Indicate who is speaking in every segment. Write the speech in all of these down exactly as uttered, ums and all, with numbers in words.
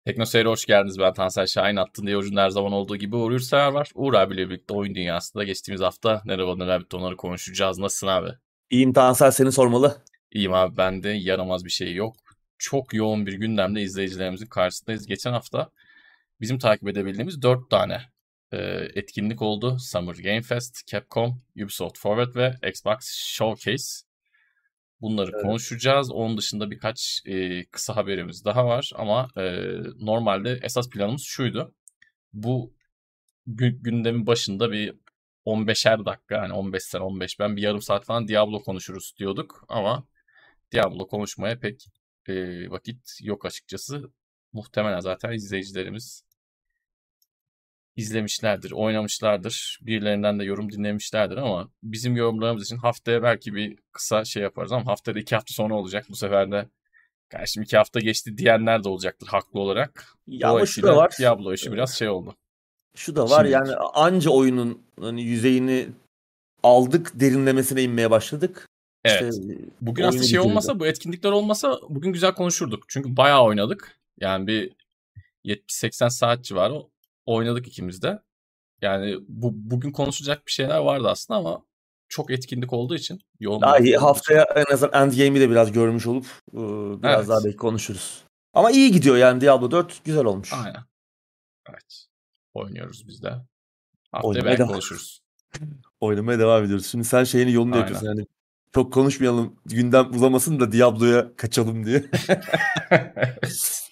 Speaker 1: Tekno Seyir'e hoş geldiniz. Ben Tansel Şahin. Attığında yolcunun her zaman olduğu gibi Uğur Yurtsever var. Uğur abiyle birlikte oyun dünyasında geçtiğimiz hafta neler oldu neler bitti onları konuşacağız. Nasılsın abi?
Speaker 2: İyiyim Tansel, seni sormalı.
Speaker 1: İyiyim abi, ben de yaramaz bir şey yok. Çok yoğun bir gündemde izleyicilerimizin karşısındayız. Geçen hafta bizim takip edebildiğimiz dört tane e, etkinlik oldu. Summer Game Fest, Capcom, Ubisoft Forward ve Xbox Showcase. Bunları
Speaker 2: Evet.
Speaker 1: konuşacağız. Onun dışında birkaç e, kısa haberimiz daha var ama e, normalde esas planımız şuydu. Bu gü- gündemin başında bir on beşer dakika, yani on beş sen on beş ben bir yarım saat falan Diablo konuşuruz diyorduk ama Diablo konuşmaya pek e, vakit yok açıkçası. Muhtemelen zaten izleyicilerimiz izlemişlerdir, oynamışlardır. Birilerinden de yorum dinlemişlerdir ama bizim yorumlarımız için haftaya belki bir kısa şey yaparız ama haftada iki hafta sonra olacak. Bu sefer de karşım iki hafta geçti diyenler de olacaktır haklı olarak.
Speaker 2: Ya ama şu da
Speaker 1: Dolayısıyla
Speaker 2: var.
Speaker 1: Diablo işi biraz şey oldu
Speaker 2: Şu da var yani
Speaker 1: şimdilik.
Speaker 2: anca oyunun hani yüzeyini aldık, derinlemesine inmeye başladık. İşte
Speaker 1: Evet. Bugün aslında
Speaker 2: oyunu
Speaker 1: şey
Speaker 2: bitirdi.
Speaker 1: olmasa, bu etkinlikler olmasa bugün güzel konuşurduk. Çünkü bayağı oynadık. Yani bir yetmiş seksen saat civarı oynadık ikimiz de. Yani bu bugün konuşacak bir şeyler vardı aslında ama çok etkinlik olduğu için, yoğun bir
Speaker 2: Daha iyi,
Speaker 1: hafta olduğu için.
Speaker 2: haftaya en azından Endgame'i de biraz görmüş olup e, biraz daha
Speaker 1: Evet.
Speaker 2: belki konuşuruz. Ama iyi gidiyor yani, Diablo dört güzel olmuş.
Speaker 1: Aynen. Evet. Oynuyoruz biz de. Haftaya
Speaker 2: Oynamaya
Speaker 1: belki
Speaker 2: devam,
Speaker 1: konuşuruz.
Speaker 2: oynamaya devam ediyoruz. Şimdi sen şeyini yolunu
Speaker 1: Aynen.
Speaker 2: yapıyorsun yani, çok konuşmayalım, gündem uzamasın da Diablo'ya kaçalım diye.
Speaker 1: Evet.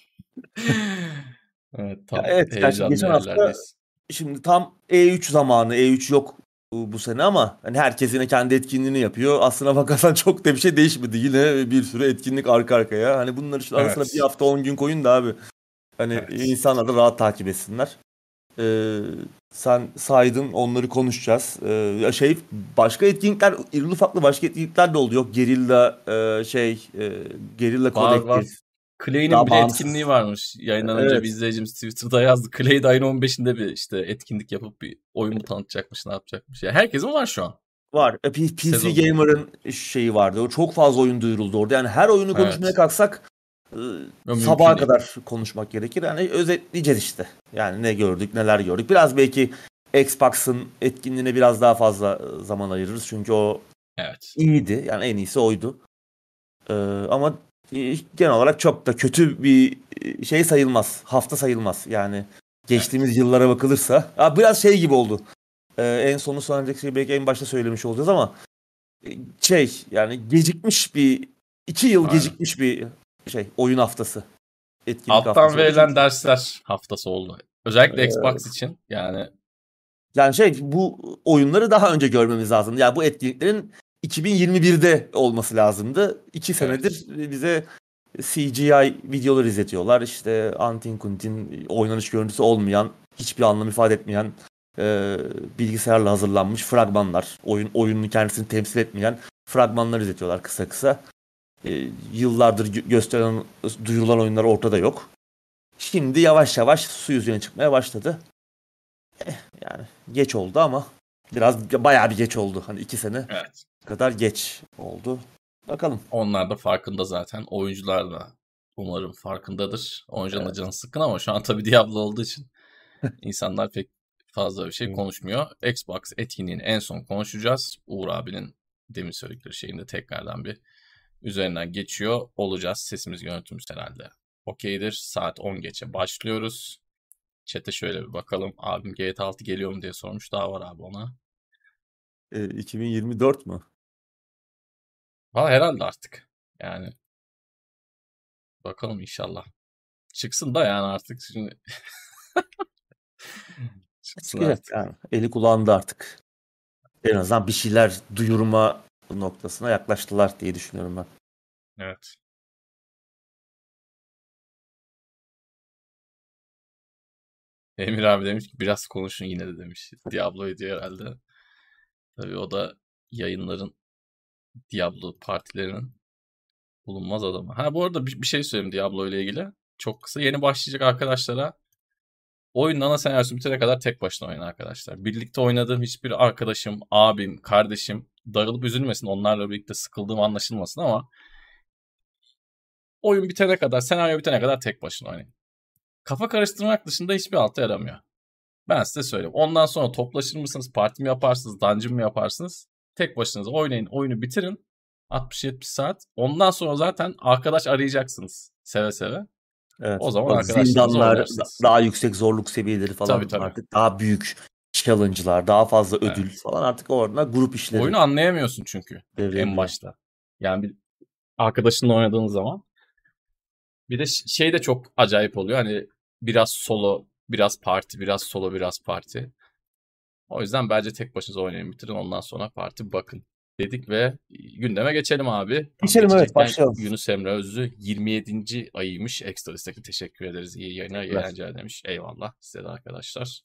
Speaker 1: Evet,
Speaker 2: Ya
Speaker 1: tam
Speaker 2: evet, gerçi
Speaker 1: heyecanlı
Speaker 2: geçen hafta,
Speaker 1: yerlerdeyiz.
Speaker 2: şimdi tam E üç zamanı. E üç yok bu, bu sene ama hani herkes yine kendi etkinliğini yapıyor. Aslına bakarsan çok da bir şey değişmedi. Yine bir sürü etkinlik arka arkaya. Hani bunları işte arasına bir
Speaker 1: Evet.
Speaker 2: hafta on gün koyun da abi. Hani
Speaker 1: Evet.
Speaker 2: insanlar da rahat takip etsinler. Ee, Sen saydın, onları konuşacağız. Ee, ya şey, başka etkinlikler, irili ufaklı başka etkinlikler de oldu. Yok Gerilla, e, şey e, Gerilla
Speaker 1: Var var.
Speaker 2: Collective.
Speaker 1: Clay'nin
Speaker 2: Daha
Speaker 1: bile etkinliği
Speaker 2: bağımsız.
Speaker 1: varmış. Yayından önce bir
Speaker 2: Evet.
Speaker 1: izleyicimiz Twitter'da yazdı. Clay de ayın on beşinde bir işte etkinlik yapıp bir oyun mu tanıtacakmış, ne yapacakmış. Ya herkesin var şu an.
Speaker 2: Var. E, P- PC
Speaker 1: Sezonluk.
Speaker 2: Gamer'ın şeyi vardı. O çok fazla oyun duyuruldu orada. Yani her oyunu konuşmaya
Speaker 1: Evet.
Speaker 2: kalksak e,
Speaker 1: Yo, mümkün
Speaker 2: sabaha
Speaker 1: değil.
Speaker 2: kadar konuşmak gerekir. Yani özetleyeceğiz işte. Yani ne gördük, neler gördük. Biraz belki Xbox'ın etkinliğine biraz daha fazla e, zaman ayırırız. Çünkü o
Speaker 1: Evet.
Speaker 2: iyiydi. Yani en iyisi oydu. E, ama e, genel olarak çok da kötü bir e, şey sayılmaz. Hafta sayılmaz. Yani
Speaker 1: Evet.
Speaker 2: geçtiğimiz yıllara bakılırsa. Ha, biraz şey gibi oldu. E, en sonu sonraki şey belki en başta söylemiş olacağız ama şey, yani gecikmiş bir, iki yıl
Speaker 1: Aynen.
Speaker 2: gecikmiş bir şey, oyun haftası, etkinlik
Speaker 1: Alttan
Speaker 2: haftası oldu
Speaker 1: verilen
Speaker 2: çünkü
Speaker 1: dersler haftası oldu. Özellikle Xbox
Speaker 2: e,
Speaker 1: için yani.
Speaker 2: yani şey, bu oyunları daha önce görmemiz lazım. Yani bu etkinliklerin iki bin yirmi birde olması lazımdı. İki
Speaker 1: Evet.
Speaker 2: senedir bize C G I videolar izletiyorlar. İşte antin kuntin, oynanış görüntüsü olmayan, hiçbir anlam ifade etmeyen, e, bilgisayarla hazırlanmış fragmanlar, oyun oyunun kendisini temsil etmeyen fragmanlar izletiyorlar kısa kısa. E, yıllardır gö- gösteren, duyurulan oyunlar ortada yok. Şimdi yavaş yavaş su yüzüne çıkmaya başladı. Yani geç oldu ama biraz, bayağı bir geç oldu. Hani iki sene
Speaker 1: Evet.
Speaker 2: kadar geç oldu. Bakalım.
Speaker 1: Onlar da farkında zaten. Oyuncular da umarım farkındadır. Oyuncunun da
Speaker 2: Evet.
Speaker 1: canı sıkkın ama şu an tabii Diablo olduğu için İnsanlar pek fazla bir şey
Speaker 2: Evet.
Speaker 1: konuşmuyor. Xbox etkinliğini en son konuşacağız. Uğur abinin demin söyledikleri şeyin de tekrardan bir üzerinden geçiyor olacağız. Sesimiz, görüntümüz herhalde okeydir. Saat on geçe başlıyoruz. Chat'e şöyle bir bakalım. Abim G T A altı geliyor mu diye sormuş. Daha var abi ona.
Speaker 2: E, iki bin yirmi dört mü?
Speaker 1: Valla herhalde artık. Yani bakalım inşallah. Çıksın da yani artık şimdi çıksın
Speaker 2: Çıkacak
Speaker 1: artık.
Speaker 2: yani. Eli kulağında artık. En azından bir şeyler duyurma noktasına yaklaştılar diye düşünüyorum ben.
Speaker 1: Evet. Emir abi demiş ki biraz konuşun yine de demiş. Diablo'yu diyor herhalde. Tabii o da yayınların, Diablo partilerinin bulunmaz adamı. Ha, bu arada bir, bir şey söyleyeyim Diablo ile ilgili. Çok kısa. Yeni başlayacak arkadaşlara, oyunun ana senaryosu bitene kadar tek başına oynayın arkadaşlar. Birlikte oynadığım hiçbir arkadaşım, abim, kardeşim darılıp üzülmesin. Onlarla birlikte sıkıldığım anlaşılmasın ama oyun bitene kadar, senaryo bitene kadar tek başına oynayın. kafa karıştırmak dışında hiçbir alta yaramıyor. Ben size söyleyeyim. Ondan sonra toplaşır mısınız? Parti mi yaparsınız? Dungeon mı yaparsınız? Tek başınıza oynayın. Oyunu bitirin. altmış yetmiş saat. Ondan sonra zaten arkadaş arayacaksınız. Seve seve.
Speaker 2: Evet.
Speaker 1: O zaman
Speaker 2: Bak,
Speaker 1: arkadaşlarınızla
Speaker 2: zindanlar,
Speaker 1: oynarsınız.
Speaker 2: daha yüksek zorluk seviyeleri
Speaker 1: Tabii
Speaker 2: falan
Speaker 1: tabii.
Speaker 2: artık daha büyük challenge'lar, daha fazla ödül
Speaker 1: Evet.
Speaker 2: falan artık orada grup işleri
Speaker 1: Oyunu anlayamıyorsun çünkü
Speaker 2: devreye
Speaker 1: en
Speaker 2: giriyor.
Speaker 1: başta. Yani bir arkadaşınla oynadığın zaman. Bir de ş- şey de çok acayip oluyor. Hani biraz solo, biraz parti, biraz solo, biraz parti. O yüzden bence tek başınıza oynayın, bitirin. Ondan sonra parti bakın dedik ve gündeme geçelim abi. Tam
Speaker 2: Geçelim, evet,
Speaker 1: geçecekken
Speaker 2: başlayalım.
Speaker 1: Yunus Emre Özlü yirmi yedinci ayıymış. Ekstra destekli teşekkür ederiz. İyi yayına, iyi
Speaker 2: Teşekkürler.
Speaker 1: eğlenceler demiş. Eyvallah size de arkadaşlar.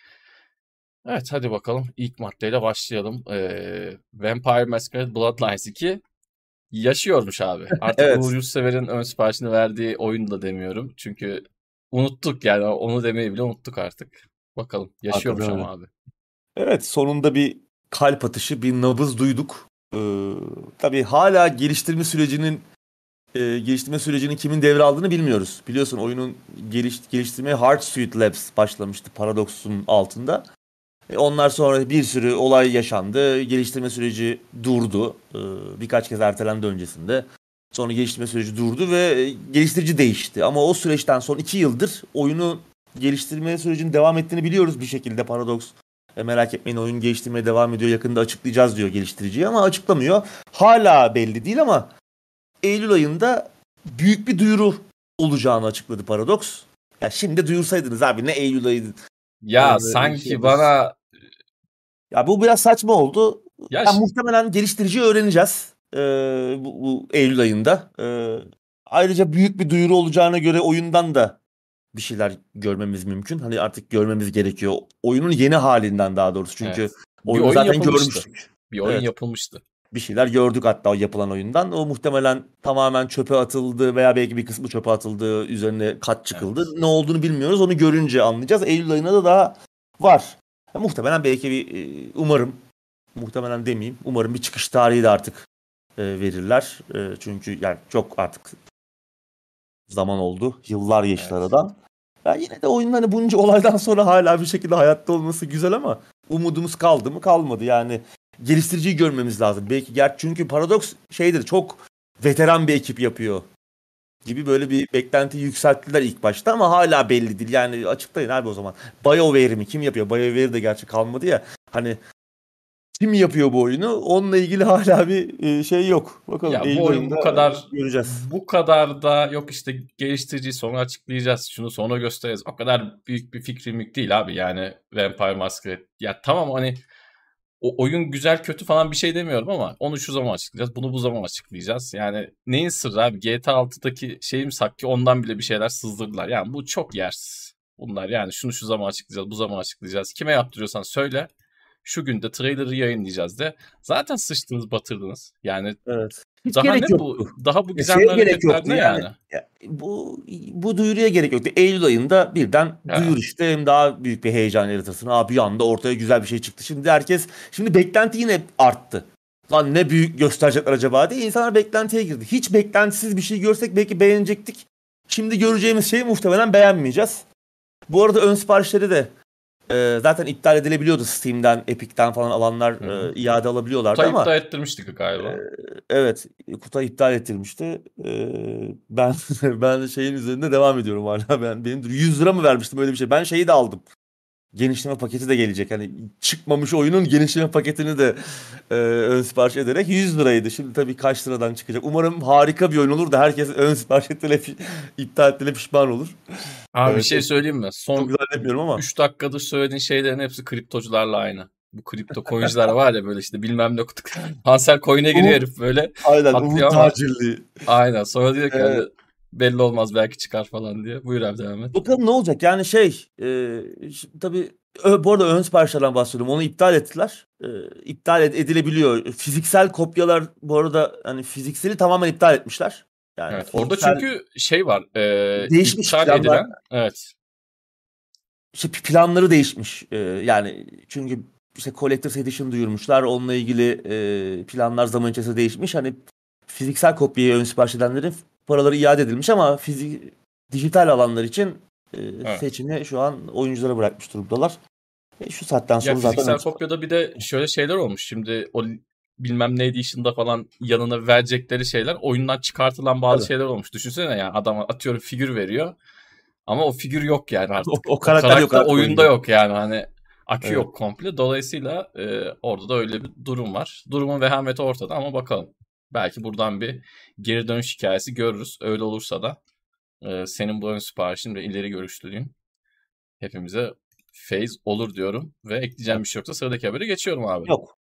Speaker 1: Evet hadi bakalım. İlk maddeyle başlayalım. Ee, Vampire Masquerade Bloodlines iki yaşıyormuş abi. Artık
Speaker 2: Evet.
Speaker 1: Uğur Yurtsever'in ön siparişini verdiği oyunu da demiyorum. Çünkü unuttuk yani onu demeyi bile unuttuk artık. Bakalım yaşıyormuş
Speaker 2: Hakikaten
Speaker 1: ama
Speaker 2: öyle.
Speaker 1: abi.
Speaker 2: Evet, sonunda bir kalp atışı, bir nabız duyduk. Ee, tabii hala geliştirme sürecinin e, geliştirme sürecinin kimin devraldığını bilmiyoruz. Biliyorsun oyunun geliş, geliştirmeye Hardsuit Labs başlamıştı Paradox'un altında. E, onlar sonra bir sürü olay yaşandı. Geliştirme süreci durdu. Ee, birkaç kez ertelendi öncesinde. Sonra geliştirme süreci durdu ve e, geliştirici değişti. Ama o süreçten sonra iki yıldır oyunu geliştirme sürecinin devam ettiğini biliyoruz bir şekilde. Paradox e, merak etmeyin, oyun geliştirmeye devam ediyor. Yakında açıklayacağız diyor geliştiriciye ama açıklamıyor. Hala belli değil ama Eylül ayında büyük bir duyuru olacağını açıkladı Paradox. Ya şimdi duyursaydınız abi, ne Eylül ayı.
Speaker 1: Ya
Speaker 2: Ee,
Speaker 1: sanki
Speaker 2: şey
Speaker 1: bana
Speaker 2: Ya bu biraz saçma oldu.
Speaker 1: ya
Speaker 2: Yani
Speaker 1: ş-
Speaker 2: muhtemelen geliştiriciyi öğreneceğiz ee, bu, bu Eylül ayında. Ee, ayrıca büyük bir duyuru olacağına göre oyundan da bir şeyler görmemiz mümkün. Hani artık görmemiz gerekiyor. Oyunun yeni halinden daha doğrusu. Çünkü
Speaker 1: evet. Bir
Speaker 2: oyunu
Speaker 1: oyun
Speaker 2: zaten
Speaker 1: yapılmıştı.
Speaker 2: görmüştük.
Speaker 1: Bir oyun
Speaker 2: Evet.
Speaker 1: yapılmıştı.
Speaker 2: Bir şeyler gördük hatta o yapılan oyundan. O muhtemelen tamamen çöpe atıldı veya belki bir kısmı çöpe atıldı. Üzerine kat çıkıldı.
Speaker 1: Evet.
Speaker 2: Ne olduğunu bilmiyoruz. Onu görünce anlayacağız. Eylül ayına da daha var. Ya muhtemelen belki bir e, umarım muhtemelen demeyeyim. Umarım bir çıkış tarihi de artık e, verirler. E, çünkü yani çok artık zaman oldu. Yıllar geçti
Speaker 1: Evet.
Speaker 2: aradan. Ya yine de oyunun hani bunca olaydan sonra hala bir şekilde hayatta olması güzel ama umudumuz kaldı mı? Kalmadı. Yani geliştiriciyi görmemiz lazım. Belki ger çünkü Paradox şeydir, çok veteran bir ekip yapıyor gibi böyle bir beklenti yükselttiler ilk başta ama hala belli değil. Yani açıklayın abi o zaman. BioWare mi? Kim yapıyor? BioWare de gerçi kalmadı ya. Hani kim yapıyor bu oyunu? Onunla ilgili hala bir e, şey yok. Bakalım
Speaker 1: Ya bu
Speaker 2: Eylül
Speaker 1: oyun
Speaker 2: ayında
Speaker 1: bu kadar
Speaker 2: göreceğiz.
Speaker 1: bu kadar da yok işte geliştiriciyi sonra açıklayacağız. Şunu sonra göstereceğiz. O kadar büyük bir fikrim yok değil abi. Yani Vampire Masquerade. Ya tamam hani o oyun güzel kötü falan bir şey demiyorum ama onu şu zaman açıklayacağız. Bunu bu zaman açıklayacağız. Yani neyin sırrı abi? G T A altıdaki şeyim ki ondan bile bir şeyler sızdırdılar. Yani bu çok yersiz. Bunlar yani şunu şu zaman açıklayacağız, bu zaman açıklayacağız. Kime yaptırıyorsan söyle. Şu günde trailer'ı yayınlayacağız de. Zaten sıçtınız, batırdınız. Yani
Speaker 2: Evet. Hiç
Speaker 1: daha
Speaker 2: gerek
Speaker 1: ne bu?
Speaker 2: yoktu.
Speaker 1: Daha bu
Speaker 2: Ya şeye
Speaker 1: gizemli
Speaker 2: gerek
Speaker 1: hareketler
Speaker 2: yoktu
Speaker 1: ne
Speaker 2: yani.
Speaker 1: yani?
Speaker 2: Ya bu bu duyuruya gerek yoktu. Eylül ayında birden duyur
Speaker 1: Evet.
Speaker 2: işte, hem daha büyük bir heyecan yaratırsın. Abi bir anda ortaya güzel bir şey çıktı. Şimdi herkes şimdi beklenti yine arttı. Lan ne büyük gösterecekler acaba diye insanlar beklentiye girdi. Hiç beklentisiz bir şey görsek belki beğenecektik. Şimdi göreceğimiz şeyi muhtemelen beğenmeyeceğiz. Bu arada ön siparişleri de e, zaten iptal edilebiliyordu Steam'den, Epic'ten falan alanlar
Speaker 1: Hı hı.
Speaker 2: e, iade alabiliyorlardı
Speaker 1: Kutay
Speaker 2: ama
Speaker 1: iptal ettirmiştik
Speaker 2: e,
Speaker 1: galiba.
Speaker 2: evet, Kutay iptal ettirmişti. E, ben ben şeyin üzerinde devam ediyorum hala. Ben benim yüz lira mı vermiştim öyle bir şey. Ben şeyi de aldım. Genişleme paketi de gelecek. Hani çıkmamış oyunun genişleme paketini de e, ön sipariş ederek yüz liraydı. Şimdi tabii kaç liradan çıkacak. Umarım harika bir oyun olur da herkes ön sipariş ettiğine, iptal ettiğine pişman olur.
Speaker 1: Abi bir
Speaker 2: Evet,
Speaker 1: şey söyleyeyim mi?
Speaker 2: çok
Speaker 1: Son
Speaker 2: güzel yapmıyorum ama.
Speaker 1: üç dakikadır söylediğin şeylerin hepsi kriptocularla aynı. Bu kripto coin'ciler var ya böyle işte bilmem ne kutuk. Hansel coin'e giriyor
Speaker 2: Umut,
Speaker 1: herif böyle
Speaker 2: aynen
Speaker 1: patlıyor
Speaker 2: Umut
Speaker 1: ama
Speaker 2: tacirliği.
Speaker 1: aynen. Sonra diyor ki hani
Speaker 2: Evet.
Speaker 1: belli olmaz belki çıkar falan diye. Buyur abi devam et.
Speaker 2: Bakalım ne olacak? Yani şey, e, ş- tabii ö- bu arada ön siparişlerden bahsediyorum. Onu iptal ettiler. E, iptal ed- edilebiliyor. Fiziksel kopyalar bu arada, hani fizikseli tamamen iptal etmişler. Yani
Speaker 1: Evet. Orada
Speaker 2: fiziksel
Speaker 1: çünkü şey var. E,
Speaker 2: değişmiş
Speaker 1: iptal
Speaker 2: planlar,
Speaker 1: edilen. Evet.
Speaker 2: işte planları değişmiş. E, yani çünkü işte Collector's Edition duyurmuşlar. Onunla ilgili e, planlar zaman içerisinde değişmiş. Hani fiziksel kopyayı ön sipariş edenlerin paraları iade edilmiş ama fizik dijital alanlar için e,
Speaker 1: Evet.
Speaker 2: seçimi şu an oyunculara bırakmış durumdalar. E, şu saatten
Speaker 1: Ya
Speaker 2: sonra zaten
Speaker 1: fiziksel
Speaker 2: açık.
Speaker 1: kopyada bir de şöyle şeyler olmuş. Şimdi o bilmem ne edition'da falan yanına verecekleri şeyler oyundan çıkartılan bazı
Speaker 2: Tabii.
Speaker 1: şeyler olmuş. Düşünsene yani adam atıyorum figür veriyor. Ama o figür yok yani
Speaker 2: O,
Speaker 1: artık.
Speaker 2: o
Speaker 1: O
Speaker 2: karakter yok
Speaker 1: karakter
Speaker 2: artık
Speaker 1: oyunda
Speaker 2: oyunda.
Speaker 1: yok yani hani akü
Speaker 2: Evet.
Speaker 1: yok komple. Dolayısıyla e, orada da öyle bir durum var. Durumun vehameti ortada ama bakalım. Belki buradan bir geri dönüş hikayesi görürüz. Öyle olursa da e, senin bu ön siparişin ve ileri görüşlülüğün hepimize feyz olur diyorum. Ve ekleyeceğim bir
Speaker 2: Evet.
Speaker 1: şey yoksa sıradaki habere geçiyorum abi.
Speaker 2: Yok.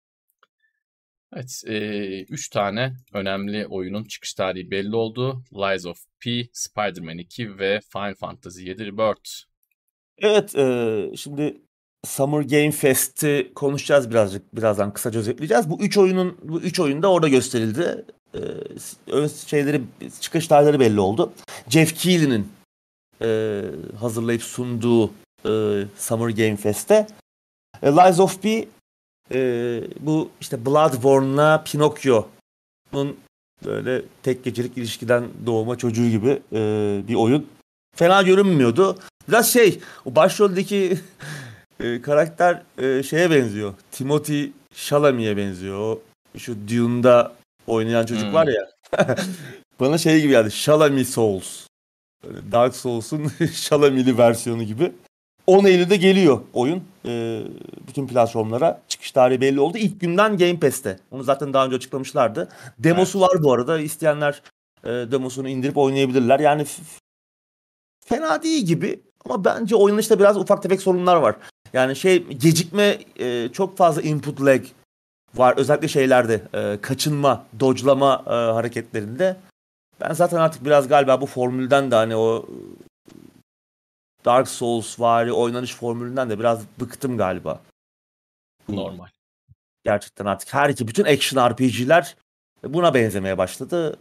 Speaker 1: Evet, üç tane önemli oyunun çıkış tarihi belli oldu. Lies of P, Spider-Man iki ve Final Fantasy yedi Rebirth.
Speaker 2: Evet, e, şimdi Summer Game Fest'i konuşacağız birazcık, birazdan kısaca özetleyeceğiz. Bu üç oyunun, bu üç oyun da orada gösterildi. E, ön şeyleri, çıkış tarihleri belli oldu. Jeff Keighley'nin e, hazırlayıp sunduğu e, Summer Game Fest'te e, Lies of P, e, bu işte Bloodborne'la Pinocchio'nun böyle tek gecelik ilişkiden doğma çocuğu gibi e, bir oyun. Fena görünmüyordu. Biraz şey, o başroldeki e, karakter e, şeye benziyor. Timothy Chalamet'e benziyor. O şu Dune'da oynayan çocuk var
Speaker 1: Hmm,
Speaker 2: ya. Bana şey gibi geldi. Chalamet Souls. Böyle Dark Souls'un Chalamet'li versiyonu gibi. on Eylül'de geliyor oyun. E, bütün platformlara. Çıkış tarihi belli oldu. İlk günden Game Pass'te. Onu zaten daha önce açıklamışlardı. Demosu
Speaker 1: evet.
Speaker 2: var bu arada. İsteyenler e, demosunu indirip oynayabilirler. Yani f- fena değil gibi. Ama bence oynanışta biraz ufak tefek sorunlar var. Yani şey, gecikme, e, çok fazla input lag var. Özellikle şeylerde e, kaçınma, dodge'lama e, hareketlerinde. Ben zaten artık biraz galiba bu formülden de hani o Dark Souls vari oynanış formülünden de biraz bıktım galiba. Bu
Speaker 1: Normal.
Speaker 2: gerçekten artık her iki bütün action R P G'ler buna benzemeye başladı.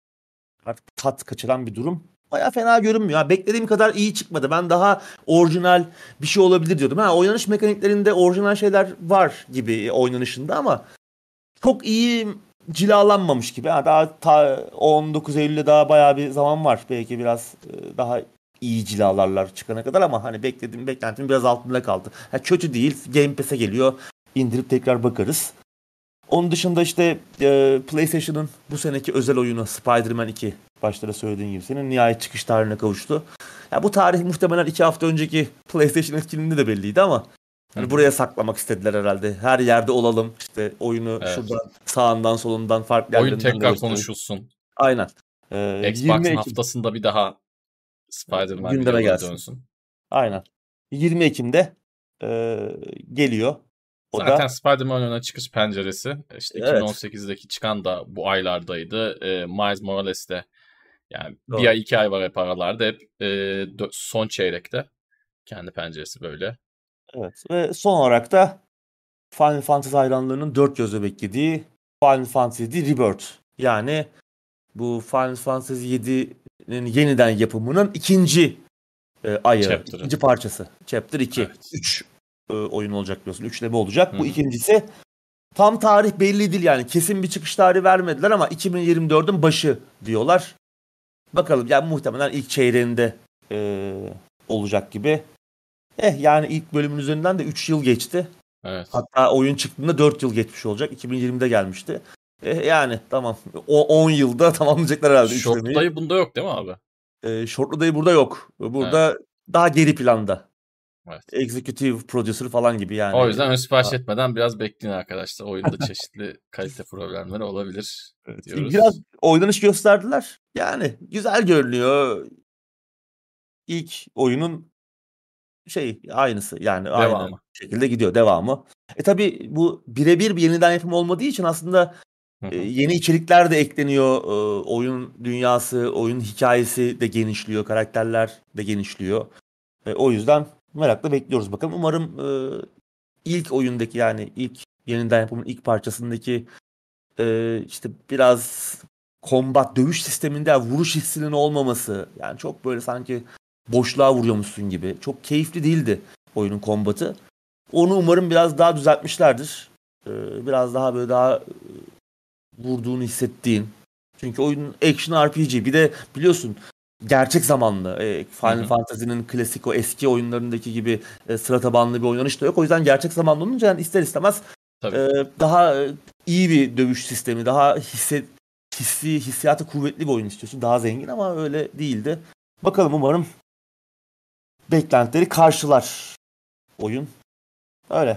Speaker 2: Artık tat kaçıran bir durum. Baya fena görünmüyor. Ha, beklediğim kadar iyi çıkmadı. Ben daha orijinal bir şey olabilir diyordum. Ha, oynanış mekaniklerinde orijinal şeyler var gibi oynanışında ama çok iyi cilalanmamış gibi. Ha, daha ta on dokuz Eylül'de daha bayağı bir zaman var. Belki biraz e, daha iyi cilalarlar çıkana kadar ama hani beklediğim beklentim biraz altında kaldı. Ha, kötü değil. Game Pass'e geliyor. İndirip tekrar bakarız. Onun dışında işte e, PlayStation'ın bu seneki özel oyunu Spider-Man iki, başta da söylediğin gibi senin, nihayet çıkış tarihine kavuştu. Ya bu tarih muhtemelen iki hafta önceki PlayStation etkinliğinde de belliydi ama
Speaker 1: Hı
Speaker 2: hani
Speaker 1: hı.
Speaker 2: buraya saklamak istediler herhalde. Her yerde olalım. İşte oyunu
Speaker 1: Evet.
Speaker 2: şuradan sağından solundan farklı
Speaker 1: Oyun
Speaker 2: yerlerinden de
Speaker 1: tekrar
Speaker 2: gösterelim.
Speaker 1: konuşulsun.
Speaker 2: Aynen. E, yirmi
Speaker 1: Xbox'ın
Speaker 2: Ekim
Speaker 1: haftasında bir daha
Speaker 2: e,
Speaker 1: Spider-Man
Speaker 2: gündeme
Speaker 1: videoları
Speaker 2: gelsin.
Speaker 1: dönsün.
Speaker 2: Aynen. yirmi Ekim'de e, geliyor. O
Speaker 1: Zaten
Speaker 2: da
Speaker 1: Spider-Man öne çıkış penceresi işte
Speaker 2: evet.
Speaker 1: iki bin on sekizdeki çıkan da bu aylardaydı. E, Miles Morales de yani bir
Speaker 2: Doğru.
Speaker 1: ay iki ay var hep aralarda hep e, dö- son çeyrekte. Kendi penceresi böyle.
Speaker 2: Evet. Ve son olarak da Final Fantasy hayranlarının dört gözle beklediği Final Fantasy yedi Rebirth. Yani bu Final Fantasy yedinin yeniden yapımının ikinci e, ayağı,
Speaker 1: Chapter'ı.
Speaker 2: ikinci parçası. Chapter iki.
Speaker 1: Evet.
Speaker 2: üç e, oyun olacak biliyorsun. Üçleme olacak.
Speaker 1: Hı
Speaker 2: Bu
Speaker 1: hı.
Speaker 2: ikincisi. Tam tarih belli değil yani. Kesin bir çıkış tarihi vermediler ama iki bin yirmi dördün başı diyorlar. Bakalım yani muhtemelen ilk çeyreğinde e, olacak gibi. Eh yani ilk bölümün üzerinden de üç yıl geçti.
Speaker 1: Evet.
Speaker 2: Hatta oyun çıktığında dört yıl geçmiş olacak. iki bin yirmide gelmişti. E, yani tamam. O on yılda tamamlayacaklar herhalde
Speaker 1: Shortlu
Speaker 2: üçlemeyi.
Speaker 1: dayı bunda yok değil mi abi?
Speaker 2: E, Shortlu Day burada yok.
Speaker 1: Evet.
Speaker 2: Burada daha geri planda.
Speaker 1: Evet.
Speaker 2: Executive Producer falan gibi
Speaker 1: O
Speaker 2: yani.
Speaker 1: yüzden ön sipariş etmeden biraz bekleyin arkadaşlar. Oyunda çeşitli kalite problemleri olabilir
Speaker 2: Evet. Biraz
Speaker 1: diyoruz.
Speaker 2: oynanış gösterdiler. Yani güzel görünüyor. İlk oyunun şey aynısı yani aynı
Speaker 1: Devamı.
Speaker 2: şekilde gidiyor devamı. E tabi bu birebir bir yeniden yapım olmadığı için aslında
Speaker 1: Hı
Speaker 2: e,
Speaker 1: hı.
Speaker 2: yeni içerikler de ekleniyor. E, oyun dünyası, oyun hikayesi de genişliyor, karakterler de genişliyor. E, o yüzden merakla bekliyoruz bakalım. Umarım e, ilk oyundaki yani ilk yeniden yapımın ilk parçasındaki e, işte biraz kombat dövüş sisteminde vuruş hissinin olmaması, yani çok böyle sanki boşluğa vuruyormuşsun gibi. Çok keyifli değildi oyunun kombatı. Onu umarım biraz daha düzeltmişlerdir. E, biraz daha böyle daha vurduğunu hissettiğin. Çünkü oyun action R P G. Bir de biliyorsun gerçek zamanlı. E,
Speaker 1: Hı
Speaker 2: Final
Speaker 1: hı.
Speaker 2: Fantasy'nin klasik o eski oyunlarındaki gibi e, sıra tabanlı bir oynanış da yok. O yüzden gerçek zamanlı olunca yani ister istemez e,
Speaker 1: Tabii.
Speaker 2: daha e, iyi bir dövüş sistemi, daha hisset, hissi, hissiyatı kuvvetli bir oyun istiyorsun. Daha zengin ama öyle değildi. Bakalım, umarım beklentileri karşılar oyun. Öyle.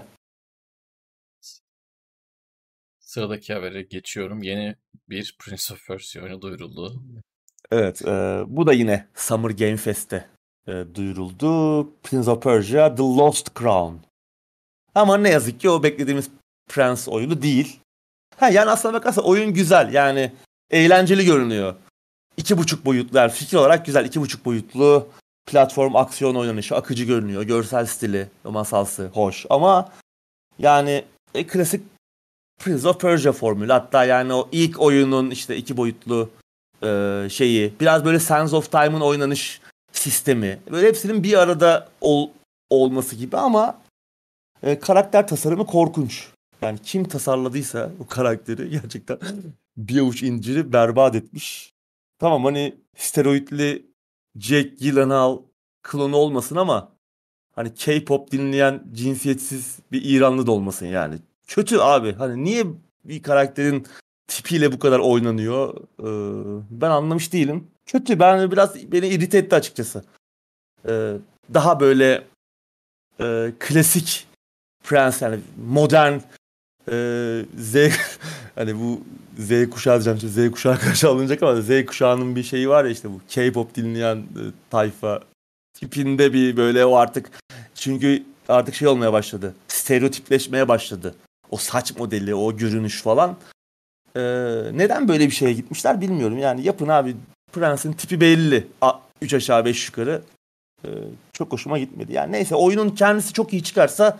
Speaker 1: Sıradaki habere geçiyorum. Yeni bir Prince of Persia oyunu duyuruldu.
Speaker 2: Evet, e, bu da yine Summer Game Fest'te e, duyuruldu. Prince of Persia: The Lost Crown. Ama ne yazık ki o beklediğimiz Prens oyunu değil. Ha, yani aslına bakarsan oyun güzel. Yani eğlenceli görünüyor. İki buçuk boyutlu, yani fikir olarak güzel. İki buçuk boyutlu platform aksiyon oynanışı, akıcı görünüyor. Görsel stili, masalsı hoş. Ama yani e, klasik Prince of Persia formülü. Hatta yani o ilk oyunun işte iki boyutlu e, şeyi. Biraz böyle Sands of Time'ın oynanış sistemi. Böyle hepsinin bir arada ol, olması gibi ama e, karakter tasarımı korkunç. Yani kim tasarladıysa bu karakteri gerçekten bir avuç inciri berbat etmiş. Tamam, hani steroidli Jack Gyllenhaal klonu olmasın ama hani K-pop dinleyen cinsiyetsiz bir İranlı da olmasın yani. Kötü abi. Hani niye bir karakterin tipiyle bu kadar oynanıyor? Ee, ben anlamış değilim. Kötü. Ben biraz beni irite etti açıkçası. Ee, daha böyle e, klasik Prens, yani modern e, Z hani bu Z kuşağı diyeceğim, şimdi Z kuşağı karşı alınacak ama Z kuşağının bir şeyi var ya, işte bu K-pop dinleyen e, tayfa tipinde bir böyle o artık, çünkü artık şey olmaya başladı. Stereotipleşmeye başladı. O saç modeli, o görünüş falan. Ee, neden böyle bir şeye gitmişler bilmiyorum. Yani yapın abi, Prens'in tipi belli. A, üç aşağı beş yukarı. Ee, çok hoşuma gitmedi. Yani neyse, oyunun kendisi çok iyi çıkarsa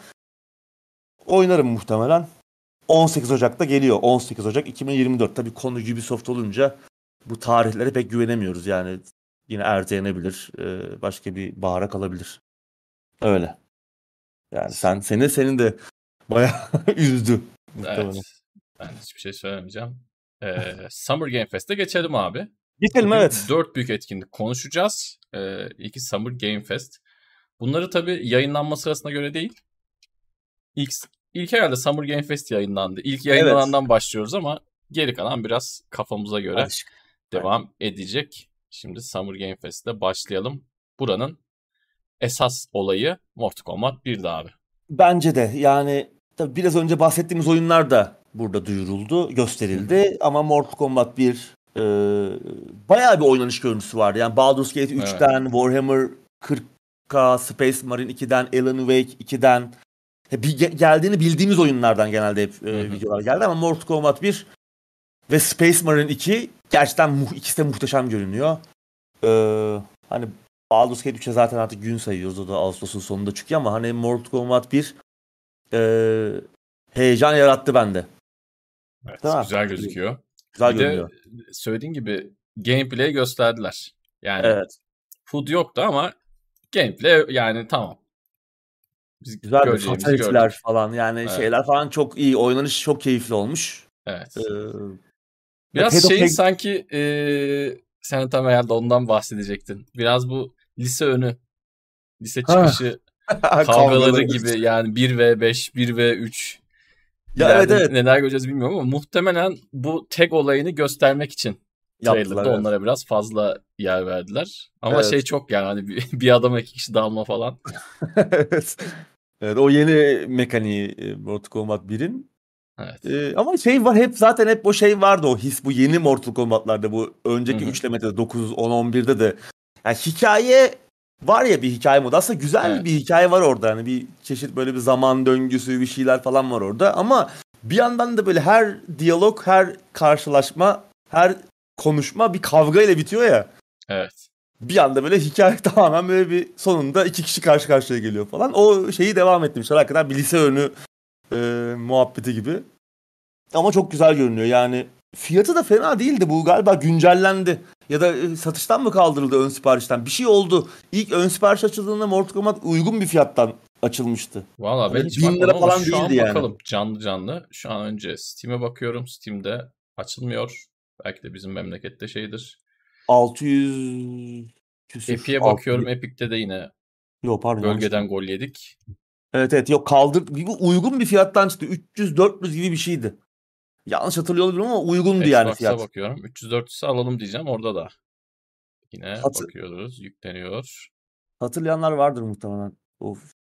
Speaker 2: oynarım muhtemelen. on sekiz Ocak'ta geliyor. on sekiz Ocak iki bin yirmi dört. Tabii konu Ubisoft olunca bu tarihlere pek güvenemiyoruz. Yani yine ertelenebilir. Ee, başka bir bahara kalabilir. Öyle. Yani sen seni senin de bayağı üzdü muhtemelen.
Speaker 1: Evet. Ben hiçbir şey söylemeyeceğim. Ee, Summer Game Fest'e geçelim abi.
Speaker 2: Geçelim,
Speaker 1: Bugün
Speaker 2: evet.
Speaker 1: dört büyük etkinlik konuşacağız. Ee, ilki Summer Game Fest. Bunları tabii yayınlanma sırasına göre değil. İlk, ilk herhalde Summer Game Fest yayınlandı. İlk
Speaker 2: Evet.
Speaker 1: yayınlanandan başlıyoruz ama geri kalan biraz kafamıza göre
Speaker 2: Aşk. Aynen.
Speaker 1: devam edecek. Şimdi Summer Game Fest'te başlayalım. Buranın esas olayı Mortal Kombat birdi abi.
Speaker 2: Bence de yani tabii biraz önce bahsettiğimiz oyunlar da burada duyuruldu,
Speaker 1: Hı hı.
Speaker 2: gösterildi. Ama Mortal Kombat bir e, bayağı bir oynanış görüntüsü vardı. Yani Baldur's Gate
Speaker 1: Evet.
Speaker 2: üçten, Warhammer kırk K, Space Marine ikiden, Alan Wake ikiden. Hep bir ge- geldiğini bildiğimiz oyunlardan genelde hep
Speaker 1: Hı
Speaker 2: e,
Speaker 1: hı.
Speaker 2: videolar geldi ama Mortal Kombat bir ve Space Marine iki gerçekten mu- ikisi de muhteşem görünüyor. Ee, hani Baldur's Gate üçe zaten artık gün sayıyoruz. O da Ağustos'un sonunda çıkıyor ama hani Mortal Kombat bir e, heyecan yarattı bende. Değil
Speaker 1: Evet,
Speaker 2: mi?
Speaker 1: güzel gözüküyor.
Speaker 2: Güzel
Speaker 1: Bir de
Speaker 2: görünüyor.
Speaker 1: söylediğin gibi gameplay gösterdiler. Yani
Speaker 2: Evet.
Speaker 1: H U D yoktu ama gameplay yani tamam. Biz
Speaker 2: Güzeldi.
Speaker 1: göreceğimizi
Speaker 2: Fatality'ler
Speaker 1: gördük.
Speaker 2: falan, yani
Speaker 1: Evet,
Speaker 2: şeyler falan çok iyi. Oynanış çok keyifli olmuş. Ee,
Speaker 1: evet.
Speaker 2: ve
Speaker 1: Biraz şeyin
Speaker 2: Pedopeg
Speaker 1: sanki eee sen tam herhalde ondan bahsedecektin. Biraz bu lise önü, lise
Speaker 2: ha
Speaker 1: çıkışı kavgaları
Speaker 2: kavgaları.
Speaker 1: gibi yani bir ve beş, bir ve üç
Speaker 2: Ya evet,
Speaker 1: ileride
Speaker 2: evet.
Speaker 1: neler göreceğiz bilmiyorum ama muhtemelen bu tek olayını göstermek için
Speaker 2: Yaptılar,
Speaker 1: trailer'da
Speaker 2: evet.
Speaker 1: onlara biraz fazla yer verdiler. Ama şey
Speaker 2: Evet.
Speaker 1: çok yani hani bir, bir adama iki kişi dalma falan.
Speaker 2: Evet. Evet, o yeni mekaniği e, Mortal Kombat birin.
Speaker 1: Evet.
Speaker 2: Ee, ama şey var, hep zaten hep o şey vardı, o his bu yeni Mortal Kombat'larda, bu
Speaker 1: Hı
Speaker 2: önceki
Speaker 1: hı.
Speaker 2: üçlemede de dokuz, on, on birde de yani hikaye var ya, bir hikaye modu aslında güzel bir
Speaker 1: Evet.
Speaker 2: hikaye var orada, hani bir çeşit böyle bir zaman döngüsü, bir şeyler falan var orada ama bir yandan da böyle her diyalog, her karşılaşma, her konuşma bir kavga ile bitiyor ya,
Speaker 1: Evet.
Speaker 2: bir anda böyle hikaye tamamen böyle bir sonunda iki kişi karşı karşıya geliyor falan, o şeyi devam ettirmişler hakikaten, bir lise önü e, muhabbeti gibi. Ama çok güzel görünüyor. Yani fiyatı da fena değildi. Bu galiba güncellendi. Ya da e, satıştan mı kaldırıldı, ön siparişten? Bir şey oldu. İlk ön sipariş açıldığında Mortal Kombat uygun bir fiyattan açılmıştı.
Speaker 1: Valla ben
Speaker 2: Hani
Speaker 1: hiç
Speaker 2: bin
Speaker 1: bakmadım
Speaker 2: lira
Speaker 1: ama
Speaker 2: falan
Speaker 1: şu
Speaker 2: değildi
Speaker 1: an
Speaker 2: yani.
Speaker 1: bakalım canlı canlı. Şu an önce Steam'e bakıyorum. Steam'de açılmıyor. Belki de bizim memlekette şeydir.
Speaker 2: altı yüz Küsür
Speaker 1: Epic'e
Speaker 2: altı.
Speaker 1: bakıyorum. Epic'te de yine
Speaker 2: Yok pardon yanlış.
Speaker 1: bölgeden gol yedik.
Speaker 2: Evet evet yok kaldır bir uygun bir fiyattan çıktı. üç yüz dört yüz gibi bir şeydi. Yanlış hatırlıyor olabilirim ama uygundu yani
Speaker 1: Xbox'a
Speaker 2: fiyat.
Speaker 1: bakıyorum. üç yüz dört yüz'ü alalım diyeceğim. Orada da yine
Speaker 2: Hatı-
Speaker 1: bakıyoruz. Yükleniyor.
Speaker 2: hatırlayanlar vardır muhtemelen o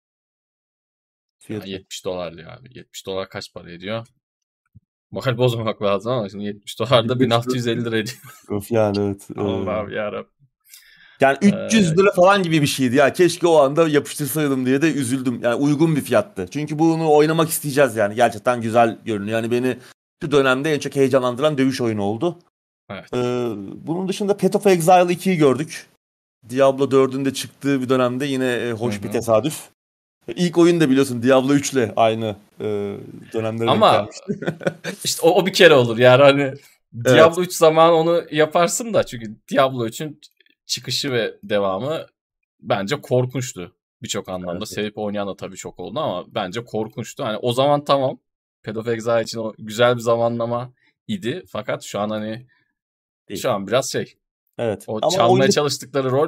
Speaker 1: Şu an
Speaker 2: fiyatı.
Speaker 1: yetmiş dolar diyor abi. yetmiş dolar kaç para ediyor? Moral bozmamak lazım ama şimdi yetmiş dolar da bin altı yüz elli lira ediyor.
Speaker 2: Of yani evet.
Speaker 1: Allah'ım
Speaker 2: Ee,
Speaker 1: yarabbim.
Speaker 2: yani üç yüz
Speaker 1: Ee,
Speaker 2: lira falan gibi bir şeydi ya. Keşke o anda yapıştırsaydım diye de üzüldüm. Yani uygun bir fiyattı. Çünkü bunu oynamak isteyeceğiz yani. Gerçekten güzel görünüyor. Yani beni şu dönemde en çok heyecanlandıran dövüş oyunu oldu.
Speaker 1: evet.
Speaker 2: Ee, bunun dışında Path of Exile ikiyi gördük. Diablo dördün de çıktığı bir dönemde yine e, hoş
Speaker 1: Hı
Speaker 2: bir
Speaker 1: hı.
Speaker 2: tesadüf. İlk oyun da biliyorsun Diablo üçle aynı e, dönemlere denk
Speaker 1: Ama
Speaker 2: gelmişti.
Speaker 1: işte o, o bir kere olur yani hani
Speaker 2: Evet.
Speaker 1: Diablo üç zaman onu yaparsın da çünkü Diablo üçün çıkışı ve devamı bence korkunçtu birçok anlamda.
Speaker 2: Evet, evet.
Speaker 1: Sevip oynayan da tabii çok oldu ama bence korkunçtu. Hani o zaman tamam. Path of Exile için o güzel bir zamanlama idi. Fakat şu an hani
Speaker 2: Değil.
Speaker 1: şu an biraz şey.
Speaker 2: Evet.
Speaker 1: O
Speaker 2: Ama
Speaker 1: çalmaya
Speaker 2: oyunda
Speaker 1: çalıştıkları rol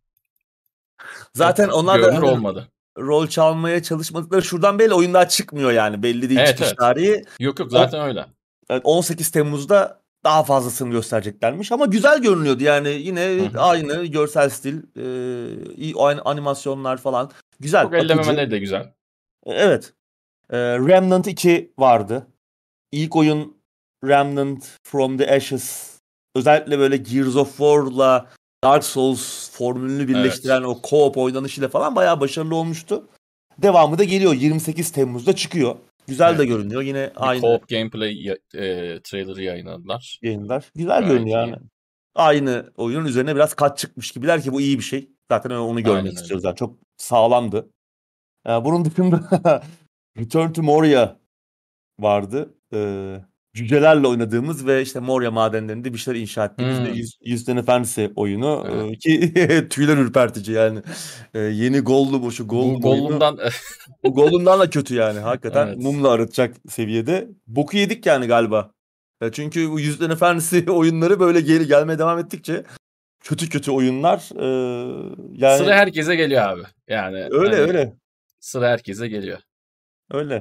Speaker 2: zaten
Speaker 1: çok
Speaker 2: onlar da
Speaker 1: görünür
Speaker 2: hani
Speaker 1: olmadı.
Speaker 2: rol çalmaya çalışmadıkları şuradan belli oyun daha çıkmıyor yani. Belli değil
Speaker 1: Evet
Speaker 2: çıkış
Speaker 1: evet.
Speaker 2: tarihi.
Speaker 1: Yok yok
Speaker 2: O,
Speaker 1: zaten öyle.
Speaker 2: evet, on sekiz Temmuz'da daha fazlasını göstereceklermiş ama güzel görünüyordu yani
Speaker 1: Hı
Speaker 2: yine
Speaker 1: hı.
Speaker 2: aynı görsel stil, e, iyi aynı animasyonlar falan güzel,
Speaker 1: Çok
Speaker 2: akıcı.
Speaker 1: ellememeleri de güzel.
Speaker 2: Evet. E, Remnant iki vardı. İlk oyun Remnant from the Ashes. Özellikle böyle Gears of War'la Dark Souls formülünü
Speaker 1: Evet.
Speaker 2: birleştiren o co-op oynanışıyla falan bayağı başarılı olmuştu. Devamı da geliyor. yirmi sekiz Temmuz'da çıkıyor. Güzel de
Speaker 1: Evet.
Speaker 2: görünüyor. Yine
Speaker 1: Bir
Speaker 2: aynı
Speaker 1: co-op gameplay ya- e, trailer'ı yayınladılar.
Speaker 2: yayınlar. Güzel
Speaker 1: Gayet
Speaker 2: görünüyor yani.
Speaker 1: iyi.
Speaker 2: Aynı oyunun üzerine biraz kat çıkmış gibiler ki bu iyi bir şey. Zaten onu görmek
Speaker 1: Aynen öyle.
Speaker 2: istiyoruz. Yani çok sağlamdı. Ee, bunun dışında Return to Moria vardı. Ee, cücelerle oynadığımız ve işte Moria madenlerinde bir şeyler inşa ettiğimiz bir
Speaker 1: Hmm,
Speaker 2: Yüz- Yüzüklerin Efendisi oyunu.
Speaker 1: evet.
Speaker 2: Ee, ki tüyler ürpertici yani. Ee, yeni Gollum, şu
Speaker 1: Bu
Speaker 2: Gollum oyunu.
Speaker 1: Gollum'dan
Speaker 2: Bu Gollum'dan da kötü yani. Hakikaten
Speaker 1: evet.
Speaker 2: mumla arıtacak seviyede. Boku yedik yani galiba. Ya çünkü bu Yüzüklerin Efendisi oyunları böyle geri gelmeye devam ettikçe kötü kötü oyunlar. Ee,
Speaker 1: Sıra
Speaker 2: yani
Speaker 1: herkese geliyor abi. Yani
Speaker 2: öyle
Speaker 1: hani
Speaker 2: öyle.
Speaker 1: sıra herkese geliyor.
Speaker 2: Öyle.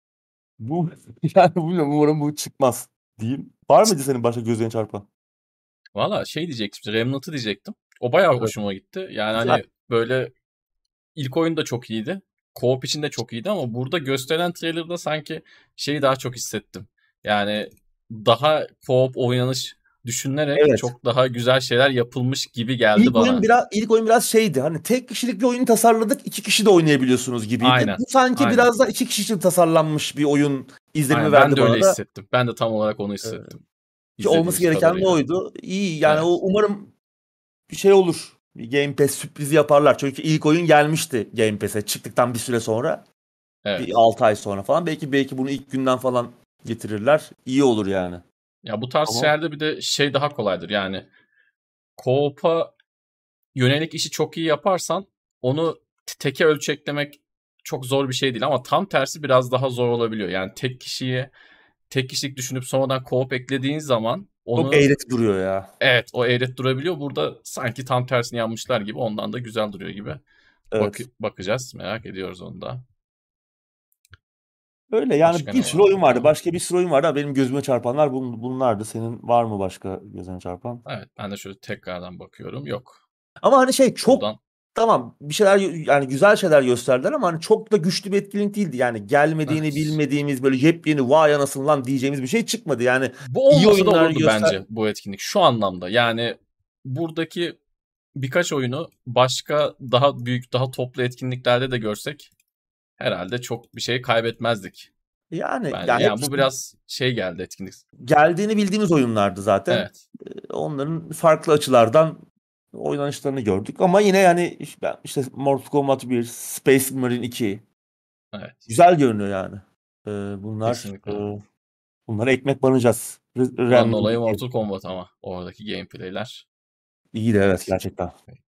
Speaker 2: Bu yani bilmiyorum, umarım bu çıkmaz diyeyim. Var mıydı senin başka gözüne çarpan?
Speaker 1: Valla şey diyecektim işte Remnant'ı diyecektim. O bayağı
Speaker 2: Evet.
Speaker 1: hoşuma gitti. Yani
Speaker 2: Güzel.
Speaker 1: hani böyle ilk oyun da çok iyiydi. Co-op için de çok iyiydi ama burada gösteren trailer'da sanki şeyi daha çok hissettim. Yani daha co-op oynanış düşünülerek
Speaker 2: Evet.
Speaker 1: çok daha güzel şeyler yapılmış gibi geldi
Speaker 2: İlk oyun
Speaker 1: bana.
Speaker 2: biraz ilk oyun biraz şeydi. Hani tek kişilik bir oyun tasarladık, iki kişi de oynayabiliyorsunuz gibiydi.
Speaker 1: Aynen.
Speaker 2: Bu sanki
Speaker 1: Aynen.
Speaker 2: biraz da iki kişi için tasarlanmış bir oyun izlenimi
Speaker 1: Aynen. Ben
Speaker 2: verdi
Speaker 1: de öyle
Speaker 2: bana da.
Speaker 1: hissettim. Ben de tam olarak onu
Speaker 2: Ee,
Speaker 1: hissettim.
Speaker 2: ki olması
Speaker 1: İzlediğimiz
Speaker 2: gereken de
Speaker 1: kadarıyla.
Speaker 2: oydu. İyi yani o
Speaker 1: Evet.
Speaker 2: umarım bir şey olur. Bir Game Pass sürprizi yaparlar. Çünkü ilk oyun gelmişti Game Pass'e çıktıktan bir süre sonra. Bir
Speaker 1: Evet.
Speaker 2: altı ay sonra falan. Belki belki bunu ilk günden falan getirirler. İyi olur yani.
Speaker 1: Ya bu tarz
Speaker 2: Ama
Speaker 1: şeylerde bir de şey daha kolaydır. Yani co-op'a yönelik işi çok iyi yaparsan onu t- teke ölçeklemek çok zor bir şey değil ama tam tersi biraz daha zor olabiliyor. Yani tek kişiye tek kişilik düşünüp sonradan co-op eklediğin zaman
Speaker 2: çok
Speaker 1: onu
Speaker 2: eğreti duruyor ya.
Speaker 1: evet o eğret durabiliyor. Burada sanki tam tersini yapmışlar gibi ondan da güzel duruyor gibi. Bak
Speaker 2: Evet.
Speaker 1: bakacağız. Merak ediyoruz onu da.
Speaker 2: Öyle yani
Speaker 1: Başka
Speaker 2: bir
Speaker 1: ne
Speaker 2: sürü
Speaker 1: var
Speaker 2: oyun vardı.
Speaker 1: burada?
Speaker 2: Başka bir sürü oyun vardı. ama Benim gözüme çarpanlar bun- bunlardı. Senin var mı başka gözüne çarpan?
Speaker 1: Evet ben de şöyle tekrardan bakıyorum. Yok.
Speaker 2: Ama hani şey çok
Speaker 1: Buradan
Speaker 2: tamam bir şeyler yani güzel şeyler gösterdiler ama hani çok da güçlü bir etkinlik değildi. Yani gelmediğini
Speaker 1: evet.
Speaker 2: bilmediğimiz böyle yepyeni vay anasını lan diyeceğimiz bir şey çıkmadı. Yani
Speaker 1: Bu
Speaker 2: iyi
Speaker 1: olmasa da
Speaker 2: oyunlar
Speaker 1: olurdu
Speaker 2: göster.
Speaker 1: bence bu etkinlik şu anlamda. Yani buradaki birkaç oyunu başka daha büyük, daha toplu etkinliklerde de görsek herhalde çok bir şey kaybetmezdik
Speaker 2: Yani
Speaker 1: bence.
Speaker 2: ya hep
Speaker 1: Yani bu biraz şey geldi etkinlik.
Speaker 2: geldiğini bildiğimiz oyunlardı zaten.
Speaker 1: Evet,
Speaker 2: Onların farklı açılardan oynanışlarını gördük ama yine yani işte ben- işte Mortal Kombat bir, Space Marine iki
Speaker 1: evet.
Speaker 2: güzel görünüyor yani. Ee, bunlar e,
Speaker 1: Kesinlikle.
Speaker 2: bunlara ekmek banacağız. R-
Speaker 1: Buranın
Speaker 2: Remnant
Speaker 1: olayı
Speaker 2: iki.
Speaker 1: Mortal Kombat ama oradaki gameplay'ler.
Speaker 2: İyi de evet
Speaker 1: Evet.
Speaker 2: gerçekten.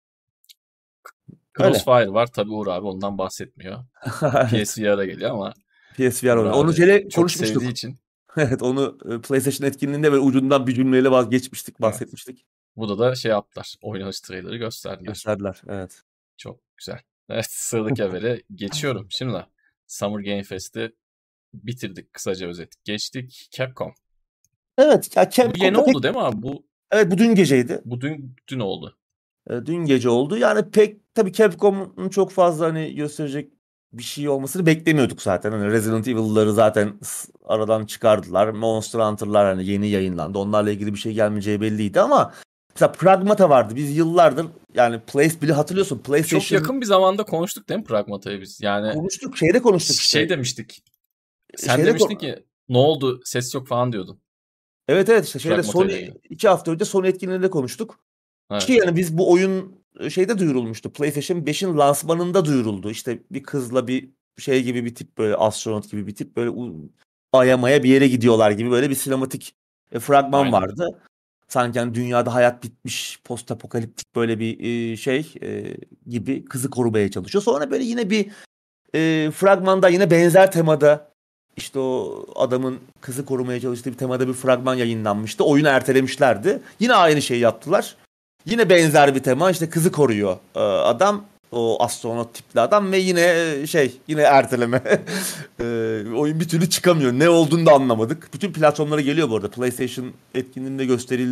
Speaker 2: Öyle.
Speaker 1: Crossfire var. Tabii Uğur abi ondan bahsetmiyor.
Speaker 2: Evet.
Speaker 1: P S V R'a geliyor ama
Speaker 2: P S V R
Speaker 1: Uğur
Speaker 2: oyunu. Onu
Speaker 1: abi
Speaker 2: şeyle
Speaker 1: çok sevdiği
Speaker 2: konuşmuştuk.
Speaker 1: için.
Speaker 2: Evet onu e, PlayStation etkinliğinde böyle ucundan bir cümleyle vazgeçmiştik,
Speaker 1: Evet.
Speaker 2: bahsetmiştik.
Speaker 1: Burada da şey yaptılar. Oynanış trailer'ı gösterdiler.
Speaker 2: Gösterdiler. Evet.
Speaker 1: Çok güzel. Evet, sıradaki habere geçiyorum. Şimdi Summer Game Fest'i bitirdik. Kısaca özet geçtik. Capcom.
Speaker 2: Evet. Ya
Speaker 1: Bu yeni
Speaker 2: Capcom'da pek
Speaker 1: oldu değil mi abi? Bu
Speaker 2: evet bu dün geceydi.
Speaker 1: bu dün dün oldu.
Speaker 2: E, dün gece oldu. Yani pek tabii Capcom'un çok fazla hani gösterecek bir şey olmasını beklemiyorduk zaten. Hani Resident Evil'ları zaten s- aradan çıkardılar. Monster Hunter'lar hani yeni yayınlandı. Onlarla ilgili bir şey gelmeyeceği belliydi ama mesela Pragmata vardı. Biz yıllardır yani Play, bile hatırlıyorsun
Speaker 1: Çok
Speaker 2: PlayStation
Speaker 1: yakın bir zamanda konuştuk değil mi Pragmata'yı biz? Yani
Speaker 2: konuştuk. Şeyde konuştuk
Speaker 1: şey
Speaker 2: işte.
Speaker 1: demiştik. Sen
Speaker 2: Şeyde
Speaker 1: demiştin
Speaker 2: kon-
Speaker 1: ki ne oldu ses yok falan diyordun.
Speaker 2: evet evet işte şeyde
Speaker 1: Pragmata ile
Speaker 2: Sony
Speaker 1: ilgili.
Speaker 2: iki hafta önce Sony etkinliğinde konuştuk. Ki
Speaker 1: Evet.
Speaker 2: yani biz bu oyun e, şeyde duyurulmuştu. PlayStation beşin lansmanında duyuruldu. İşte bir kızla bir şey gibi bir tip böyle astronot gibi bir tip böyle u- Ay'a maya bir yere gidiyorlar gibi böyle bir sinematik e, fragman
Speaker 1: Aynen.
Speaker 2: vardı. Sanki hani dünyada hayat bitmiş, post apokaliptik böyle bir e, şey e, gibi kızı korumaya çalışıyor. Sonra böyle yine bir e, fragmanda yine benzer temada işte o adamın kızı korumaya çalıştığı bir temada bir fragman yayınlanmıştı. Oyunu ertelemişlerdi. Yine aynı şeyi yaptılar. Yine benzer bir tema işte kızı koruyor e, adam. O astronot tipli adam ve yine e, şey yine erteleme. E, oyun bir türlü çıkamıyor. Ne olduğunu da anlamadık. Bütün platformlara geliyor bu arada. PlayStation etkinliğinde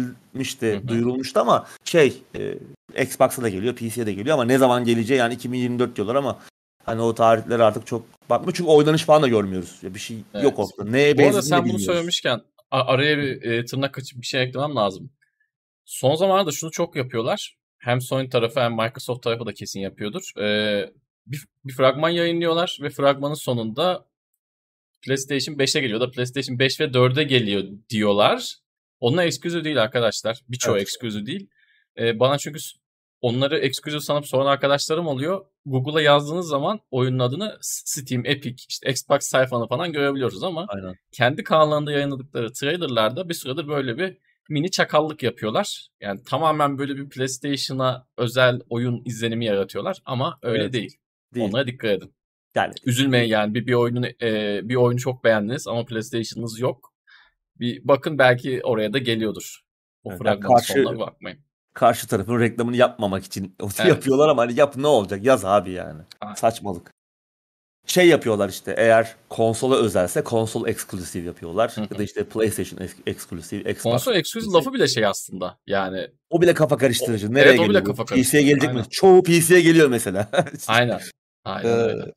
Speaker 1: Hı
Speaker 2: gösterilmişti,
Speaker 1: hı.
Speaker 2: duyurulmuştu ama şey e, Xbox'a da geliyor, P C'ye de geliyor ama ne zaman geleceği yani iki bin yirmi dört diyorlar ama hani o tarihlere artık çok bakmıyor. Çünkü oynanış falan da görmüyoruz. Ya bir şey yok
Speaker 1: Evet.
Speaker 2: ortada. Neye
Speaker 1: Bu arada
Speaker 2: benzediğini de
Speaker 1: sen bunu
Speaker 2: bilmiyoruz.
Speaker 1: söylemişken a- araya bir e, tırnak açıp bir şey eklemem lazım. Son zamanlarda şunu çok yapıyorlar. Hem Sony tarafı hem Microsoft tarafı da kesin yapıyordur. Ee, bir, bir fragman yayınlıyorlar ve fragmanın sonunda PlayStation beşe geliyor da PlayStation beş ve dörde geliyor diyorlar. Onlar exclusive değil arkadaşlar. Birçoğu
Speaker 2: Evet.
Speaker 1: exclusive değil. Ee, bana çünkü s- onları exclusive sanıp soran arkadaşlarım oluyor. Google'a yazdığınız zaman oyunun adını Steam, Epic, işte Xbox sayfanı falan görebiliyoruz ama
Speaker 2: Aynen.
Speaker 1: kendi kanallarında yayınladıkları trailerlarda bir süredir böyle bir mini çakallık yapıyorlar. Yani tamamen böyle bir PlayStation'a özel oyun izlenimi yaratıyorlar ama öyle
Speaker 2: Evet.
Speaker 1: değil.
Speaker 2: Değil.
Speaker 1: Onlara dikkat edin.
Speaker 2: Yani
Speaker 1: Üzülmeyin yani bir, bir oyunun e, bir oyunu çok beğendiniz ama PlayStation'ınız yok. Bir bakın belki oraya da geliyordur. O
Speaker 2: evet. Yani
Speaker 1: fragmanın sonuna
Speaker 2: karşı
Speaker 1: bir bakmayın.
Speaker 2: karşı tarafın reklamını yapmamak için onu
Speaker 1: Evet.
Speaker 2: yapıyorlar ama hani yap ne olacak? Yaz abi yani.
Speaker 1: Aynen.
Speaker 2: Saçmalık. Şey yapıyorlar işte eğer konsola özelse konsol eksklusif yapıyorlar.
Speaker 1: Hı
Speaker 2: Ya da
Speaker 1: hı.
Speaker 2: işte PlayStation eksklusif, Xbox
Speaker 1: Konsol exclusive
Speaker 2: eksklusif.
Speaker 1: lafı bile şey aslında. Yani
Speaker 2: O bile kafa
Speaker 1: o,
Speaker 2: karıştırıcı. Nereye
Speaker 1: evet o bile
Speaker 2: geliyor bu?
Speaker 1: kafa
Speaker 2: P C'ye
Speaker 1: karıştırıcı.
Speaker 2: gelecek mi?
Speaker 1: Aynen.
Speaker 2: Çoğu P C'ye geliyor mesela.
Speaker 1: Aynen. Aynen
Speaker 2: Ee,
Speaker 1: öyle.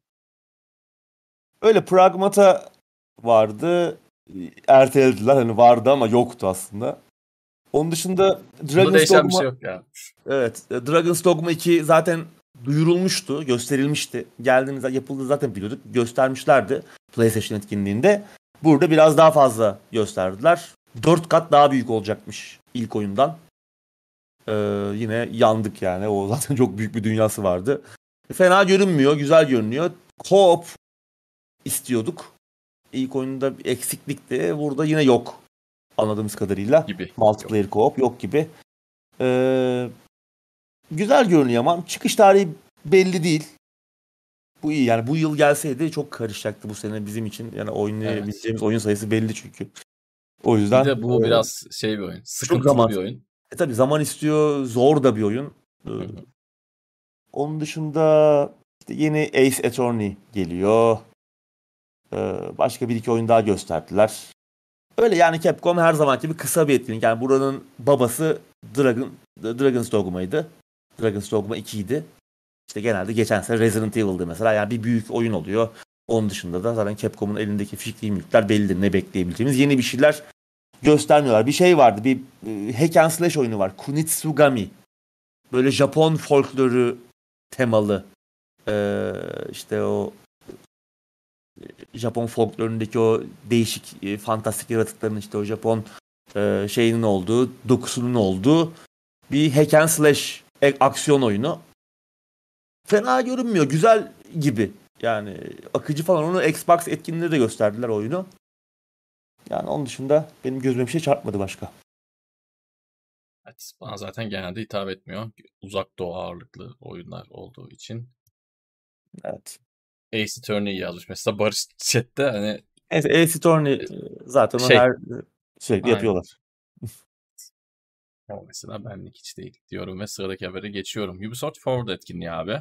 Speaker 2: öyle Pragmata vardı. Ertelediler. Hani vardı ama yoktu aslında. Onun dışında
Speaker 1: Bunda
Speaker 2: Dragon's
Speaker 1: değişen bir
Speaker 2: Dogma
Speaker 1: şey yok ya.
Speaker 2: evet, e, Dragon's Dogma iki zaten duyurulmuştu, gösterilmişti. Geldiğinde yapıldığı zaten biliyorduk. Göstermişlerdi PlayStation etkinliğinde. Burada biraz daha fazla gösterdiler. Dört kat daha büyük olacakmış ilk oyundan. Ee, yine yandık yani. O zaten çok büyük bir dünyası vardı. Fena görünmüyor, güzel görünüyor. Co-op istiyorduk. İlk oyunda bir eksiklikti. Burada yine yok anladığımız kadarıyla.
Speaker 1: Gibi. Yok.
Speaker 2: Multiplayer co-op yok gibi. Ee, güzel görünüyor ama çıkış tarihi belli değil. Bu iyi yani bu yıl gelseydi çok karışacaktı bu sene bizim için. Yani
Speaker 1: Evet.
Speaker 2: oynayabileceğimiz oyun sayısı belli çünkü. O
Speaker 1: Bir
Speaker 2: yüzden
Speaker 1: de bu
Speaker 2: e,
Speaker 1: biraz şey bir oyun.
Speaker 2: çok
Speaker 1: Sıkıntılı
Speaker 2: zaman.
Speaker 1: bir oyun.
Speaker 2: E tabii zaman istiyor. Zor da bir oyun. Ee,
Speaker 1: Hı hı.
Speaker 2: onun dışında işte yeni Ace Attorney geliyor. Ee, başka bir iki oyun daha gösterdiler. Öyle yani Capcom her zamanki gibi kısa bir etkinlik. Yani buranın babası Dragon, Dragon's Dogma'ydı. Dragon's Dogma iki idi. İşte genelde geçen sene Resident Evil'dı mesela. Yani bir büyük oyun oluyor. Onun dışında da zaten Capcom'un elindeki fikri mülkler bellidir. Ne bekleyebileceğimiz. Yeni bir şeyler göstermiyorlar. Bir şey vardı. Bir e, hack and slash oyunu var. Kunitsugami. Böyle Japon folkloru temalı. Ee, işte o Japon folklorundaki o değişik e, fantastik yaratıkların işte o Japon e, şeyinin olduğu, dokusunun olduğu bir hack and slash e, aksiyon oyunu. Fena görünmüyor. Güzel gibi. Yani akıcı falan. Onu Xbox etkinliğinde de gösterdiler oyunu. Yani onun dışında benim gözüme bir şey çarpmadı başka.
Speaker 1: Evet, bana zaten genelde hitap etmiyor. Uzak doğu ağırlıklı oyunlar olduğu için.
Speaker 2: Evet.
Speaker 1: Ace Attorney yazmış. Mesela Barış chatte hani
Speaker 2: Neyse Ace Attorney e, zaten o
Speaker 1: şey
Speaker 2: her sürekli
Speaker 1: aynen.
Speaker 2: yapıyorlar.
Speaker 1: O mesela benlik hiç değil diyorum ve sıradaki habere geçiyorum. Ubisoft Forward etkinliği abi.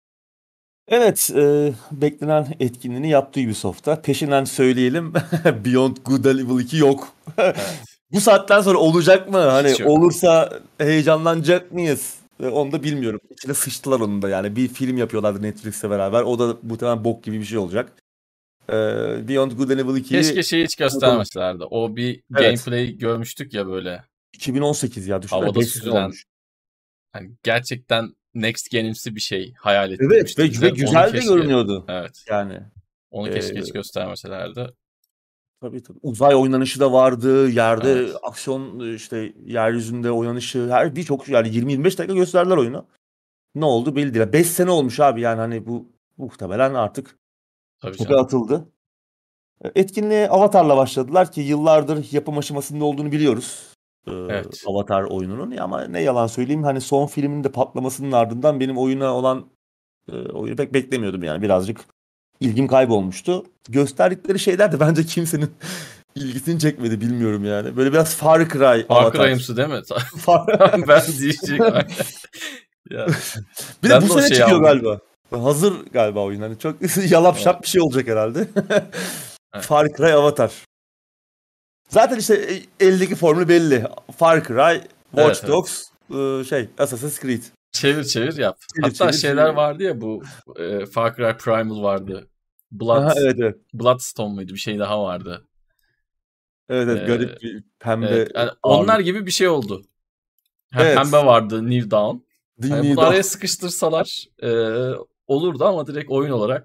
Speaker 2: Evet, e, beklenen etkinliğini yaptı Ubisoft'ta. Peşinden söyleyelim, Beyond Good and Evil iki yok.
Speaker 1: Evet.
Speaker 2: Bu saatten sonra olacak mı? Hani
Speaker 1: Hiç yok.
Speaker 2: olursa heyecanlanacak mıyız? E, Onu da bilmiyorum. İçine sıçtılar onun da yani. Bir film yapıyorlardı Netflix'le beraber. O da muhtemelen bok gibi bir şey olacak. E, Beyond Good and Evil ikiyi
Speaker 1: Keşke şeyi hiç
Speaker 2: unutalım.
Speaker 1: göstermeselerdi. O bir
Speaker 2: Evet.
Speaker 1: gameplay görmüştük ya böyle
Speaker 2: iki bin on sekiz ya, düşünsene
Speaker 1: havada
Speaker 2: beş sene
Speaker 1: süzülen.
Speaker 2: olmuş.
Speaker 1: Hani gerçekten next gen'imsi bir şey hayal
Speaker 2: Evet
Speaker 1: ettirmişti
Speaker 2: ve,
Speaker 1: bize.
Speaker 2: ve
Speaker 1: Onu
Speaker 2: güzel de
Speaker 1: keşke,
Speaker 2: görünüyordu.
Speaker 1: evet.
Speaker 2: Yani.
Speaker 1: Onu
Speaker 2: E,
Speaker 1: keşke hiç göstermeselerdi.
Speaker 2: Tabii tabii. Uzay oynanışı da vardı. Yerde
Speaker 1: Evet.
Speaker 2: aksiyon, işte yeryüzünde oynanışı, her birçok yani yirmi yirmi beş dakika gösterdiler oyunu. Ne oldu belli değil. beş sene olmuş abi, yani hani bu muhtemelen artık
Speaker 1: Tabii
Speaker 2: çöpe
Speaker 1: canım.
Speaker 2: atıldı. E, Etkinliğe Avatar'la başladılar ki yıllardır yapım aşamasında olduğunu biliyoruz. Ee,
Speaker 1: Evet.
Speaker 2: Avatar oyununun. Ya ama ne yalan söyleyeyim, hani son filmin de patlamasının ardından benim oyuna olan e, oyunu pek beklemiyordum yani. Birazcık ilgim kaybolmuştu. Gösterdikleri şeyler de bence kimsenin ilgisini çekmedi, bilmiyorum yani. Böyle biraz Far Cry
Speaker 1: Far
Speaker 2: Avatar.
Speaker 1: Cry'ımsı değil mi?
Speaker 2: Far-
Speaker 1: Ben diyecek. Ya,
Speaker 2: Bir de
Speaker 1: ben
Speaker 2: bu
Speaker 1: de o
Speaker 2: sene
Speaker 1: şeyi
Speaker 2: çıkıyor
Speaker 1: aldım.
Speaker 2: galiba. Hazır galiba oyun. Hani çok yalap
Speaker 1: Evet.
Speaker 2: şap bir şey olacak herhalde.
Speaker 1: Evet.
Speaker 2: Far Cry Avatar. Zaten işte e, eldeki formülü belli. Far Cry, Watch
Speaker 1: Evet, evet.
Speaker 2: Dogs, e, şey Assassin's Creed.
Speaker 1: Çevir çevir yap.
Speaker 2: Çevir
Speaker 1: Hatta
Speaker 2: çevir.
Speaker 1: şeyler vardı ya, bu e, Far Cry Primal vardı. Blood
Speaker 2: Aha, evet evet.
Speaker 1: Bloodstone muydu? Bir şey daha vardı.
Speaker 2: Evet evet,
Speaker 1: Ee,
Speaker 2: garip bir pembe
Speaker 1: evet. Yani onlar
Speaker 2: ağırlık.
Speaker 1: gibi bir şey oldu. Ha, pembe
Speaker 2: Evet.
Speaker 1: vardı, New Dawn. Hani bunu
Speaker 2: Dinli'yi
Speaker 1: araya sıkıştırsalar e, olurdu ama direkt oyun olarak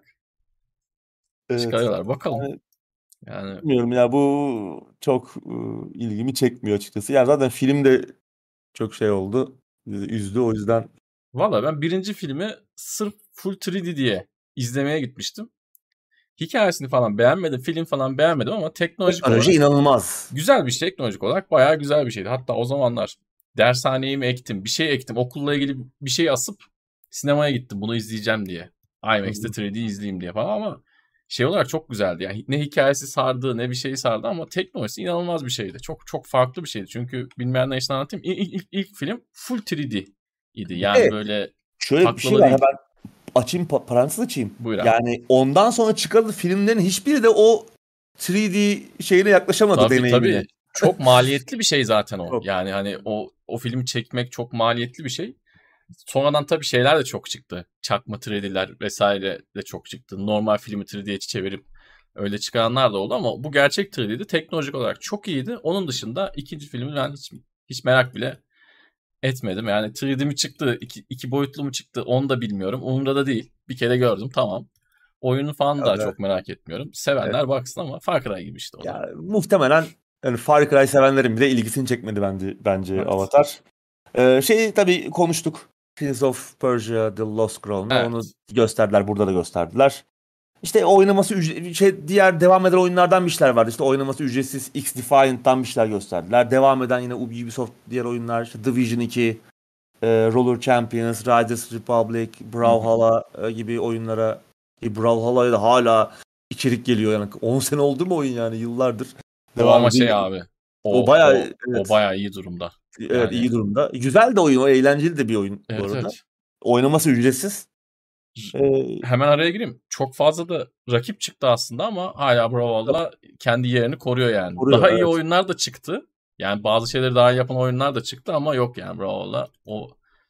Speaker 2: Evet.
Speaker 1: çıkarıyorlar. Bakalım.
Speaker 2: Yani
Speaker 1: Yani
Speaker 2: bilmiyorum ya, bu çok e, ilgimi çekmiyor açıkçası. Yani zaten film de çok şey oldu. Üzdü, o yüzden.
Speaker 1: valla ben birinci filmi sırf full üç D diye izlemeye gitmiştim. Hikayesini falan beğenmedim, film falan beğenmedim ama teknolojik
Speaker 2: Teknoloji
Speaker 1: olarak
Speaker 2: inanılmaz.
Speaker 1: güzel bir şey, teknolojik olarak bayağı güzel bir şeydi. Hatta o zamanlar dershaneye mi ektim, bir şey ektim, okulla ilgili bir şey asıp sinemaya gittim bunu izleyeceğim diye.
Speaker 2: Hı
Speaker 1: IMAX'te
Speaker 2: hı.
Speaker 1: üç D izleyeyim diye falan ama şey olarak çok güzeldi. Yani ne hikayesi sardı ne bir şey sardı ama teknolojisi inanılmaz bir şeydi. Çok çok farklı bir şeydi. Çünkü bilmeyenler için anlatayım. İlk, ilk, ilk film full üç D idi.
Speaker 2: Bir
Speaker 1: Yani
Speaker 2: de
Speaker 1: böyle
Speaker 2: şöyle bir şey
Speaker 1: taklalı
Speaker 2: var.
Speaker 1: değil.
Speaker 2: Hemen açayım, pa- parantez açayım.
Speaker 1: Buyur abi.
Speaker 2: Yani ondan sonra çıkarılan filmlerin hiçbiri de o üç D şeyine yaklaşamadı,
Speaker 1: Tabii
Speaker 2: deneyimine.
Speaker 1: tabii. Çok maliyetli bir şey zaten o.
Speaker 2: Çok.
Speaker 1: Yani hani o o filmi çekmek çok maliyetli bir şey. Sonradan tabii şeyler de çok çıktı. Çakma üç D'ler vesaire de çok çıktı. Normal filmi üç D'ye çevirip öyle çıkaranlar da oldu ama bu gerçek üç D'ydi. Teknolojik olarak çok iyiydi. Onun dışında ikinci filmi ben hiç hiç merak bile etmedim. Yani üç D mi çıktı, iki, iki boyutlu mu çıktı onu da bilmiyorum. Umurumda da değil. Bir kere gördüm, tamam. Oyunu falan da
Speaker 2: Evet.
Speaker 1: çok merak etmiyorum.
Speaker 2: Evet.
Speaker 1: Sevenler baksın ama Far Cry gibi işte o da.
Speaker 2: Ya muhtemelen yani Far Cry sevenlerin bile ilgisini çekmedi bence, bence
Speaker 1: Evet.
Speaker 2: Avatar. Ee, şey tabii konuştuk. Prince of Persia: The Lost Crown'u. Onu
Speaker 1: Evet.
Speaker 2: gösterdiler, burada da gösterdiler. İşte oynaması ücret, şey diğer devam eden oyunlardan bir şeyler vardı. İşte oynaması ücretsiz X Defiant'tan bir şeyler gösterdiler. Devam eden yine Ubisoft diğer oyunlar, işte Division iki, e, Roller Champions, Riders Republic,
Speaker 1: Hı hı.
Speaker 2: Brawlhalla e, gibi oyunlara, e, Brawlhalla'ya da hala içerik geliyor yani. on sene oldu mu oyun, yani yıllardır
Speaker 1: O
Speaker 2: devam
Speaker 1: ama
Speaker 2: ediyor.
Speaker 1: şey abi.
Speaker 2: O
Speaker 1: O
Speaker 2: bayağı,
Speaker 1: o o
Speaker 2: evet,
Speaker 1: bayağı iyi durumda.
Speaker 2: evet,
Speaker 1: Yani
Speaker 2: iyi durumda. Güzel de oyun, o eğlenceli de bir oyun bu
Speaker 1: evet
Speaker 2: arada.
Speaker 1: evet.
Speaker 2: Oynaması ücretsiz. E,
Speaker 1: Hemen araya gireyim. Çok fazla da rakip çıktı aslında ama hala Brawlhalla kendi yerini koruyor yani.
Speaker 2: koruyor,
Speaker 1: Daha iyi
Speaker 2: evet.
Speaker 1: oyunlar da çıktı. Yani bazı şeyleri daha iyi yapan oyunlar da çıktı ama yok yani Brawlhalla o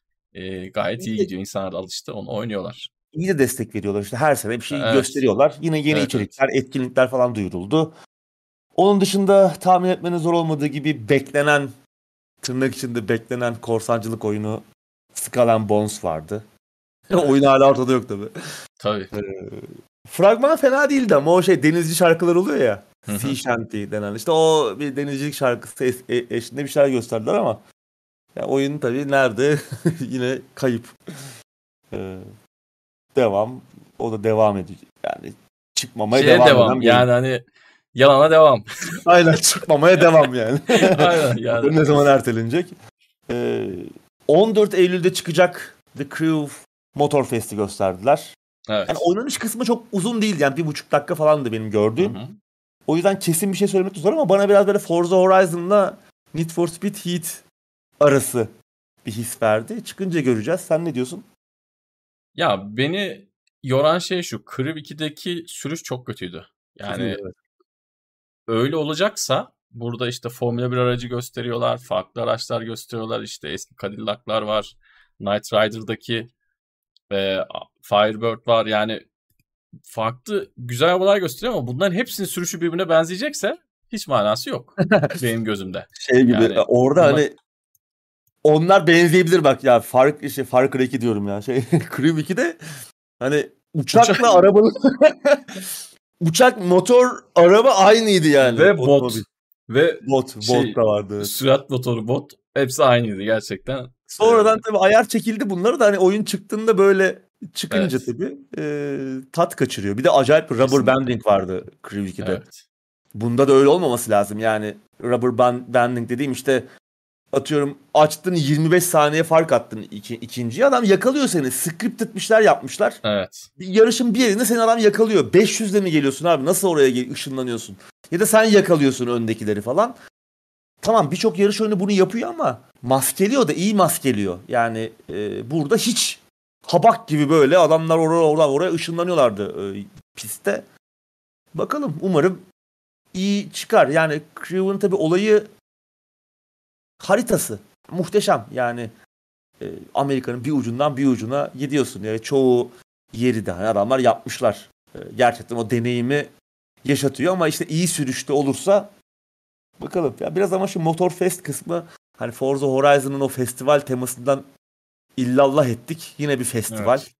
Speaker 1: e, gayet iyi
Speaker 2: İyi de,
Speaker 1: gidiyor. İnsanlar da alıştı. Onu oynuyorlar.
Speaker 2: iyi de destek veriyorlar işte, her sene bir şey
Speaker 1: Evet.
Speaker 2: gösteriyorlar. Yine yeni
Speaker 1: Evet evet.
Speaker 2: içerikler, etkinlikler falan duyuruldu. Onun dışında tahmin etmenin zor olmadığı gibi beklenen, tırnak içinde beklenen korsancılık oyunu Skull and Bones vardı. Oyun
Speaker 1: Evet.
Speaker 2: hala ortada yok tabii.
Speaker 1: Tabii.
Speaker 2: Ee, Fragman fena değildi ama o şey denizci şarkılar oluyor ya.
Speaker 1: Hı
Speaker 2: Sea
Speaker 1: hı.
Speaker 2: Shanty denen. İşte o bir denizcilik şarkısı es- e- eşliğinde bir şeyler gösterdiler ama ya oyun tabii nerede yine kayıp. Ee, Devam. O da devam ediyor. Yani çıkmamaya
Speaker 1: Şeye
Speaker 2: devam
Speaker 1: devam.
Speaker 2: eden bir oyun.
Speaker 1: Yani hani yalana devam.
Speaker 2: Aynen, çıkmamaya devam yani.
Speaker 1: Aynen yani.
Speaker 2: Bakalım ne zaman ertelenecek. Ee, on dört Eylül'de çıkacak The Crew Motorfest'i gösterdiler. Yani
Speaker 1: Evet.
Speaker 2: oynanış kısmı çok uzun değil, yani bir buçuk dakika falandı benim
Speaker 1: Hı
Speaker 2: gördüğüm.
Speaker 1: hı.
Speaker 2: O yüzden kesin bir şey söylemek zor ama bana biraz böyle Forza Horizon'la Need for Speed Heat arası bir his verdi. Çıkınca göreceğiz. Sen ne diyorsun?
Speaker 1: Ya beni yoran şey şu. Crew ikideki sürüş çok kötüydü. Yani
Speaker 2: Kötüydü, evet.
Speaker 1: öyle olacaksa burada işte Formula bir aracı gösteriyorlar. Farklı araçlar gösteriyorlar. İşte eski Cadillac'lar var. Knight Rider'daki e, Firebird var. Yani farklı güzel arabalar gösteriyor ama bunların hepsinin sürüşü birbirine benzeyecekse hiç manası yok benim gözümde.
Speaker 2: Şey gibi
Speaker 1: Yani
Speaker 2: orada
Speaker 1: bunlar-
Speaker 2: hani onlar benzeyebilir bak ya. Fark işte Far Cry iki diyorum ya. Şey Crew ikide hani uçakla
Speaker 1: Uçak-
Speaker 2: arabanın uçak, motor, araba aynıydı yani.
Speaker 1: ve bot
Speaker 2: Otomobil.
Speaker 1: ve
Speaker 2: Bot,
Speaker 1: şey,
Speaker 2: bot da vardı. Evet.
Speaker 1: sürat motoru bot hepsi aynıydı gerçekten.
Speaker 2: Sonradan
Speaker 1: Ee,
Speaker 2: tabii ayar çekildi bunları da hani oyun çıktığında böyle çıkınca
Speaker 1: Evet.
Speaker 2: tabii e, tat kaçırıyor. Bir de acayip rubber
Speaker 1: Kesinlikle.
Speaker 2: banding vardı Crew ikide.
Speaker 1: Evet.
Speaker 2: Bunda da öyle olmaması lazım. Yani rubber band, banding dediğim işte atıyorum açtın yirmi beş saniye fark attın iki, ikinciye adam yakalıyor seni. Scripted bir şeyler yapmışlar.
Speaker 1: Evet.
Speaker 2: Bir yarışın bir yerinde seni adam yakalıyor. beş yüzle mi geliyorsun abi? Nasıl oraya gel- ışınlanıyorsun? Ya da sen yakalıyorsun öndekileri falan. Tamam birçok yarış oyunu bunu yapıyor ama maskeliyor da iyi maskeliyor. Yani e, burada hiç habak gibi böyle adamlar oraya oradan oraya ışınlanıyorlardı e, pistte. Bakalım umarım iyi çıkar. Yani Crew'un tabii olayı haritası muhteşem. Yani e, Amerika'nın bir ucundan bir ucuna gidiyorsun. Yani çoğu yeri de hani adamlar yapmışlar. E, gerçekten o deneyimi yaşatıyor ama işte iyi sürüşte olursa bakalım. Ya biraz ama şu Motorfest kısmı hani Forza Horizon'ın o festival temasından illallah ettik. Yine bir festival.
Speaker 1: Evet.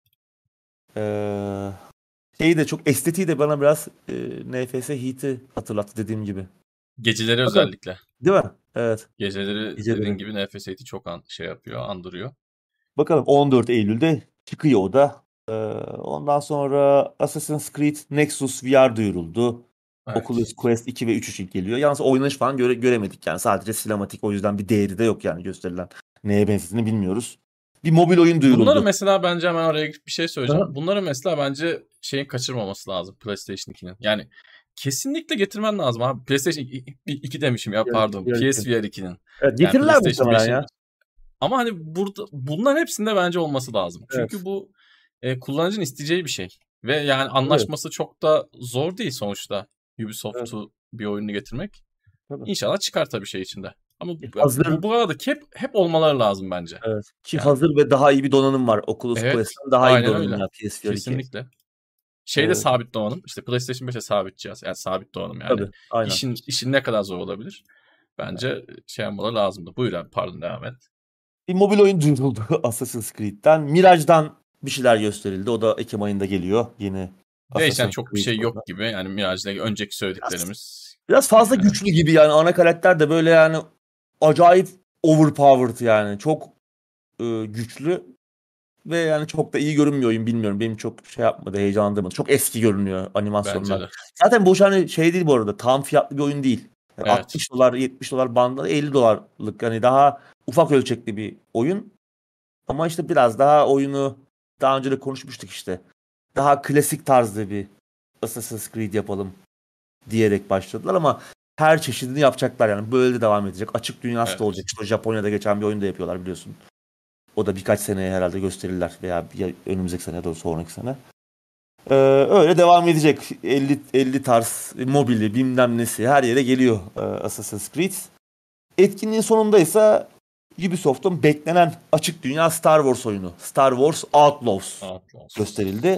Speaker 2: Ee, şeyi de çok estetiği de bana biraz e, N F S Heat'i hatırlattı dediğim gibi.
Speaker 1: Geceleri
Speaker 2: Bakalım.
Speaker 1: özellikle.
Speaker 2: Değil mi? Evet.
Speaker 1: Geceleri,
Speaker 2: Geceleri.
Speaker 1: dediğin gibi N F S eighty çok an, şey yapıyor, andırıyor.
Speaker 2: Bakalım on dört Eylül'de çıkıyor o da. Ee, ondan sonra Assassin's Creed Nexus V R duyuruldu.
Speaker 1: Evet.
Speaker 2: Oculus Quest iki ve üç için geliyor. Yalnız oynanış falan göre, göremedik yani. Sadece sinematik, o yüzden bir değeri de yok yani gösterilen. Neye benzediğini bilmiyoruz. Bir mobil oyun duyuruldu.
Speaker 1: Bunları mesela bence hemen oraya bir şey söyleyeceğim.
Speaker 2: Aha.
Speaker 1: Bunları mesela bence şeyin kaçırmaması lazım PlayStation ikinin. Yani kesinlikle getirmen lazım abi. PlayStation iki demişim ya pardon. P S V R ikinin.
Speaker 2: Evet,
Speaker 1: Yani
Speaker 2: getirirler
Speaker 1: PlayStation
Speaker 2: muhtemelen
Speaker 1: beşin.
Speaker 2: ya.
Speaker 1: Ama hani burada bunların hepsinde bence olması lazım. Çünkü
Speaker 2: Evet.
Speaker 1: bu e, kullanıcının isteyeceği bir şey. Ve yani anlaşması çok da zor değil sonuçta. Ubisoft'u bir oyunu getirmek.
Speaker 2: Tabii.
Speaker 1: İnşallah çıkar tabii şey içinde. Ama
Speaker 2: Hazır.
Speaker 1: bu, bu arada hep, hep olmaları lazım bence.
Speaker 2: Evet. Ki
Speaker 1: Yani-
Speaker 2: hazır ve daha iyi bir donanım var. Oculus
Speaker 1: Evet,
Speaker 2: Quest'ten daha iyi bir
Speaker 1: aynen
Speaker 2: donanım
Speaker 1: öyle.
Speaker 2: var P S V R iki.
Speaker 1: Kesinlikle. Şeyde
Speaker 2: Evet.
Speaker 1: sabit donanım. İşte PlayStation beşe sabit cihaz. Yani sabit donanım yani.
Speaker 2: Tabii, aynen.
Speaker 1: İşin, işin ne kadar zor olabilir? Bence şey yapmaları lazımdı. Buyur abi pardon devam et.
Speaker 2: Bir mobil oyun duyuruldu Assassin's Creed'den. Mirage'dan bir şeyler gösterildi. O da Ekim ayında geliyor. Yeni
Speaker 1: Değişen çok bir şey
Speaker 2: Creed
Speaker 1: yok
Speaker 2: oyunu.
Speaker 1: gibi. Yani Mirage'da önceki söylediklerimiz.
Speaker 2: Biraz fazla
Speaker 1: Yani.
Speaker 2: güçlü gibi yani. Ana karakter de böyle yani acayip overpowered yani. Çok e, güçlü ve yani çok da iyi görünmüyor oyun, bilmiyorum. Benim çok şey yapmadı, heyecanlandırmadı. Çok eski görünüyor animasyonlar.
Speaker 1: Bence de.
Speaker 2: Zaten bu hani şey değil bu arada. Tam fiyatlı bir oyun değil. Yani
Speaker 1: Evet.
Speaker 2: altmış dolar, yetmiş dolar bandında, elli dolarlık hani daha ufak ölçekli bir oyun. Ama işte biraz daha oyunu daha önce de konuşmuştuk işte. Daha klasik tarzda bir Assassin's Creed yapalım diyerek başladılar ama her çeşidini yapacaklar yani. Böyle de devam edecek. Açık dünyası
Speaker 1: Evet.
Speaker 2: da olacak. İşte Japonya'da geçen bir oyun da yapıyorlar biliyorsun. O da birkaç seneye herhalde gösterirler veya ya önümüzdeki sene ya da sonraki sene. Ee, öyle devam edecek. elli elli tarz mobili bilmem nesi her yere geliyor e, Assassin's Creed. Etkinliğin sonunda ise Ubisoft'un beklenen açık dünya Star Wars oyunu Star Wars Outlaws
Speaker 1: Outlaws.
Speaker 2: gösterildi.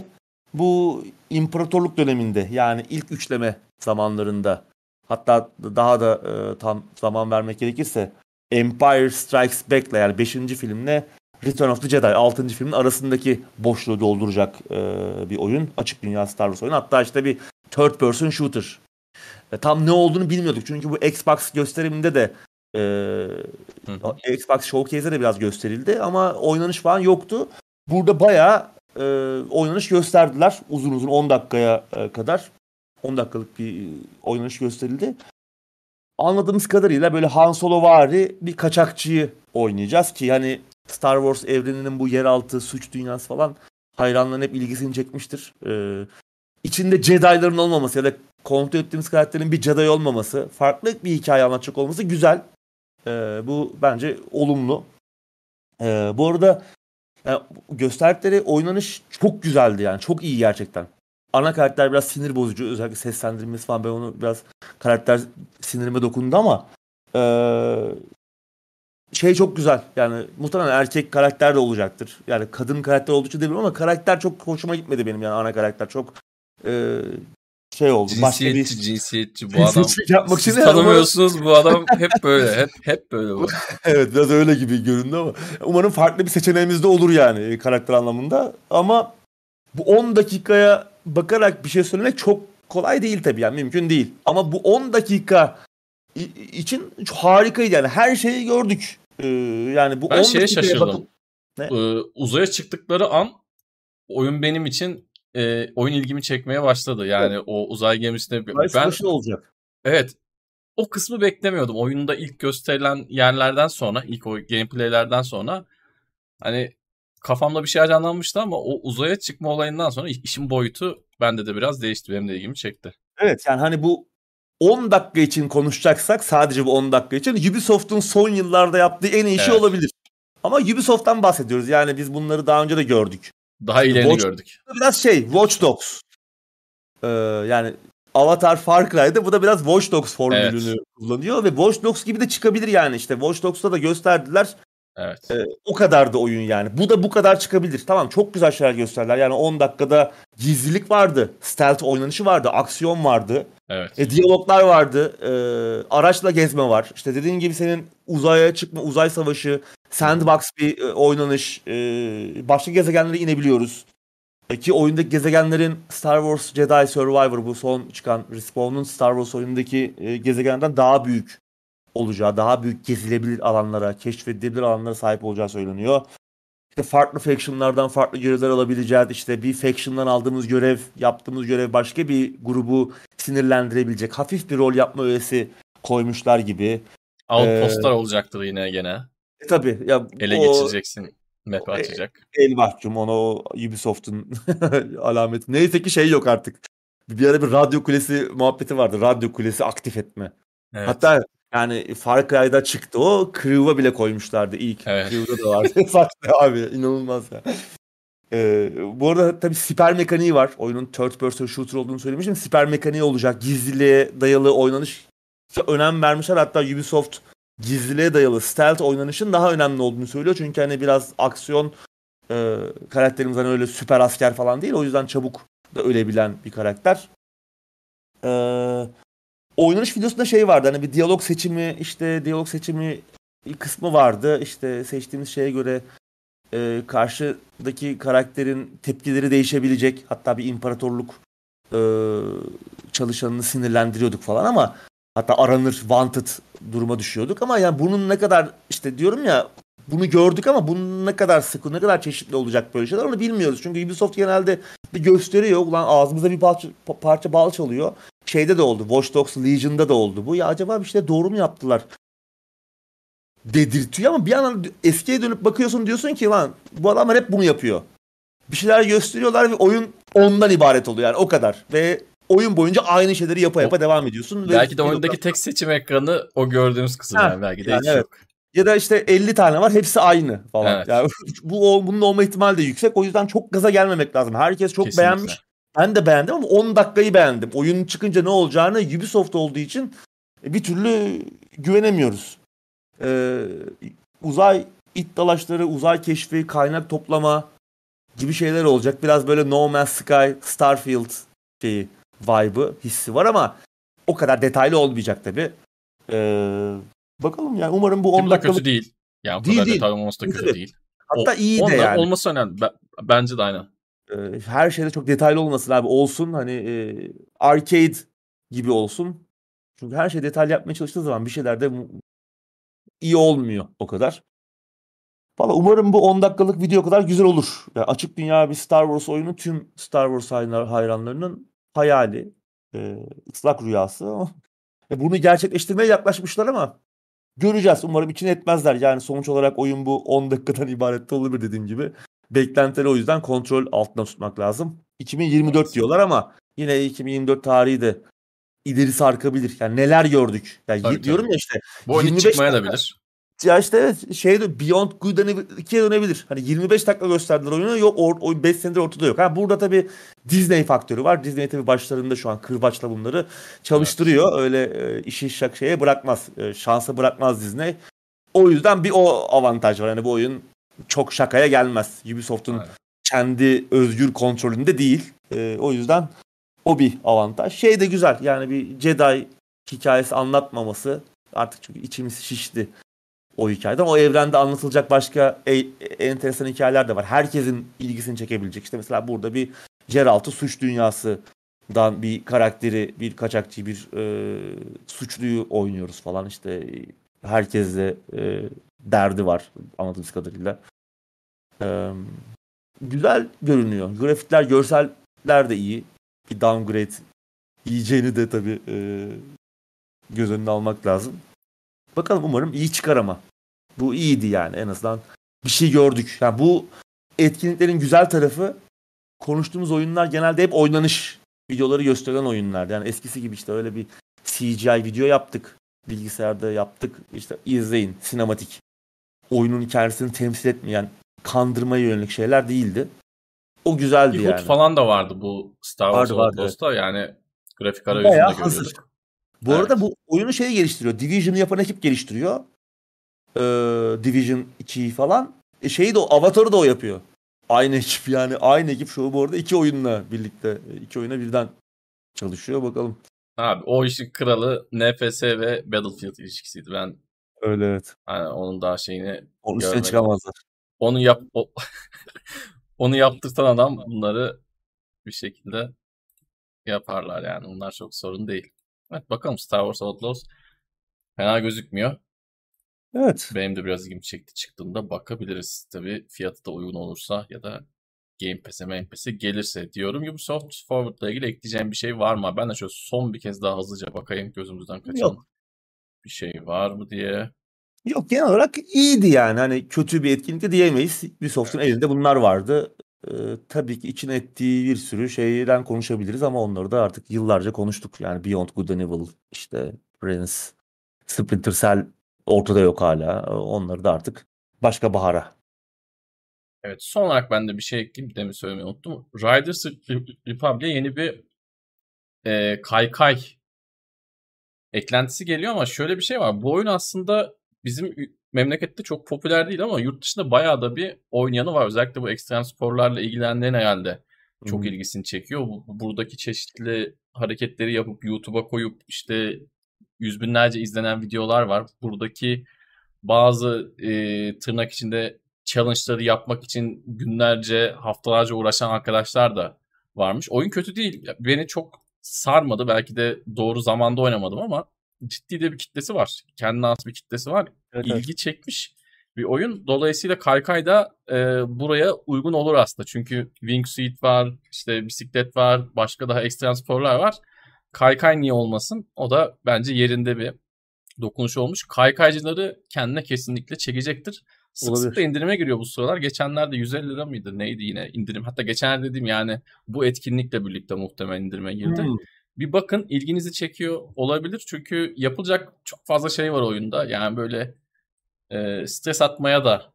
Speaker 2: Bu imparatorluk döneminde yani ilk üçleme zamanlarında, hatta daha da e, tam zaman vermek gerekirse Empire Strikes Back'le yani beşinci filmle Return of the Jedi altıncı filmin arasındaki boşluğu dolduracak e, bir oyun. Açık dünya Star Wars oyunu. Hatta işte bir third person shooter. E, tam ne olduğunu bilmiyorduk. Çünkü bu Xbox gösteriminde de e,
Speaker 1: Hı hı.
Speaker 2: Xbox Showcase'de de biraz gösterildi ama oynanış falan yoktu. Burada bayağı e, oynanış gösterdiler. Uzun uzun on dakikaya e, kadar. on dakikalık bir oynanış gösterildi. Anladığımız kadarıyla böyle Han Solo'vari bir kaçakçıyı oynayacağız ki hani Star Wars evreninin bu yeraltı suç dünyası falan hayranların hep ilgisini çekmiştir. Ee, içinde Jedi'ların olmaması ya da kontrol ettiğimiz karakterin bir Jedi olmaması, farklı bir hikaye anlatacak olması güzel. Ee, bu bence olumlu. Ee, bu arada yani gösterdikleri oynanış çok güzeldi yani. Çok iyi gerçekten. Ana karakter biraz sinir bozucu. Özellikle seslendirilmesi falan, ben onu biraz karakter sinirime dokundu ama ee, şey çok güzel. Yani muhtemelen erkek karakter de olacaktır. Yani kadın karakter olduğu için demiyorum ama karakter çok hoşuma gitmedi benim, yani ana karakter. Çok ee, şey oldu. Başka bir
Speaker 1: Cinsiyetçi cinsiyetçi bu adam.
Speaker 2: cinsiyetçilik yapmak için
Speaker 1: Siz
Speaker 2: yani umarım-
Speaker 1: tanımıyorsunuz, bu adam hep böyle. Hep hep böyle bu.
Speaker 2: Evet, biraz öyle gibi göründü ama umarım farklı bir seçeneğimiz de olur yani e, karakter anlamında. Ama bu on dakikaya bakarak bir şey söylemek çok kolay değil tabii, yani mümkün değil. Ama bu on dakika i- için çok harikaydı yani, her şeyi gördük. Ee, yani bu
Speaker 1: Ben
Speaker 2: on
Speaker 1: şeye
Speaker 2: dakikaya
Speaker 1: şaşırdım.
Speaker 2: bakıp Ne?
Speaker 1: Ee, uzaya çıktıkları an oyun benim için e, oyun ilgimi çekmeye başladı. Yani o uzay gemisine
Speaker 2: Uzay
Speaker 1: ben
Speaker 2: savaşı olacak.
Speaker 1: evet, o kısmı beklemiyordum. Oyunda ilk gösterilen yerlerden sonra, ilk o gameplaylerden sonra hani kafamda bir şey canlanmıştı ama o uzaya çıkma olayından sonra işin boyutu bende de biraz değişti. Benim de ilgimi çekti.
Speaker 2: Evet, yani hani bu on dakika için konuşacaksak, sadece bu on dakika için Ubisoft'un son yıllarda yaptığı en iyi şey
Speaker 1: Evet.
Speaker 2: olabilir. Ama Ubisoft'tan bahsediyoruz. Yani biz bunları daha önce de gördük.
Speaker 1: Daha
Speaker 2: Şimdi
Speaker 1: ilerini
Speaker 2: Watch-
Speaker 1: gördük.
Speaker 2: Biraz şey, Watch Dogs. Ee, yani Avatar, Far Cry'da bu da biraz Watch Dogs formülünü
Speaker 1: Evet.
Speaker 2: kullanıyor ve Watch Dogs gibi de çıkabilir yani. İşte Watch Dogs'ta da gösterdiler.
Speaker 1: Evet.
Speaker 2: Ee, o kadar da oyun yani. Bu da bu kadar çıkabilir. Tamam, çok güzel şeyler gösterdiler. Yani on dakikada gizlilik vardı. Stealth oynanışı vardı. Aksiyon vardı.
Speaker 1: Evet.
Speaker 2: E, diyaloglar vardı. E, araçla gezme var. İşte dediğin gibi senin uzaya çıkma, uzay savaşı, sandbox bir e, oynanış. E, başka gezegenlere inebiliyoruz. E, ki oyundaki gezegenlerin Star Wars Jedi Survivor, bu son çıkan Respawn'un Star Wars oyunundaki e, gezegenden daha büyük olacağı, daha büyük gezilebilir alanlara, keşfedilebilir alanlara sahip olacağı söyleniyor. İşte farklı faction'lardan farklı görevler alabileceğiz. İşte bir faction'dan aldığımız görev, yaptığımız görev başka bir grubu sinirlendirebilecek. Hafif bir rol yapma öğesi koymuşlar gibi.
Speaker 1: Outpost'lar olacaktır yine gene.
Speaker 2: E, tabii ya,
Speaker 1: Ele
Speaker 2: o
Speaker 1: geçireceksin. Map'i
Speaker 2: o- e,
Speaker 1: açacak.
Speaker 2: el mahkum, ona o Ubisoft'un alameti. Neyse ki şey yok artık. Bir ara bir radyo kulesi muhabbeti vardı. Radyo kulesi aktif etme.
Speaker 1: Evet.
Speaker 2: Hatta yani Far Cry'da çıktı o. Crew'a bile koymuşlardı ilk.
Speaker 1: Evet.
Speaker 2: Crew'da da vardı. Saçma abi, inanılmaz ya. Ee, bu arada tabii siper mekaniği var. Oyunun third person shooter olduğunu söylemiştim. Siper mekaniği olacak. Gizliliğe dayalı oynanış önem vermişler. Hatta Ubisoft gizliliğe dayalı stealth oynanışın daha önemli olduğunu söylüyor. Çünkü hani biraz aksiyon, e, karakterimiz hani öyle süper asker falan değil. O yüzden çabuk da ölebilen bir karakter. Ee, oynanış videosunda şey vardı. Hani bir diyalog seçimi, işte diyalog seçimi kısmı vardı. İşte seçtiğimiz şeye göre e, karşıdaki karakterin tepkileri değişebilecek. Hatta bir imparatorluk e, çalışanını sinirlendiriyorduk falan ama hatta aranır, wanted duruma düşüyorduk ama yani bunun ne kadar, işte diyorum ya, bunu gördük ama bunun ne kadar sık, ne kadar çeşitli olacak böyle şeyler onu bilmiyoruz. Çünkü Ubisoft genelde bir gösteriyor. Ulan ağzımıza bir parça, parça bal çalıyor. Şeyde de oldu. Watch Dogs Legion'da da oldu bu. Ya acaba bir şey doğru mu yaptılar dedirtiyor ama bir yandan eskiye dönüp bakıyorsun, diyorsun ki lan bu adamlar hep bunu yapıyor. Bir şeyler gösteriyorlar ve oyun ondan ibaret oluyor yani, o kadar. Ve oyun boyunca aynı şeyleri yapa yapa
Speaker 1: O,
Speaker 2: devam ediyorsun.
Speaker 1: belki de
Speaker 2: ve
Speaker 1: oyundaki tek seçim ekranı o gördüğümüz kısım
Speaker 2: Heh,
Speaker 1: yani. Belki de
Speaker 2: yani
Speaker 1: hiç
Speaker 2: evet.
Speaker 1: yok.
Speaker 2: Ya da işte elli tane var, hepsi aynı falan.
Speaker 1: Evet.
Speaker 2: Yani bu bunun olma ihtimali de yüksek. O yüzden çok gaza gelmemek lazım. Herkes çok
Speaker 1: Kesinlikle.
Speaker 2: beğenmiş. Ben de beğendim ama on dakikayı beğendim. Oyun çıkınca ne olacağını Ubisoft olduğu için bir türlü güvenemiyoruz. Ee, uzay iddialaşları, uzay keşfi, kaynak toplama gibi şeyler olacak. Biraz böyle No Man's Sky, Starfield şeyi, vibe'ı, hissi var ama o kadar detaylı olmayacak tabii. Ee, bakalım yani, umarım bu
Speaker 1: Ki
Speaker 2: on
Speaker 1: bu da
Speaker 2: dakikalık
Speaker 1: kötü değil. Yani o
Speaker 2: değil
Speaker 1: kadar
Speaker 2: değil.
Speaker 1: detay olmaması da kötü
Speaker 2: Evet.
Speaker 1: değil.
Speaker 2: Hatta
Speaker 1: O,
Speaker 2: iyi de
Speaker 1: onların
Speaker 2: yani.
Speaker 1: olması önemli. Ben- bence de aynen.
Speaker 2: Ee, her şeyde çok detaylı olmasın abi. Olsun hani e, arcade gibi olsun. Çünkü her şey detaylı yapmaya çalıştığı zaman bir şeyler de mu- iyi olmuyor o kadar. Valla umarım bu on dakikalık video kadar güzel olur. Yani açık dünya bir Star Wars oyunu tüm Star Wars hayran- hayranlarının hayali. E, ıslak rüyası. E, bunu gerçekleştirmeye yaklaşmışlar ama göreceğiz. Umarım içine etmezler. Yani sonuç olarak oyun bu on dakikadan ibaret de olabilir dediğim gibi. Beklentileri o yüzden kontrol altında tutmak lazım. iki bin yirmi dört
Speaker 1: Evet.
Speaker 2: diyorlar ama yine iki bin yirmi dört tarihi de ileri sarkabilir. Yani neler gördük. Yani
Speaker 1: Tabii,
Speaker 2: diyorum
Speaker 1: tabii.
Speaker 2: ya işte
Speaker 1: Bu oyun
Speaker 2: yirmi
Speaker 1: hiç
Speaker 2: beş
Speaker 1: çıkmaya da
Speaker 2: dakika.
Speaker 1: bilir.
Speaker 2: Ya işte evet şey de Beyond Good and ikiye dönebilir. Hani yirmi beş dakika gösterdiler oyunu. Yok o beş senedir ortada yok. Ha burada tabii Disney faktörü var. Disney tabii başlarında şu an kırbaçla bunları
Speaker 1: Evet.
Speaker 2: çalıştırıyor. Öyle e, işi şak şeye bırakmaz. E, şansa bırakmaz Disney. O yüzden bir o avantaj var. Yani bu oyun çok şakaya gelmez. Ubisoft'un
Speaker 1: Aynen.
Speaker 2: kendi özgür kontrolünde değil. E, o yüzden o bir avantaj. Şey de güzel. Yani bir Jedi hikayesi anlatmaması. Artık çünkü içimiz şişti o hikayeden. O evrende anlatılacak başka e- enteresan hikayeler de var. Herkesin ilgisini çekebilecek. İşte mesela burada bir yeraltı suç dünyasından bir karakteri, bir kaçakçı, bir e, suçluyu oynuyoruz falan. İşte herkesle e, derdi var anladığımız kadarıyla. E, güzel görünüyor. Grafikler, görseller de iyi. Bir downgrade yiyeceğini de tabii e, göz önüne almak lazım. Bakalım umarım iyi çıkar ama. Bu iyiydi yani en azından bir şey gördük. Yani bu etkinliklerin güzel tarafı konuştuğumuz oyunlar genelde hep oynanış videoları gösteren oyunlar. Yani eskisi gibi işte öyle bir C G I video yaptık. Bilgisayarda yaptık. İşte izleyin sinematik. Oyunun hikayesini temsil etmeyen kandırmaya yönelik şeyler değildi. O
Speaker 1: Bir
Speaker 2: güzeldi
Speaker 1: H U D
Speaker 2: yani.
Speaker 1: falan da vardı bu Star Wars
Speaker 2: Vardı vardı evet.
Speaker 1: Outlaws'ta. Yani grafik
Speaker 2: Bayağı
Speaker 1: arayüzünü de
Speaker 2: hazır.
Speaker 1: görüyorduk.
Speaker 2: Bu arada
Speaker 1: Evet.
Speaker 2: bu oyunu şey geliştiriyor. Division'ı yapan ekip geliştiriyor. Ee, Division ikiyi falan. E şeyi de o, Avatar'ı da o yapıyor. Aynı ekip yani aynı ekip şu bu arada iki oyunla birlikte iki oyuna birden çalışıyor bakalım.
Speaker 1: Abi o işin kralı N F S ve Battlefield ilişkisiydi. Ben
Speaker 2: Öyle evet.
Speaker 1: hani onun daha şeyini
Speaker 2: Onun üstüne
Speaker 1: görmedim.
Speaker 2: çıkamazlar.
Speaker 1: Onu yap o- onu yaptırtan adam bunları bir şekilde yaparlar yani. Bunlar çok sorun değil. Evet bakalım Star Wars Outlaws fena gözükmüyor.
Speaker 2: Evet.
Speaker 1: Benim de biraz ilgimi çekti. Çıktığında bakabiliriz. Tabii fiyatı da uygun olursa ya da Game Pass'e Game Pass'e gelirse diyorum. Ubisoft Forward'la ilgili ekleyeceğim bir şey var mı? Ben de şöyle son bir kez daha hızlıca bakayım gözümüzden kaçan
Speaker 2: Yok.
Speaker 1: bir şey var mı diye.
Speaker 2: Yok genel olarak iyiydi yani. Hani kötü bir etkinlik de diyemeyiz. Ubisoft'un
Speaker 1: Evet.
Speaker 2: elinde bunlar vardı. Ee, tabii ki içine ettiği bir sürü şeyden konuşabiliriz ama onları da artık yıllarca konuştuk. Yani Beyond Good and Evil, işte Prince, Splinter Cell ortada yok hala. Onları da artık başka bahara.
Speaker 1: Evet. Son olarak ben de bir şey ekleyeyim. Demin söylemeyi unuttum. Riders Republic'e yeni bir e, kaykay eklentisi geliyor ama şöyle bir şey var. Bu oyun aslında bizim ü- memlekette çok popüler değil ama yurt dışında bayağı da bir oynayanı var. Özellikle bu ekstrem sporlarla ilgilenenlerin herhalde
Speaker 2: Hı
Speaker 1: çok
Speaker 2: hı.
Speaker 1: ilgisini çekiyor. Bu- Buradaki çeşitli hareketleri yapıp YouTube'a koyup işte yüz binlerce izlenen videolar var. Buradaki bazı e, tırnak içinde challenge'ları yapmak için günlerce, haftalarca uğraşan arkadaşlar da varmış. Oyun kötü değil. Beni çok sarmadı. Belki de doğru zamanda oynamadım ama ciddi de bir kitlesi var. Kendine has bir kitlesi var.
Speaker 2: Evet evet.
Speaker 1: İlgi çekmiş bir oyun. Dolayısıyla kaykay da e, buraya uygun olur aslında. Çünkü wingsuit var, işte bisiklet var, başka daha ekstrem sporlar var. Kaykay niye olmasın? O da bence yerinde bir dokunuş olmuş. Kaykaycıları kendine kesinlikle çekecektir. Sık sık da
Speaker 2: Olabilir.
Speaker 1: indirime giriyor bu sıralar. Geçenlerde yüz elli lira mıydı? Neydi yine indirim? Hatta geçen dediğim yani bu etkinlikle birlikte muhtemelen indirime girdi.
Speaker 2: Hmm.
Speaker 1: Bir bakın ilginizi çekiyor olabilir. Çünkü yapılacak çok fazla şey var oyunda. Yani böyle e, stres atmaya da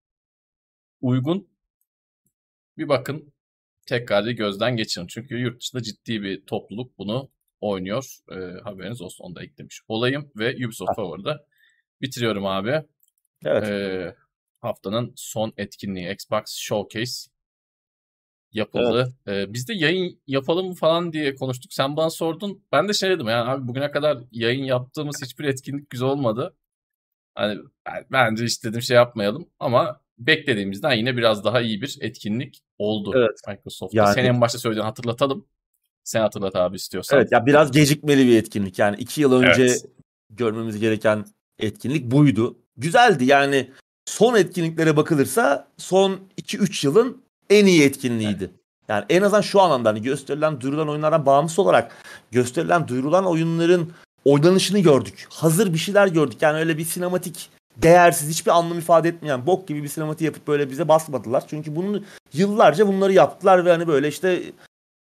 Speaker 1: uygun. Bir bakın tekrar bir gözden geçirin. Çünkü yurt dışında ciddi bir topluluk bunu oynuyor. E, haberiniz olsun onu da eklemiş olayım. Ve Ubisoft Forward'da bitiriyorum abi.
Speaker 2: Evet.
Speaker 1: Ee, haftanın son etkinliği Xbox Showcase
Speaker 2: Evet.
Speaker 1: yapıldı. Ee, biz de yayın yapalım mı falan diye konuştuk. Sen bana sordun. Ben de şey dedim yani abi bugüne kadar yayın yaptığımız hiçbir etkinlik güzel olmadı. Hani ben, bence hiç dedim şey yapmayalım ama beklediğimizden yine biraz daha iyi bir etkinlik oldu
Speaker 2: Evet.
Speaker 1: Microsoft'ta. Sen
Speaker 2: Yani
Speaker 1: en başta söylediğini hatırlatalım. Sen hatırlat abi istiyorsan.
Speaker 2: evet ya biraz gecikmeli bir etkinlik. Yani iki yıl önce
Speaker 1: Evet.
Speaker 2: görmemiz gereken etkinlik buydu. Güzeldi yani son etkinliklere bakılırsa son iki üç yılın en iyi etkinliğiydi. Yani en azından şu anlamda hani gösterilen duyurulan oyunlardan bağımsız olarak gösterilen duyurulan oyunların oynanışını gördük. Hazır bir şeyler gördük. Yani öyle bir sinematik değersiz hiçbir anlam ifade etmeyen bok gibi bir sinematik yapıp böyle bize basmadılar. Çünkü bunu yıllarca bunları yaptılar ve hani böyle işte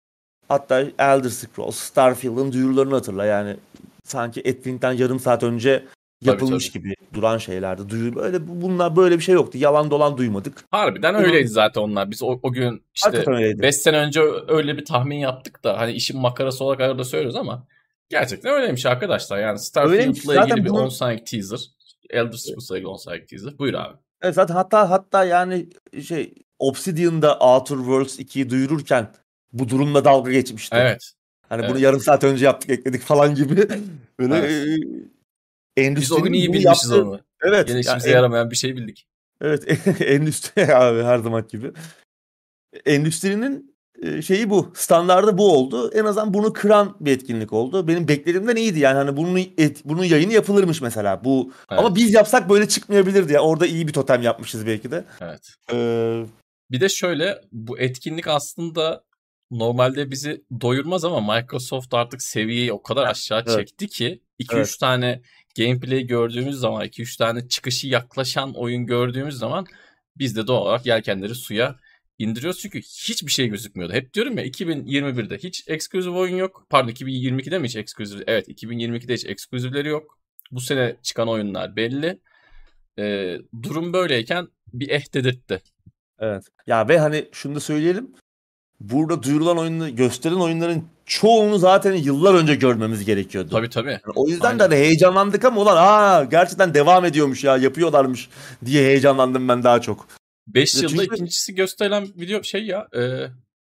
Speaker 2: Hatta Elder Scrolls, Starfield'ın duyurularını hatırla yani. Sanki etkinlikten yarım saat önce
Speaker 1: Tabii
Speaker 2: yapılmış
Speaker 1: tabii.
Speaker 2: gibi duran şeylerdi. Duyur böyle bunlar böyle bir şey yoktu. Yalan dolan duymadık.
Speaker 1: Harbiden
Speaker 2: Bunun
Speaker 1: öyleydi zaten onlar. Biz o, o gün işte
Speaker 2: hakikaten öyleydi.
Speaker 1: beş sene önce öyle bir tahmin yaptık da hani işin makarası olarak arada söylüyoruz ama gerçekten öyleymiş arkadaşlar. Yani
Speaker 2: Öyleymiş.
Speaker 1: Starfield'la ilgili
Speaker 2: Zaten
Speaker 1: bir on
Speaker 2: bunun
Speaker 1: saniyelik teaser. Elder Scrolls'la ilgili on saniyelik teaser. Buyur abi.
Speaker 2: evet, zaten hatta hatta yani şey Obsidian'da Outer Worlds ikiyi duyururken bu durumla dalga geçmişti.
Speaker 1: Evet.
Speaker 2: Hani bunu
Speaker 1: Evet.
Speaker 2: yarım saat önce yaptık ekledik falan gibi. Böyle
Speaker 1: Evet.
Speaker 2: e,
Speaker 1: Biz o gün
Speaker 2: endüstrinin
Speaker 1: iyi
Speaker 2: bunu
Speaker 1: bilmişiz
Speaker 2: yaptığı
Speaker 1: onu.
Speaker 2: evet
Speaker 1: Yine
Speaker 2: yani
Speaker 1: işimize
Speaker 2: en,
Speaker 1: yaramayan bir şey bildik.
Speaker 2: evet endüstri abi her zaman gibi. Endüstrinin e, şeyi bu. Standardı bu oldu. En azından bunu kıran bir etkinlik oldu. Benim beklediğimden iyiydi yani hani bunun et, bunun yayını yapılırmış mesela. Bu ama
Speaker 1: Evet.
Speaker 2: biz yapsak böyle çıkmayabilirdi ya. Orada iyi bir totem yapmışız belki de.
Speaker 1: Evet.
Speaker 2: Ee,
Speaker 1: Bir de şöyle bu etkinlik aslında normalde bizi doyurmaz ama Microsoft artık seviyeyi o kadar aşağı
Speaker 2: evet,
Speaker 1: çekti ki iki üç
Speaker 2: evet.
Speaker 1: tane gameplay gördüğümüz zaman iki üç tane çıkışı yaklaşan oyun gördüğümüz zaman biz de doğal olarak yelkenleri suya indiriyoruz. Çünkü hiçbir şey gözükmüyordu. Hep diyorum ya iki bin yirmi birde hiç exclusive oyun yok. Pardon iki bin yirmi ikide mi hiç exclusive? Evet iki bin yirmi ikide hiç exclusive'leri yok. Bu sene çıkan oyunlar belli. Ee, durum böyleyken bir eh dedirtti.
Speaker 2: Evet. Ya ve hani şunu da söyleyelim. Burada duyurulan oyunu, gösteren oyunların çoğunu zaten yıllar önce görmemiz gerekiyordu.
Speaker 1: Tabii tabii.
Speaker 2: Yani o yüzden de
Speaker 1: Aynen.
Speaker 2: hani heyecanlandık ama ulan aa gerçekten devam ediyormuş ya yapıyorlarmış diye heyecanlandım ben daha çok.
Speaker 1: beş yılda
Speaker 2: Çünkü
Speaker 1: ikincisi gösterilen video şey ya. E,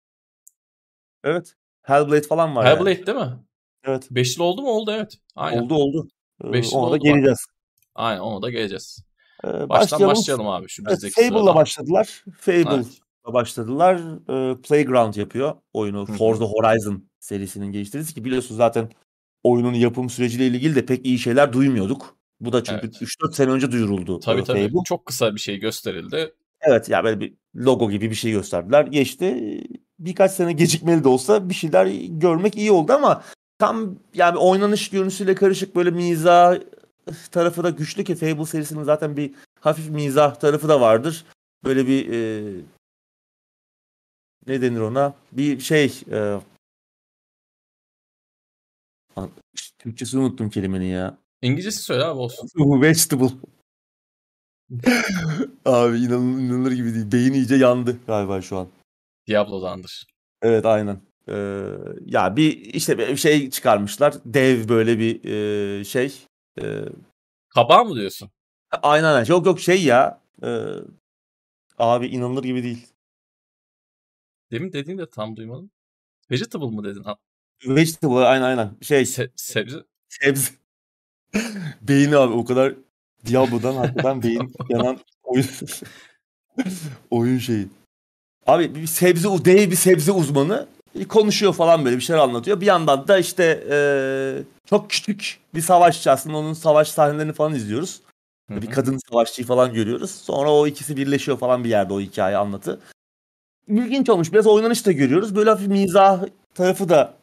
Speaker 2: evet Hellblade falan var yani.
Speaker 1: Hellblade değil mi?
Speaker 2: Evet.
Speaker 1: beş yıl oldu mu? Oldu evet. Aynen.
Speaker 2: Oldu oldu. Ee,
Speaker 1: beş yıl
Speaker 2: ona da
Speaker 1: oldu bak.
Speaker 2: geleceğiz.
Speaker 1: Aynen ona da geleceğiz.
Speaker 2: Ee,
Speaker 1: Baştan
Speaker 2: başlayalım.
Speaker 1: başlayalım abi şu
Speaker 2: Evet,
Speaker 1: bizdeki
Speaker 2: Fable'la
Speaker 1: sıradan.
Speaker 2: başladılar. Fable'la
Speaker 1: Evet.
Speaker 2: başladılar. Ee, Playground yapıyor oyunu.
Speaker 1: Hı hı.
Speaker 2: Forza Horizon serisinin geliştiricisi ki biliyorsunuz zaten oyunun yapım süreciyle ilgili de pek iyi şeyler duymuyorduk. Bu da çünkü
Speaker 1: Evet.
Speaker 2: üç dört sene önce duyuruldu
Speaker 1: Tabii
Speaker 2: e,
Speaker 1: tabii.
Speaker 2: Fable.
Speaker 1: Çok kısa bir şey gösterildi.
Speaker 2: Evet ya böyle bir logo gibi bir şey gösterdiler. Geçti. Birkaç sene gecikmeli de olsa bir şeyler görmek iyi oldu ama tam yani oynanış görüntüsüyle karışık böyle mizah tarafı da güçlü ki Fable serisinin zaten bir hafif mizah tarafı da vardır. Böyle bir e, ne denir ona? Bir şey e, Türkçesini unuttum kelimenin ya.
Speaker 1: İngilizcesi söyle abi olsun.
Speaker 2: Vegetable. Abi inanılır, inanılır gibi değil. Beyin iyice yandı galiba şu an.
Speaker 1: Diablo'dandır.
Speaker 2: Evet aynen. Ee, ya bir işte bir şey çıkarmışlar. Dev böyle bir e, şey. Ee,
Speaker 1: Kabağı mı diyorsun?
Speaker 2: aynen aynen. Yok yok şey ya. Ee, abi inanılır gibi değil.
Speaker 1: Demin dediğini de tam duymadım. Vegetable mı dedin? Ha,
Speaker 2: Vegetable aynen aynen. Şey.
Speaker 1: se- sebze.
Speaker 2: Sebze. Beyni abi o kadar Diablo'dan hakikaten beyin yanan oyun oyun şeyi. Abi bir sebze dev bir sebze uzmanı konuşuyor falan böyle bir şeyler anlatıyor. Bir yandan da işte eee, çok küçük bir savaşçı aslında onun savaş sahnelerini falan izliyoruz.
Speaker 1: Hı
Speaker 2: Bir
Speaker 1: hı.
Speaker 2: kadın savaşçıyı falan görüyoruz. Sonra o ikisi birleşiyor falan bir yerde o hikaye anlatı. İlginç olmuş. Biraz oynanış da görüyoruz. Böyle hafif mizah tarafı da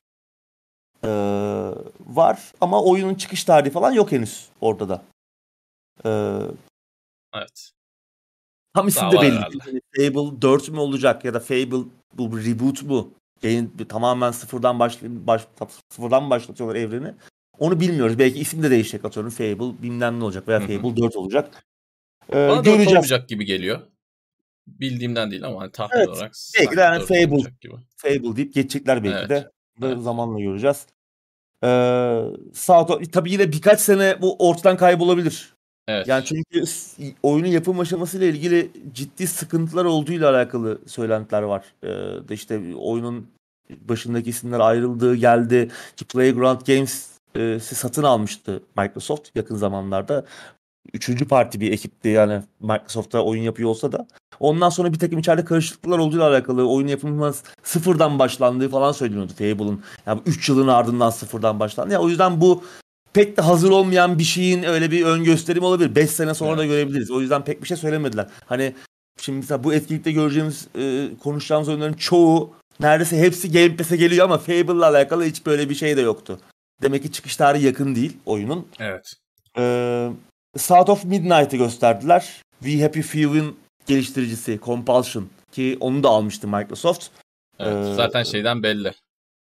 Speaker 2: eee, var. Ama oyunun çıkış tarihi falan yok henüz ortada. Eee
Speaker 1: Evet.
Speaker 2: Tam isim
Speaker 1: Daha
Speaker 2: de
Speaker 1: var
Speaker 2: belli
Speaker 1: herhalde.
Speaker 2: değil. Yani Fable dört mü olacak ya da Fable bu bir reboot mu? Yani bir- tamamen sıfırdan baş, baş sıfırdan mı başlatıyorlar evreni? Onu bilmiyoruz. Belki isim de değişecek atıyorum. Fable bilmem ne olacak veya
Speaker 1: Hı hı.
Speaker 2: Fable dört olacak. Ee,
Speaker 1: Bana dört
Speaker 2: göreceğiz.
Speaker 1: olmayacak gibi geliyor. Bildiğimden değil ama hani tahmin
Speaker 2: Evet.
Speaker 1: olarak
Speaker 2: Belki de
Speaker 1: sanki
Speaker 2: yani
Speaker 1: dört
Speaker 2: Fable.
Speaker 1: olmayacak gibi.
Speaker 2: Fable deyip geçecekler belki
Speaker 1: Evet.
Speaker 2: de. Bunu
Speaker 1: Evet.
Speaker 2: zamanla göreceğiz. Ee, Saat, tabii yine birkaç sene bu ortadan kaybolabilir. Yani
Speaker 1: Evet.
Speaker 2: çünkü s- oyunun yapım aşamasıyla ilgili ciddi sıkıntılar olduğuyla alakalı söylentiler var. Ee, de işte oyunun başındaki isimler ayrıldı, geldi. Ki Playground Games'i satın almıştı Microsoft yakın zamanlarda. Üçüncü parti bir ekipti yani Microsoft'ta oyun yapıyor olsa da. Ondan sonra bir takım içeride karışıklıklar olduğuyla alakalı oyun yapımına sıfırdan başlandığı falan söyleniyordu Fable'ın. Yani üç yılın ardından sıfırdan başlandı. Ya o yüzden bu pek de hazır olmayan bir şeyin öyle bir ön gösterim olabilir. beş sene sonra da
Speaker 1: Evet.
Speaker 2: görebiliriz. O yüzden pek bir şey söylemediler. Hani şimdi mesela bu etkinlikte göreceğimiz, e, konuşacağımız oyunların çoğu neredeyse hepsi Game Pass'e geliyor ama Fable'la alakalı hiç böyle bir şey de yoktu. Demek ki çıkış tarihi yakın değil oyunun.
Speaker 1: Evet.
Speaker 2: Ee, South of Midnight'ı gösterdiler. We Happy Few'in geliştiricisi Compulsion ki onu da almıştı Microsoft.
Speaker 1: Evet.
Speaker 2: Ee,
Speaker 1: Zaten şeyden belli.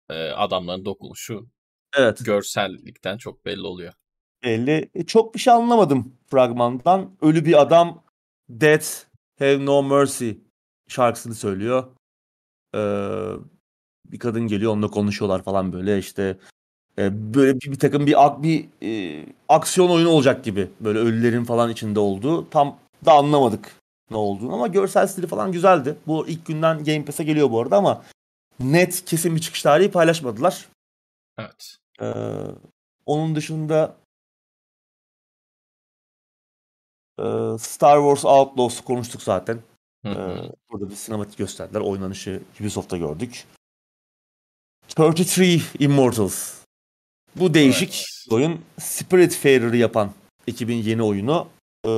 Speaker 1: e, adamların dokunuşu
Speaker 2: Evet.
Speaker 1: görsellikten çok belli oluyor.
Speaker 2: Belli. E, çok bir şey anlamadım fragmandan. Ölü bir adam Death Have No Mercy şarkısını söylüyor. Ee, bir kadın geliyor, onunla konuşuyorlar falan böyle işte. E, böyle bir, bir takım bir, ak- bir e, aksiyon oyunu olacak gibi. Böyle ölülerin falan içinde olduğu. Tam da anlamadık ne olduğunu ama görsel stili falan güzeldi. Bu ilk günden Game Pass'e geliyor bu arada ama net kesin bir çıkış tarihi paylaşmadılar.
Speaker 1: Evet.
Speaker 2: Ee, onun dışında e, Star Wars Outlaws konuştuk zaten.
Speaker 1: Hı
Speaker 2: Ee,
Speaker 1: hı.
Speaker 2: burada bir sinematik gösterdiler. Oynanışı Ubisoft'ta gördük. otuz üç Immortals. Bu değişik
Speaker 1: Evet.
Speaker 2: oyun. Spiritfarer'ı yapan ekibin yeni oyunu. Ee,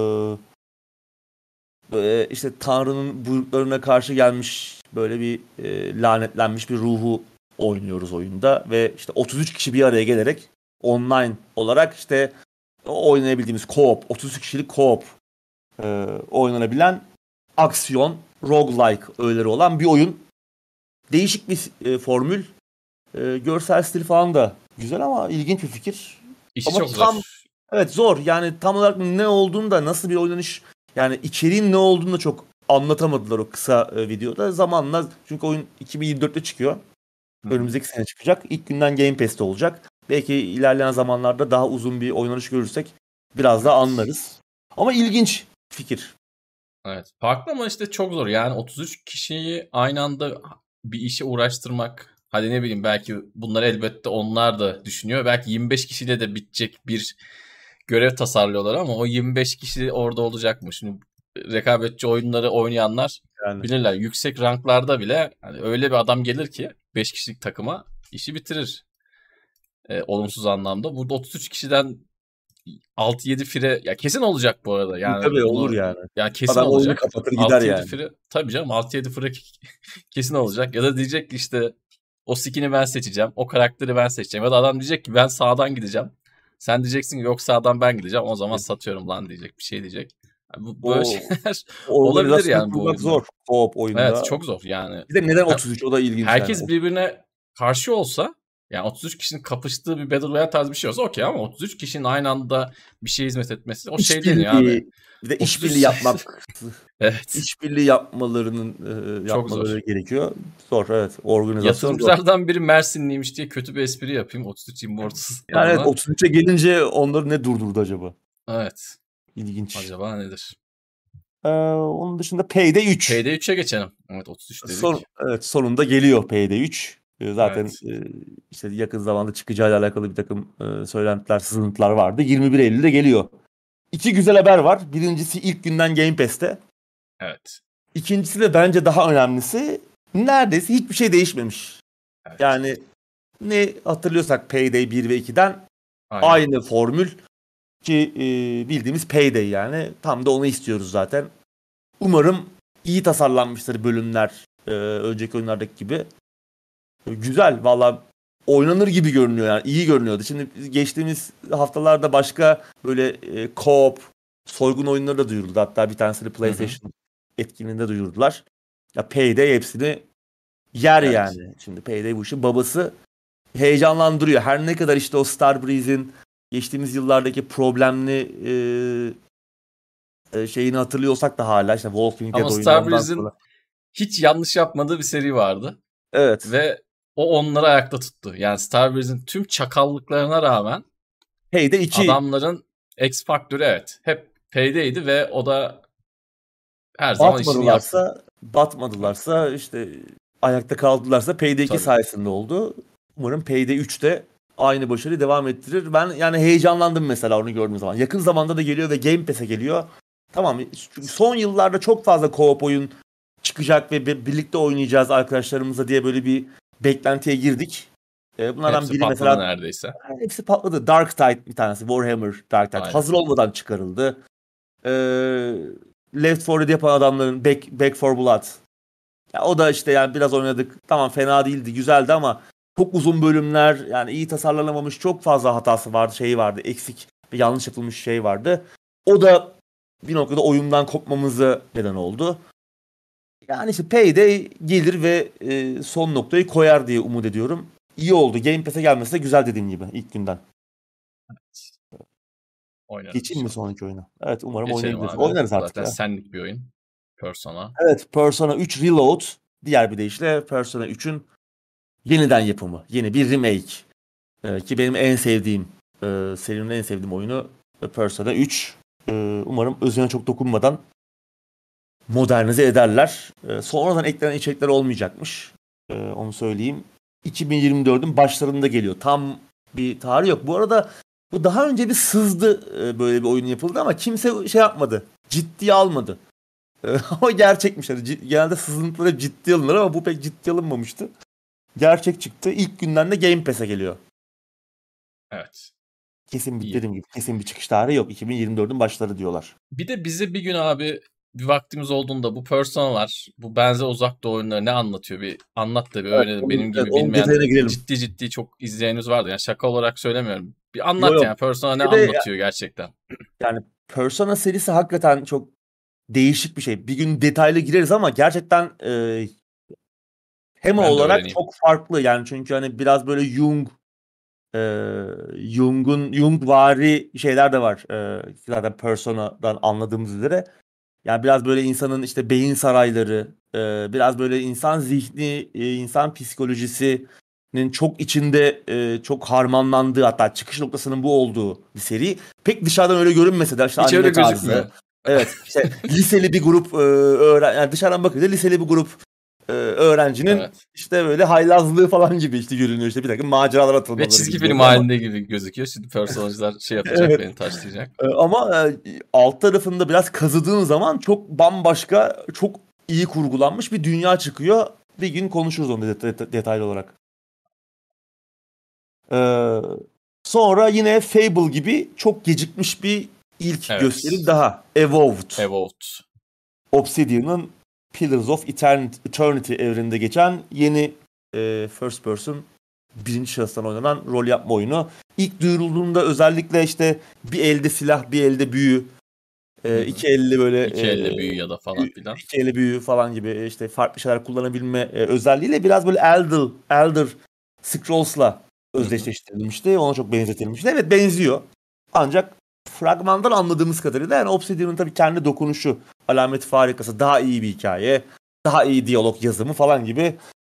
Speaker 2: böyle işte Tanrı'nın buyruklarına karşı gelmiş böyle bir e, lanetlenmiş bir ruhu oynuyoruz oyunda ve işte otuz üç kişi bir araya gelerek online olarak işte oynayabildiğimiz co-op, otuz üç kişilik co-op e, oynanabilen aksiyon, roguelike öğeleri olan bir oyun. Değişik bir e, formül. E, görsel stil falan da güzel ama ilginç bir fikir.
Speaker 1: İşi
Speaker 2: Ama
Speaker 1: çok
Speaker 2: tam
Speaker 1: zor.
Speaker 2: evet zor. Yani tam olarak ne olduğunu da nasıl bir oynanış yani içeriğin ne olduğunu da çok anlatamadılar o kısa e, videoda. Zamanla çünkü oyun iki bin yirmi dörtte çıkıyor.
Speaker 1: Hı hı.
Speaker 2: Önümüzdeki sene çıkacak. İlk günden Game Pass'te olacak. Belki ilerleyen zamanlarda daha uzun bir oynanış görürsek biraz daha
Speaker 1: Evet.
Speaker 2: anlarız. Ama ilginç fikir.
Speaker 1: Evet. Farklı ama işte çok zor. Yani otuz üç kişiyi aynı anda bir işe uğraştırmak. Hadi ne bileyim, belki bunları elbette onlar da düşünüyor. Belki yirmi beş kişiyle de bitecek bir görev tasarlıyorlar ama o yirmi beş kişi orada olacak mı? Şimdi rekabetçi oyunları oynayanlar
Speaker 2: Yani
Speaker 1: bilirler. Yüksek ranklarda bile hani öyle bir adam gelir ki beş kişilik takıma işi bitirir. E, olumsuz anlamda. Burada otuz üç kişiden altı yedi fire ya kesin olacak bu arada. Yani
Speaker 2: tabii olur
Speaker 1: bunu
Speaker 2: yani.
Speaker 1: ya kesin
Speaker 2: Adam oyunu
Speaker 1: olacak.
Speaker 2: kapatır gider
Speaker 1: altı yedi
Speaker 2: yani.
Speaker 1: fire tabii canım, altı yedi fire kesin olacak. Ya da diyecek ki işte o skin'i ben seçeceğim. O karakteri ben seçeceğim. Ya da adam diyecek ki ben sağdan gideceğim. Sen diyeceksin ki yok sağdan ben gideceğim. O zaman satıyorum lan diyecek. Bir şey diyecek. Yani bu böyle
Speaker 2: O
Speaker 1: şeyler olabilir
Speaker 2: organizasyonu
Speaker 1: yani bu
Speaker 2: kurmak
Speaker 1: oyunda.
Speaker 2: zor co-op
Speaker 1: Evet,
Speaker 2: oyunda.
Speaker 1: çok zor yani.
Speaker 2: Bir de neden
Speaker 1: Hem
Speaker 2: otuz üç? O da ilginç yani.
Speaker 1: herkes birbirine karşı olsa, yani otuz üç kişinin kapıştığı bir Battle Royale tarzı bir şey olsa okey, ama otuz üç kişinin aynı anda bir şeye hizmet etmesi o şey deniyor abi.
Speaker 2: İşbirliği, bir de
Speaker 1: otuz üç
Speaker 2: işbirliği
Speaker 1: sayısı.
Speaker 2: yapmak,
Speaker 1: Evet.
Speaker 2: işbirliği yapmalarının e,
Speaker 1: Çok
Speaker 2: yapmaları
Speaker 1: zor.
Speaker 2: gerekiyor. Zor evet. Organizasyon zor.
Speaker 1: Yatırımcılardan biri Mersinliymiş diye kötü bir espri yapayım otuz üç Immortals
Speaker 2: Yani evet
Speaker 1: adına.
Speaker 2: otuz üçe gelince onları ne durdurdu acaba?
Speaker 1: Evet.
Speaker 2: İlginç.
Speaker 1: Acaba nedir?
Speaker 2: Ee, onun dışında Payday üç.
Speaker 1: P D üçe geçelim. Evet, otuz üç
Speaker 2: Son,
Speaker 1: dedik.
Speaker 2: evet, sonunda geliyor Payday üç. Ee, zaten
Speaker 1: Evet.
Speaker 2: e, işte yakın zamanda çıkacağıyla alakalı bir takım e, söylentiler, sızıntılar vardı. yirmi bir Eylül'de geliyor. İki güzel haber var. Birincisi ilk günden Game Pass'te.
Speaker 1: Evet.
Speaker 2: İkincisi de bence daha önemlisi neredeyse hiçbir şey değişmemiş.
Speaker 1: Evet.
Speaker 2: Yani ne hatırlıyorsak Payday bir ve ikiden
Speaker 1: Aynen.
Speaker 2: aynı formül ki e, bildiğimiz Payday yani. Tam da onu istiyoruz zaten. Umarım iyi tasarlanmıştır bölümler e, önceki oyunlardaki gibi. E, güzel valla oynanır gibi görünüyor yani iyi görünüyordu. Şimdi geçtiğimiz haftalarda başka böyle e, co-op soygun oyunları da duyuruldu. Hatta bir tanesini
Speaker 1: Hı hı.
Speaker 2: PlayStation etkinliğinde duyurdular. Ya Payday hepsini yer
Speaker 1: Evet.
Speaker 2: yani. Şimdi Payday bu işin babası heyecanlandırıyor. Her ne kadar işte o Starbreeze'in geçtiğimiz yıllardaki problemli e, e, şeyini hatırlıyorsak da hala işte Walking Dead
Speaker 1: Ama
Speaker 2: oyunu ondan
Speaker 1: Starbreeze'in
Speaker 2: sonra.
Speaker 1: hiç yanlış yapmadığı bir seri vardı.
Speaker 2: Evet.
Speaker 1: Ve o onları ayakta tuttu. Yani Starbreeze'in tüm çakallıklarına rağmen
Speaker 2: Payday iki
Speaker 1: adamların X faktörü, evet, hep P'deydi ve o da her zaman işini yaptı.
Speaker 2: batmadılarsa
Speaker 1: Evet,
Speaker 2: batmadılarsa işte ayakta kaldılarsa Payday iki
Speaker 1: tabii.
Speaker 2: sayesinde oldu. Umarım Payday üçte aynı başarıyı devam ettirir. Ben yani heyecanlandım mesela onu gördüğüm zaman. Yakın zamanda da geliyor ve Game Pass'e geliyor. Tamam çünkü son yıllarda çok fazla co-op oyun çıkacak ve bi- birlikte oynayacağız arkadaşlarımızla diye böyle bir beklentiye girdik. Ee, bunlardan
Speaker 1: Hepsi
Speaker 2: biri
Speaker 1: patladı
Speaker 2: mesela
Speaker 1: neredeyse.
Speaker 2: hepsi patladı. Dark Tide bir tanesi. Warhammer Dark Tide.
Speaker 1: Aynen.
Speaker 2: Hazır olmadan çıkarıldı. Ee, Left four Dead yapan adamların Back, Back for Blood. Ya o da işte yani biraz oynadık. Tamam fena değildi, güzeldi ama çok uzun bölümler yani iyi tasarlanamamış çok fazla hatası vardı, şeyi vardı, eksik bir yanlış yapılmış şey vardı. O da bir noktada oyundan kopmamızı neden oldu. Yani işte Payday gelir ve e, son noktayı koyar diye umut ediyorum. iyi oldu. Game Pass'e gelmesi de güzel dediğim gibi ilk günden.
Speaker 1: Evet. Oynarım
Speaker 2: Geçeyim mi
Speaker 1: inşallah.
Speaker 2: sonraki oyuna? Evet umarım
Speaker 1: Geçelim
Speaker 2: oynayabiliriz.
Speaker 1: abi.
Speaker 2: Oynarız artık
Speaker 1: Zaten
Speaker 2: ya.
Speaker 1: senlik bir oyun. Persona.
Speaker 2: Evet Persona üç Reload. Diğer bir deyişle Persona üçün yeniden yapımı. Yeni bir remake. Ee, ki benim en sevdiğim e, serinin en sevdiğim oyunu Persona üç. Ee, umarım özüne çok dokunmadan modernize ederler. Ee, sonradan eklenen içerikler olmayacakmış. Ee, onu söyleyeyim. iki bin yirmi dördün başlarında geliyor. Tam bir tarih yok. Bu arada bu daha önce bir sızdı e, böyle bir oyun yapıldı ama kimse şey yapmadı. Ciddiye almadı. E, ama gerçekmiş. Yani, c- genelde sızıntılar hep ciddiye alınır ama bu pek ciddiye alınmamıştı. Gerçek çıktı. İlk günden de Game Pass'e geliyor.
Speaker 1: Evet.
Speaker 2: Kesin bir
Speaker 1: İyi.
Speaker 2: dediğim gibi kesin bir çıkış tarihi yok. iki bin yirmi dördün başları diyorlar.
Speaker 1: Bir de bize bir gün abi bir vaktimiz olduğunda bu Personalar, bu benzer uzak doğu oyunları ne anlatıyor? Bir anlat da bir
Speaker 2: Evet,
Speaker 1: öğrenelim.
Speaker 2: onun,
Speaker 1: Benim
Speaker 2: evet,
Speaker 1: gibi
Speaker 2: onun
Speaker 1: bilmeyen
Speaker 2: detayına girelim.
Speaker 1: ciddi ciddi çok izleyenimiz vardı. Yani şaka olarak söylemiyorum. Bir
Speaker 2: Yok
Speaker 1: anlat
Speaker 2: yok.
Speaker 1: yani Persona ne
Speaker 2: Bir de
Speaker 1: anlatıyor gerçekten?
Speaker 2: yani Persona serisi hakikaten çok değişik bir şey. Bir gün detaylı gireriz ama gerçekten e, tema
Speaker 1: Ben de
Speaker 2: olarak
Speaker 1: öğreneyim.
Speaker 2: çok farklı. Yani çünkü hani biraz böyle Jung e, Jung'un Jungvari şeyler de var. E, zaten Persona'dan anladığımız üzere. Yani biraz böyle insanın işte beyin sarayları, e, biraz böyle insan zihni, e, insan psikolojisinin çok içinde e, çok harmanlandığı hatta çıkış noktasının bu olduğu bir seri. Pek dışarıdan öyle görünmese de işte
Speaker 1: Hiç öyle
Speaker 2: anime tarzı.
Speaker 1: gözükmüyor.
Speaker 2: Evet işte liseli bir grup e, öğren yani dışarıdan bakınca liseli bir grup e, öğrencinin
Speaker 1: Evet.
Speaker 2: işte böyle haylazlığı falan gibi işte görünüyor işte bir takım maceralar
Speaker 1: Ve
Speaker 2: atılmaları
Speaker 1: çizgi
Speaker 2: gibi
Speaker 1: film
Speaker 2: görünüyor ama
Speaker 1: halinde gibi gözüküyor. Şimdi personajlar şey yapacak,
Speaker 2: evet.
Speaker 1: beni taşlayacak.
Speaker 2: E, ama e, alt tarafında biraz kazıdığın zaman çok bambaşka, çok iyi kurgulanmış bir dünya çıkıyor. Bir gün konuşuruz onu det- det- detaylı olarak. Ee, sonra yine Fable gibi çok gecikmiş bir ilk gösterim
Speaker 1: Evet.
Speaker 2: daha. Evolved.
Speaker 1: Evolved.
Speaker 2: Obsidian'ın Pillars of Eternity, Eternity evreninde geçen yeni e, first person birinci şahıstan oynanan rol yapma oyunu. İlk duyurulduğunda özellikle işte bir elde silah, bir elde büyü,
Speaker 1: Hı
Speaker 2: e,
Speaker 1: hı.
Speaker 2: iki elle böyle
Speaker 1: İki
Speaker 2: e,
Speaker 1: elle büyü ya da falan filan.
Speaker 2: iki elle büyü falan gibi e, işte farklı şeyler kullanabilme e, özelliğiyle biraz böyle Elder, Elder Scrolls'la
Speaker 1: Hı hı.
Speaker 2: özdeşleştirilmişti. Ona çok benzetilmişti. Evet benziyor. Ancak fragmandan anladığımız kadarıyla yani Obsidian'ın tabii kendi dokunuşu, alameti farikası, daha iyi bir hikaye, daha iyi diyalog yazımı falan gibi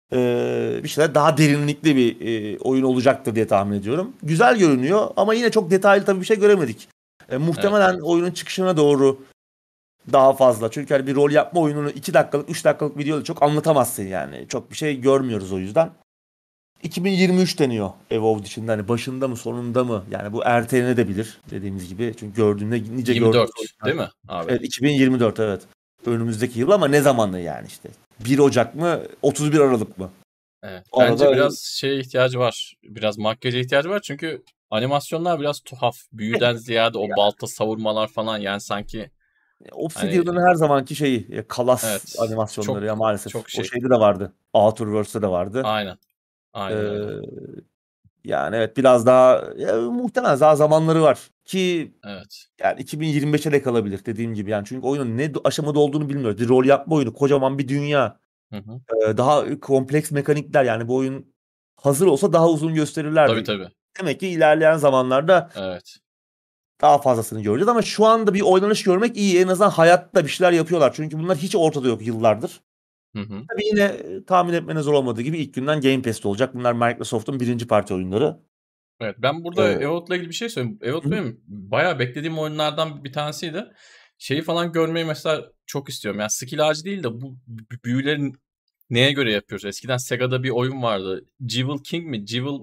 Speaker 2: e, bir şeyler daha derinlikli bir e, oyun olacaktır diye tahmin ediyorum. Güzel görünüyor ama yine çok detaylı tabii bir şey göremedik. E,
Speaker 1: Evet.
Speaker 2: muhtemelen oyunun çıkışına doğru daha fazla. Çünkü hani bir rol yapma oyununu iki dakikalık, üç dakikalık videoda çok anlatamazsın yani. Çok bir şey görmüyoruz o yüzden. iki bin yirmi üç deniyor Evolved için. Hani başında mı sonunda mı? Yani bu ertelenebilir dediğimiz gibi. Çünkü gördüğünde nice
Speaker 1: yirmi
Speaker 2: gördüğümüz
Speaker 1: dört değil
Speaker 2: oyunlar.
Speaker 1: mi abi?
Speaker 2: Evet iki bin yirmi dört evet. Önümüzdeki yıl ama ne zamanı yani işte. bir Ocak mı otuz bir Aralık mı?
Speaker 1: Evet.
Speaker 2: O
Speaker 1: Bence
Speaker 2: arada
Speaker 1: biraz şeye ihtiyacı var. Biraz makyaja ihtiyacı var çünkü animasyonlar biraz tuhaf. Büyüden ziyade o balta savurmalar falan yani sanki hani
Speaker 2: Obsidian'ın her zamanki şeyi e, kalas
Speaker 1: evet
Speaker 2: animasyonları
Speaker 1: çok
Speaker 2: ya maalesef.
Speaker 1: çok
Speaker 2: O
Speaker 1: şey.
Speaker 2: şeyde de vardı. Outerworlds'te de vardı.
Speaker 1: Aynen. Aynen öyle.
Speaker 2: Ee, yani evet biraz daha ya, muhtemelen daha zamanları var ki
Speaker 1: Evet.
Speaker 2: yani iki bin yirmi beşe de kalabilir dediğim gibi yani çünkü oyunun ne do- aşamada olduğunu bilmiyoruz. Bir rol yapma oyunu, kocaman bir dünya,
Speaker 1: Hı hı.
Speaker 2: ee, daha kompleks mekanikler yani bu oyun hazır olsa daha uzun
Speaker 1: Tabii
Speaker 2: gösterirlerdi.
Speaker 1: tabii.
Speaker 2: Demek ki ilerleyen zamanlarda
Speaker 1: Evet.
Speaker 2: daha fazlasını göreceğiz ama şu anda bir oynanış görmek iyi. En azından hayatta bir şeyler yapıyorlar. Çünkü bunlar hiç ortada yok yıllardır.
Speaker 1: Hı hı.
Speaker 2: Tabii yine e, tahmin etmene zor olmadığı gibi ilk günden Game Pass'te olacak. Bunlar Microsoft'un birinci parti oyunları.
Speaker 1: Evet, ben burada
Speaker 2: Ee,
Speaker 1: Evolved'la ilgili bir şey söyleyeyim. Evolved
Speaker 2: hı.
Speaker 1: benim bayağı beklediğim oyunlardan bir tanesiydi. Şeyi falan görmeyi mesela çok istiyorum. Yani skill ağacı değil de bu b- büyülerin neye göre yapıyoruz? Eskiden Sega'da bir oyun vardı. Jewel King mi? Jewel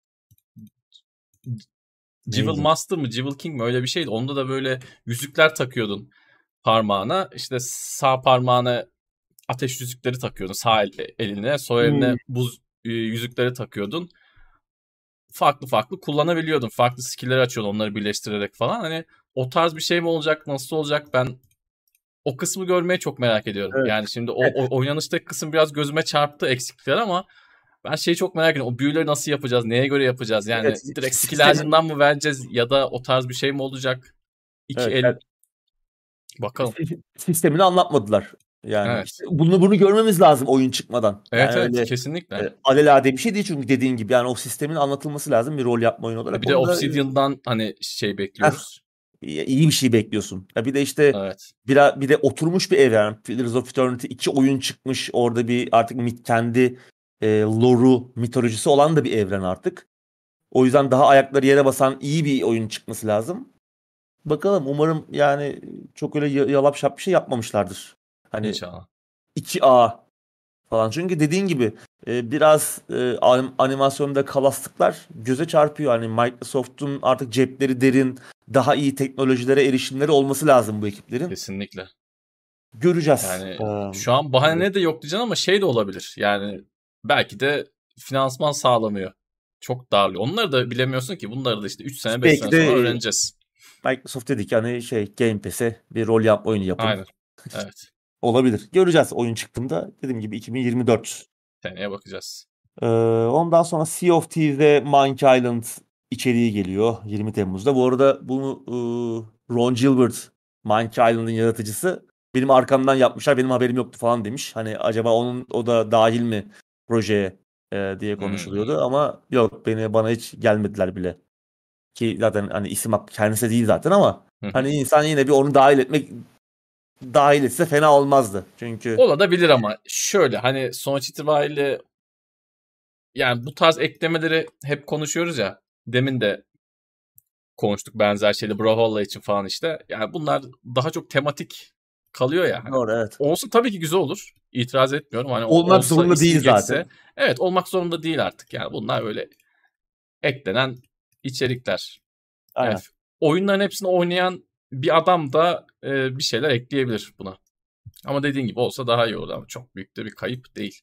Speaker 1: Jewel
Speaker 2: Neydi?
Speaker 1: Master mı? Jewel King mi? Öyle bir şeydi. Onda da böyle yüzükler takıyordun parmağına. İşte sağ parmağına ateş yüzükleri takıyordun. Sağ el- eline, sol
Speaker 2: Hmm.
Speaker 1: eline buz e, yüzükleri takıyordun. Farklı farklı kullanabiliyordun. Farklı skill'ler açıyordun onları birleştirerek falan. Hani o tarz bir şey mi olacak, nasıl olacak ben o kısmı görmeyi çok merak ediyorum.
Speaker 2: Evet.
Speaker 1: Yani şimdi o,
Speaker 2: Evet.
Speaker 1: o oynanıştaki kısım biraz gözüme çarptı eksiklikler ama ben şeyi çok merak ediyorum. O büyüleri nasıl yapacağız? Neye göre yapacağız? Yani
Speaker 2: Evet.
Speaker 1: direkt skill
Speaker 2: Sistemi,
Speaker 1: ağacından mı vereceğiz ya da o tarz bir şey mi olacak? İki
Speaker 2: evet.
Speaker 1: el
Speaker 2: Yani
Speaker 1: bakalım.
Speaker 2: sistemini anlatmadılar. Yani
Speaker 1: Evet.
Speaker 2: işte bunu bunu görmemiz lazım oyun çıkmadan.
Speaker 1: Evet
Speaker 2: Yani
Speaker 1: evet
Speaker 2: öyle
Speaker 1: kesinlikle.
Speaker 2: e, alelade bir şey değil çünkü dediğin gibi yani o sistemin anlatılması lazım bir rol yapma oyunu
Speaker 1: E
Speaker 2: olarak.
Speaker 1: bir de
Speaker 2: Onu da
Speaker 1: Obsidian'dan hani şey
Speaker 2: heh,
Speaker 1: bekliyoruz.
Speaker 2: iyi bir şey bekliyorsun. Ya bir de işte
Speaker 1: Evet.
Speaker 2: bir, bir de oturmuş bir evren. Pillars of Eternity iki oyun çıkmış. Orada bir artık mit, kendi e, lore'u, mitolojisi olan da bir evren artık. O yüzden daha ayakları yere basan iyi bir oyun çıkması lazım. Bakalım umarım yani çok öyle y- yalap şap bir şey yapmamışlardır. Hani
Speaker 1: İnşallah.
Speaker 2: iki A falan. Çünkü dediğin gibi e, biraz e, anim- animasyonda kalastıklar göze çarpıyor. Hani Microsoft'un artık cepleri derin, daha iyi teknolojilere erişimleri olması lazım bu ekiplerin.
Speaker 1: Kesinlikle.
Speaker 2: Göreceğiz.
Speaker 1: Yani
Speaker 2: Ee,
Speaker 1: şu an bahane de yok diyeceksin ama şey de olabilir. Yani belki de finansman sağlamıyor. Çok darlıyor. Onları da bilemiyorsun ki. Bunları da işte üç sene beş
Speaker 2: belki
Speaker 1: sene
Speaker 2: de
Speaker 1: sonra
Speaker 2: e,
Speaker 1: öğreneceğiz.
Speaker 2: Microsoft dedik hani şey Game Pass'e bir rol yapma oyunu yapın.
Speaker 1: Aynen. Evet.
Speaker 2: Olabilir. Göreceğiz oyun çıktığında. Dediğim gibi iki bin yirmi dört.
Speaker 1: Seneye bakacağız.
Speaker 2: Ee, ondan sonra Sea of Thieves'de Monkey Island içeriği geliyor yirmi Temmuz'da. Bu arada bunu e, Ron Gilbert, Monkey Island'ın yaratıcısı benim arkamdan yapmışlar benim haberim yoktu falan demiş. Hani acaba onun o da dahil mi projeye e, diye
Speaker 1: Hmm.
Speaker 2: konuşuluyordu ama yok beni bana hiç gelmediler bile. Ki zaten hani isim hakkı kendisi değil zaten ama hani insan yine bir onu dahil etmek dahil etse fena olmazdı. Çünkü
Speaker 1: Olabilir ama şöyle hani sonuç itibariyle yani bu tarz eklemeleri hep konuşuyoruz ya. Demin de konuştuk benzer şeyle Brawlhalla için falan işte. Yani bunlar daha çok tematik kalıyor ya. Hani
Speaker 2: doğru evet.
Speaker 1: olsa tabii ki güzel olur. İtiraz etmiyorum. Hani
Speaker 2: Olmak
Speaker 1: olsa
Speaker 2: zorunda
Speaker 1: ismi
Speaker 2: değil
Speaker 1: geçse.
Speaker 2: zaten.
Speaker 1: Evet olmak zorunda değil artık. Yani bunlar böyle eklenen içerikler. Yani
Speaker 2: Aynen.
Speaker 1: oyunların hepsini oynayan bir adam da e, bir şeyler ekleyebilir buna. Ama dediğin gibi olsa daha iyi olur ama çok büyük de bir kayıp değil.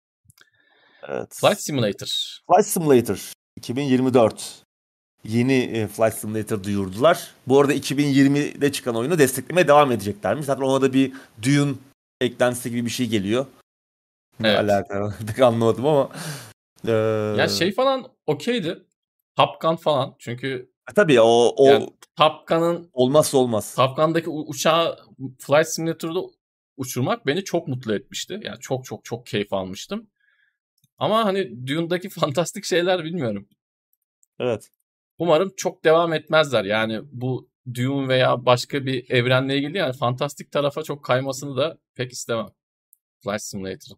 Speaker 1: Flight
Speaker 2: Evet.
Speaker 1: Simulator.
Speaker 2: Flight Simulator iki bin yirmi dört. Yeni e, Flight Simulator duyurdular. Bu arada iki bin yirmide çıkan oyunu desteklemeye devam edeceklermiş. Zaten ona da bir Dune eklentisi gibi bir şey geliyor. Ne
Speaker 1: Evet.
Speaker 2: alaka pek anlamadım ama.
Speaker 1: Ya
Speaker 2: Ee,
Speaker 1: şey falan okeydi. Top Gun falan. Çünkü
Speaker 2: tabii o,
Speaker 1: yani
Speaker 2: o
Speaker 1: Top Gun'ın
Speaker 2: olmazsa olmaz.
Speaker 1: Top Gun'daki u- uçağı Flight Simulator'da uçurmak beni çok mutlu etmişti. Yani çok çok çok keyif almıştım. Ama hani Dune'daki fantastik şeyler bilmiyorum.
Speaker 2: Evet.
Speaker 1: Umarım çok devam etmezler. Yani bu Dune veya başka bir evrenle ilgili yani fantastik tarafa çok kaymasını da pek istemem. Flight Simulator'ın.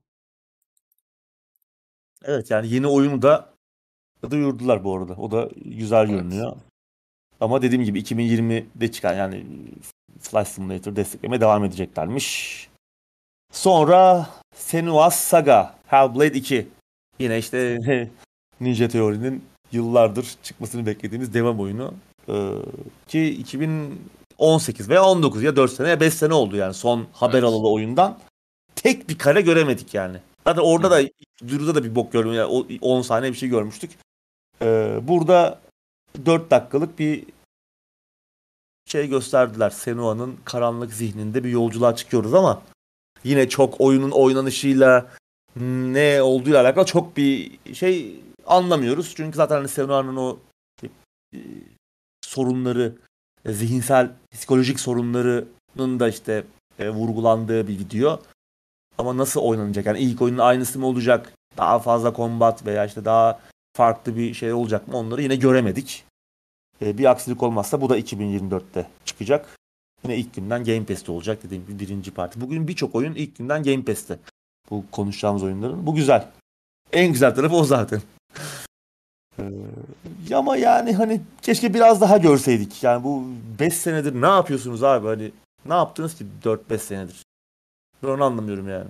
Speaker 2: Evet yani yeni oyunu da duyurdular bu arada. O da güzel
Speaker 1: Evet.
Speaker 2: görünüyor. Ama dediğim gibi iki bin yirmide çıkan yani Flight Simulator desteklemeye devam edeceklermiş. Sonra Senua's Saga Hellblade iki. Yine işte Ninja Theory'nin yıllardır çıkmasını beklediğimiz devam oyunu. Ee, ki iki bin on sekiz veya on dokuz ya dört sene ya beş sene oldu yani son haber
Speaker 1: Evet.
Speaker 2: alalı oyundan. Tek bir kare göremedik yani. Zaten orada
Speaker 1: Hı.
Speaker 2: da Duyuru'da da bir bok gördüm. Yani o on saniye bir şey görmüştük. Ee, burada dört dakikalık bir şey gösterdiler. Senua'nın karanlık zihninde bir yolculuğa çıkıyoruz ama yine çok oyunun oynanışıyla ne olduğuyla alakalı çok bir şey anlamıyoruz. Çünkü zaten hani Senua'nın o e, sorunları, e, zihinsel, psikolojik sorunlarının da işte e, vurgulandığı bir video. Ama nasıl oynanacak? Yani ilk oyunun aynısı mı olacak? Daha fazla combat veya işte daha farklı bir şey olacak mı? Onları yine göremedik. E, bir aksilik olmazsa bu da iki bin yirmi dörtte çıkacak. Yine ilk günden Game Pass'te olacak dediğim gibi birinci parti. Bugün birçok oyun ilk günden Game Pass'te. Bu konuşacağımız oyunların. Bu güzel. En güzel tarafı o zaten. Ee, ama yani hani keşke biraz daha görseydik. Yani bu beş senedir ne yapıyorsunuz abi? Hani ne yaptınız ki dört beş senedir? Ben onu anlamıyorum yani.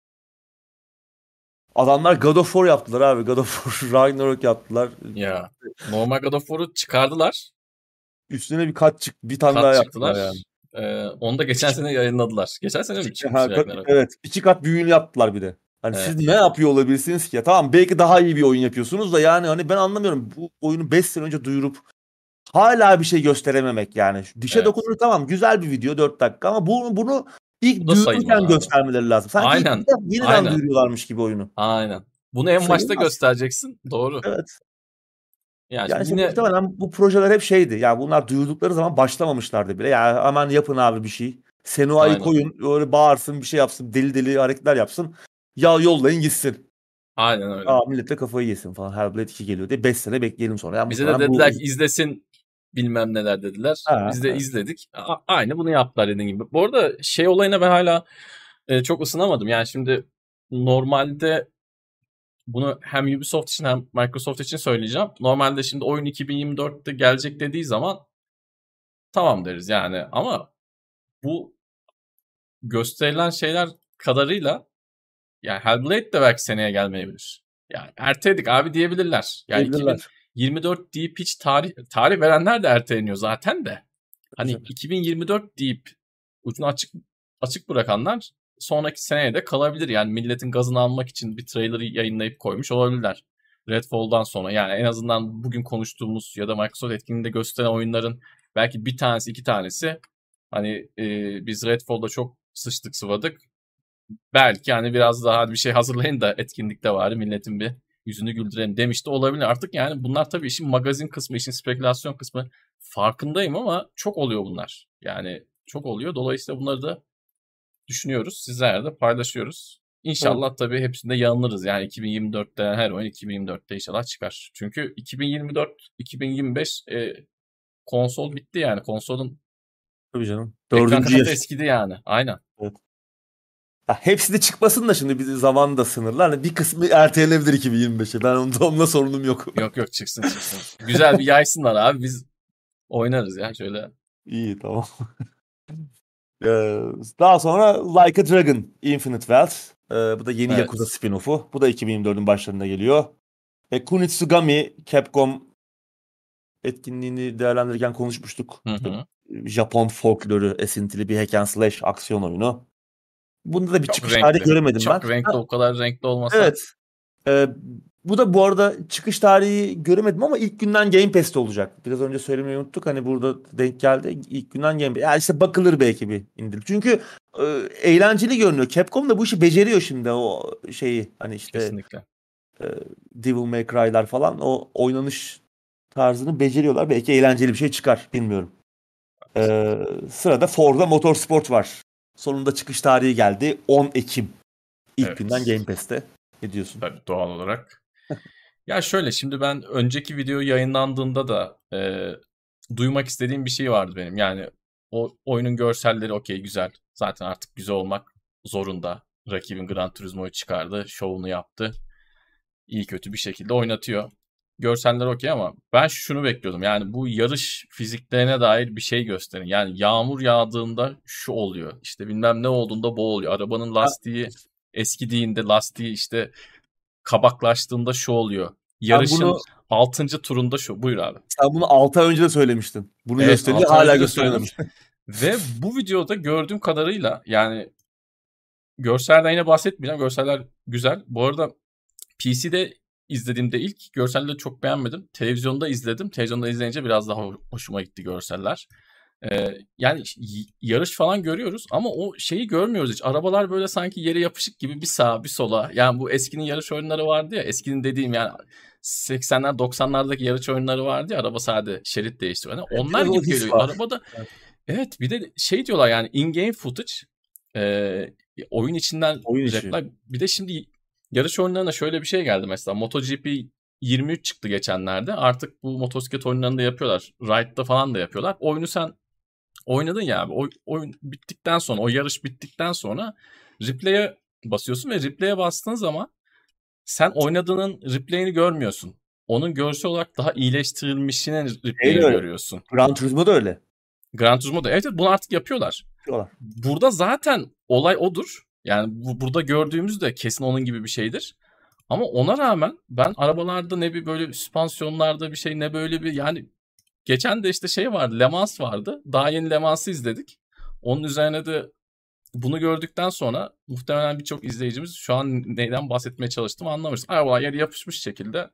Speaker 2: Adamlar God of War yaptılar abi. God of War Ragnarok yaptılar.
Speaker 1: Ya normal God of War'u çıkardılar.
Speaker 2: Üstüne bir kat çık, bir tane
Speaker 1: Kat
Speaker 2: daha yaptılar
Speaker 1: çıktılar.
Speaker 2: yani.
Speaker 1: Ee, onu da geçen sene yayınladılar. Geçen sene mi çıkmış
Speaker 2: Ha, kat-
Speaker 1: Ragnarok?
Speaker 2: evet, iki kat büyüğünü yaptılar bir de. Hani siz
Speaker 1: Evet.
Speaker 2: ne yapıyor olabilirsiniz ki ya? Tamam belki daha iyi bir oyun yapıyorsunuz da yani hani ben anlamıyorum. Bu oyunu beş sene önce duyurup hala bir şey gösterememek yani. Dişe
Speaker 1: Evet.
Speaker 2: dokunur tamam güzel bir video dört dakika ama bunu, bunu
Speaker 1: Bu
Speaker 2: ilk
Speaker 1: da sayılmaz
Speaker 2: duyururken
Speaker 1: abi.
Speaker 2: göstermeleri lazım. Sanki ilk
Speaker 1: Aynen.
Speaker 2: yeniden, yeniden
Speaker 1: Aynen.
Speaker 2: duyuruyorlarmış gibi oyunu.
Speaker 1: Aynen. Bunu en başta
Speaker 2: Sayılmaz.
Speaker 1: göstereceksin. Doğru.
Speaker 2: Evet.
Speaker 1: Yani
Speaker 2: Yani
Speaker 1: şimdi
Speaker 2: işte
Speaker 1: yine
Speaker 2: muhtemelen bu projeler hep şeydi. Ya bunlar duyurdukları zaman başlamamışlardı bile. Ya aman yapın abi bir şey. Senua'yı
Speaker 1: Aynen.
Speaker 2: koyun, öyle bağırsın, bir şey yapsın, deli deli hareketler yapsın. Ya yollayın gitsin.
Speaker 1: Aynen öyle.
Speaker 2: Aa, millet de kafayı yesin falan. Hellblade iki geliyor diye beş sene bekleyelim sonra. Yani
Speaker 1: Bize de
Speaker 2: muhtemelen
Speaker 1: dediler
Speaker 2: bu...
Speaker 1: ki izlesin bilmem neler dediler.
Speaker 2: Ha,
Speaker 1: Biz de
Speaker 2: evet.
Speaker 1: izledik. A- aynı bunu yaptılar dediğin gibi. Bu arada şey olayına ben hala e, çok ısınamadım. Yani şimdi normalde bunu hem Ubisoft için hem Microsoft için söyleyeceğim. Normalde şimdi oyun iki bin yirmi dörtte gelecek dediği zaman tamam deriz yani. Ama bu gösterilen şeyler kadarıyla yani Hellblade de belki seneye gelmeyebilir. Yani erteledik abi diyebilirler. Yani
Speaker 2: Diyebilirler.
Speaker 1: iki bin yirmi dört deyip hiç tarih tarih verenler de erteleniyor zaten de. Hani
Speaker 2: Güzel.
Speaker 1: iki bin yirmi dört deyip ucunu açık açık bırakanlar sonraki seneye de kalabilir. Yani milletin gazını almak için bir trailer'ı yayınlayıp koymuş olabilirler. Redfall'dan sonra yani en azından bugün konuştuğumuz ya da Microsoft etkinliğinde gösteren oyunların belki bir tanesi iki tanesi hani e, biz Redfall'da çok sıçtık sıvadık. Belki hani biraz daha bir şey hazırlayın da etkinlikte var milletin bir yüzünü güldürelim demiş de olabilir. Artık yani bunlar tabii işin magazin kısmı, işin spekülasyon kısmı farkındayım ama çok oluyor bunlar. Yani çok oluyor. Dolayısıyla bunları da düşünüyoruz. Sizlerle de paylaşıyoruz.
Speaker 2: Evet.
Speaker 1: İnşallah tabii hepsinde yanılırız. Yani iki bin yirmi dörtte her oyun iki bin yirmi dörtte inşallah çıkar. Çünkü iki bin yirmi dört iki bin yirmi beş e, konsol bitti yani. Konsolun
Speaker 2: Tabii canım.
Speaker 1: ekran
Speaker 2: Dördüncü
Speaker 1: kartı
Speaker 2: yaş.
Speaker 1: eskidi yani. Aynen.
Speaker 2: Evet. Ya hepsi de çıkmasın da şimdi bizim zaman da sınırlı. Hani bir kısmı ertelenebilir iki bin yirmi beşe. Ben onda, onunla sorunum yok.
Speaker 1: Yok yok çıksın çıksın. Güzel bir yaysınlar abi. Biz oynarız ya şöyle.
Speaker 2: İyi, tamam. Ee, Daha sonra Like a Dragon Infinite Wealth. Ee, bu da yeni Yakuza
Speaker 1: Evet.
Speaker 2: spin-off'u. Bu da iki bin yirmi dördün başlarında geliyor. E, Kunitsugami Capcom etkinliğini değerlendirirken konuşmuştuk.
Speaker 1: Hı
Speaker 2: İşte
Speaker 1: hı.
Speaker 2: Japon folkloru esintili bir hack and slash aksiyon oyunu. Bunda da bir
Speaker 1: Çok
Speaker 2: çıkış tarihi
Speaker 1: renkli.
Speaker 2: göremedim ben.
Speaker 1: Çok renkli
Speaker 2: Ha,
Speaker 1: o kadar renkli olmasa.
Speaker 2: evet. Ee, Bu da bu arada çıkış tarihi göremedim ama ilk günden Game Pass'te olacak. Biraz önce söylemeyi unuttuk. Hani burada denk geldi. İlk günden Game Pass. Yani işte bakılır belki bir indir. Çünkü e, eğlenceli görünüyor. Capcom da bu işi beceriyor şimdi, o şeyi. Hani işte
Speaker 1: Kesinlikle.
Speaker 2: e, Devil May Cry'lar falan, o oynanış tarzını beceriyorlar. Belki eğlenceli bir şey çıkar. Bilmiyorum. Ee, Sırada Forza Motorsport var. Sonunda çıkış tarihi geldi. on Ekim. İlk günden
Speaker 1: Evet.
Speaker 2: Game Pass'te. Ne diyorsun?
Speaker 1: Tabii doğal olarak. Ya şöyle şimdi ben önceki video yayınlandığında da e, duymak istediğim bir şey vardı benim. Yani o oyunun görselleri okey güzel. Zaten artık güzel olmak zorunda. Rakibin Gran Turismo'yu çıkardı. Şovunu yaptı. İyi kötü bir şekilde oynatıyor. Görseller okey ama ben şunu bekliyordum. Yani bu yarış fiziklerine dair bir şey gösterin. Yani yağmur yağdığında şu oluyor. İşte bilmem ne olduğunda bu oluyor. Arabanın
Speaker 2: Ha,
Speaker 1: lastiği eskidiğinde lastiği işte kabaklaştığında şu oluyor.
Speaker 2: Sen bunu
Speaker 1: Yarışın altıncı turunda şu. Buyur abi.
Speaker 2: sen bunu altı ay önce de söylemiştin. Bunu
Speaker 1: Evet
Speaker 2: gösterince
Speaker 1: altı ay
Speaker 2: hala
Speaker 1: önce de söyledim.
Speaker 2: göstermemiş.
Speaker 1: Ve bu videoda gördüğüm kadarıyla yani görselden yine bahsetmeyeceğim. Görseller güzel. Bu arada P C'de izlediğimde ilk görselleri çok beğenmedim. Televizyonda izledim. Televizyonda izleyince biraz daha hoşuma gitti görseller. Ee, yani yarış falan görüyoruz ama o şeyi görmüyoruz hiç. Arabalar böyle sanki yere yapışık gibi bir sağa bir sola. Yani bu eskinin yarış oyunları vardı ya. Eskinin dediğim yani seksenler doksanlardaki yarış oyunları vardı ya. Araba sadece şerit değiştiriyor. Yani onlar
Speaker 2: Biraz o
Speaker 1: gibi
Speaker 2: his
Speaker 1: geliyor.
Speaker 2: var.
Speaker 1: Arabada
Speaker 2: Evet.
Speaker 1: evet bir de şey diyorlar yani in-game footage e, oyun içinden
Speaker 2: Oyun içi.
Speaker 1: reply. Bir de şimdi yarış oyunlarına şöyle bir şey geldi mesela. MotoGP yirmi üç çıktı geçenlerde. Artık bu motosiklet oyunlarını da yapıyorlar. Ride'da falan da yapıyorlar. Oyunu sen oynadın ya abi. O, oyun bittikten sonra, o yarış bittikten sonra replay'e basıyorsun ve replay'e bastığın zaman sen oynadığının replay'ini görmüyorsun. Onun görsel olarak daha iyileştirilmişinin
Speaker 2: Şey de
Speaker 1: replay'ini
Speaker 2: öyle.
Speaker 1: görüyorsun.
Speaker 2: Gran Turismo da öyle.
Speaker 1: Gran Turismo'da evet, evet bunu artık yapıyorlar.
Speaker 2: Diyorlar.
Speaker 1: Burada zaten olay odur. Yani bu, burada gördüğümüz de kesin onun gibi bir şeydir. Ama ona rağmen ben arabalarda ne bir böyle süspansiyonlarda bir şey ne böyle bir yani geçen de işte şey vardı, Le Mans vardı. Daha yeni Le Mans'ı izledik. Onun üzerine de bunu gördükten sonra muhtemelen birçok izleyicimiz şu an neyden bahsetmeye çalıştığımı anlamış. Arabalar yere yapışmış şekilde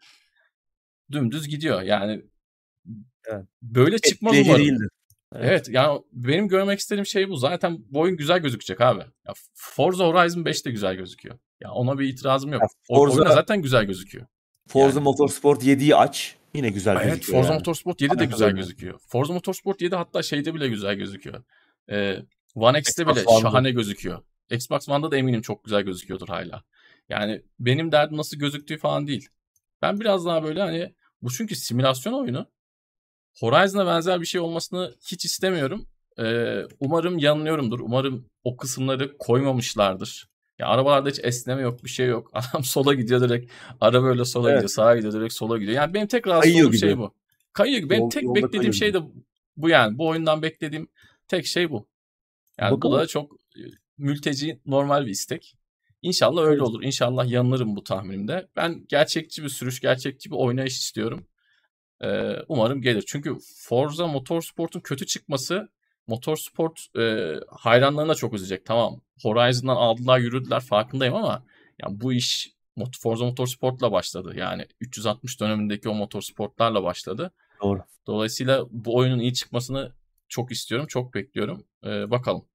Speaker 1: dümdüz gidiyor. Yani
Speaker 2: Evet.
Speaker 1: böyle çıkmaz
Speaker 2: Etkileyici
Speaker 1: umarım.
Speaker 2: değildi. Evet.
Speaker 1: Evet yani benim görmek istediğim şey bu. Zaten bu oyun güzel gözükecek abi. Ya Forza Horizon beş de güzel gözüküyor. Ya ona bir itirazım
Speaker 2: Ya
Speaker 1: yok. O, oyuna
Speaker 2: Forza
Speaker 1: zaten güzel gözüküyor.
Speaker 2: Forza
Speaker 1: Yani
Speaker 2: Motorsport yediyi aç. Yine güzel
Speaker 1: evet
Speaker 2: gözüküyor
Speaker 1: Forza
Speaker 2: yani.
Speaker 1: Motorsport yedi de
Speaker 2: Alakası
Speaker 1: güzel
Speaker 2: olmuyor.
Speaker 1: gözüküyor. Forza Motorsport yedi hatta şeyde bile güzel gözüküyor. Ee, One X'te
Speaker 2: Xbox
Speaker 1: bile
Speaker 2: One'da.
Speaker 1: şahane gözüküyor. Xbox One'da da eminim çok güzel gözüküyordur hala. Yani benim derdim nasıl gözüktüğü falan değil. Ben biraz daha böyle hani bu çünkü simülasyon oyunu. Horizon'a benzer bir şey olmasını hiç istemiyorum. Ee, umarım yanılıyorumdur. Umarım o kısımları koymamışlardır. Ya arabalarda hiç esneme yok, bir şey yok. Adam sola gidiyor direkt. Araba öyle sola
Speaker 2: Evet.
Speaker 1: gidiyor, sağa gidiyor direkt sola gidiyor. Yani benim tek rahatsız
Speaker 2: Kayıyor
Speaker 1: olduğum şey
Speaker 2: gibi.
Speaker 1: bu. Kayıyor gibi. Benim
Speaker 2: Yol,
Speaker 1: tek
Speaker 2: yolda
Speaker 1: beklediğim
Speaker 2: kayıyor
Speaker 1: şey
Speaker 2: gibi.
Speaker 1: de bu yani. Bu oyundan beklediğim tek şey bu. Yani bu
Speaker 2: Bakalım.
Speaker 1: da çok e, mülteci normal bir istek. İnşallah öyle
Speaker 2: Evet.
Speaker 1: olur. İnşallah yanılırım bu tahminimde. Ben gerçekçi bir sürüş, gerçekçi bir oynayış istiyorum. Ee, umarım gelir. Çünkü Forza Motorsport'un kötü çıkması Motorsport e, hayranlarına çok üzecek. Tamam. Horizon'dan aldılar, yürüdüler farkındayım ama yani bu iş Mot- Forza Motorsport'la başladı. Yani üç yüz altmış dönemindeki o motorsportlarla başladı.
Speaker 2: Doğru.
Speaker 1: Dolayısıyla bu oyunun iyi çıkmasını çok istiyorum, çok bekliyorum. Ee, bakalım.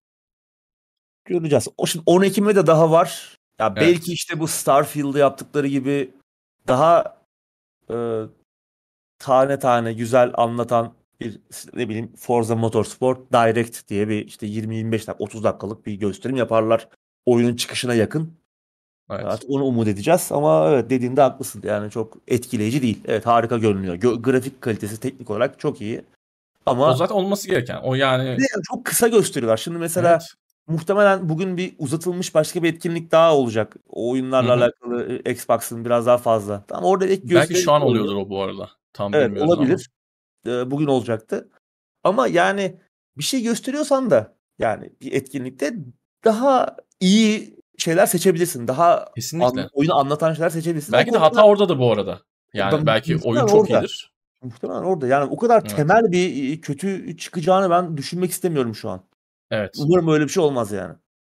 Speaker 2: Göreceğiz. O şimdi on Ekim'e de daha var. Ya belki
Speaker 1: Evet.
Speaker 2: işte bu Starfield'ı yaptıkları gibi daha e, tane tane güzel anlatan bir ne bileyim Forza Motorsport Direct diye bir işte yirmi yirmi beş dakika otuz dakikalık bir gösterim yaparlar. Oyunun çıkışına yakın.
Speaker 1: Evet.
Speaker 2: Evet, onu umut edeceğiz ama evet dediğinde haklısın. Yani çok etkileyici değil. Evet harika görünüyor. Gö- grafik kalitesi teknik olarak çok iyi.
Speaker 1: O
Speaker 2: Ama
Speaker 1: zaten olması gereken. O
Speaker 2: bir de
Speaker 1: yani
Speaker 2: yani çok kısa gösteriyorlar. Şimdi mesela
Speaker 1: evet.
Speaker 2: muhtemelen bugün bir uzatılmış başka bir etkinlik daha olacak. O
Speaker 1: Hı
Speaker 2: oyunlarla
Speaker 1: hı.
Speaker 2: alakalı e, Xbox'ın biraz daha fazla. Tamam orada ilk
Speaker 1: Belki şu an
Speaker 2: gösterirler oyunu.
Speaker 1: oluyordur o bu arada. Tam
Speaker 2: Evet
Speaker 1: bilmiyoruz ama.
Speaker 2: olabilir. Ee, bugün olacaktı. Ama yani bir şey gösteriyorsan da yani bir etkinlikte daha iyi şeyler seçebilirsin. Daha an,
Speaker 1: Kesinlikle.
Speaker 2: oyunu anlatan şeyler seçebilirsin. O
Speaker 1: Belki de
Speaker 2: konuda
Speaker 1: hata orada da bu arada. Yani
Speaker 2: ben
Speaker 1: belki oyun
Speaker 2: muhtemelen
Speaker 1: çok
Speaker 2: orada.
Speaker 1: iyidir.
Speaker 2: Muhtemelen orada. Yani o kadar
Speaker 1: Evet.
Speaker 2: temel bir e, kötü çıkacağını ben düşünmek istemiyorum şu an.
Speaker 1: Evet.
Speaker 2: Umarım öyle bir şey olmaz yani.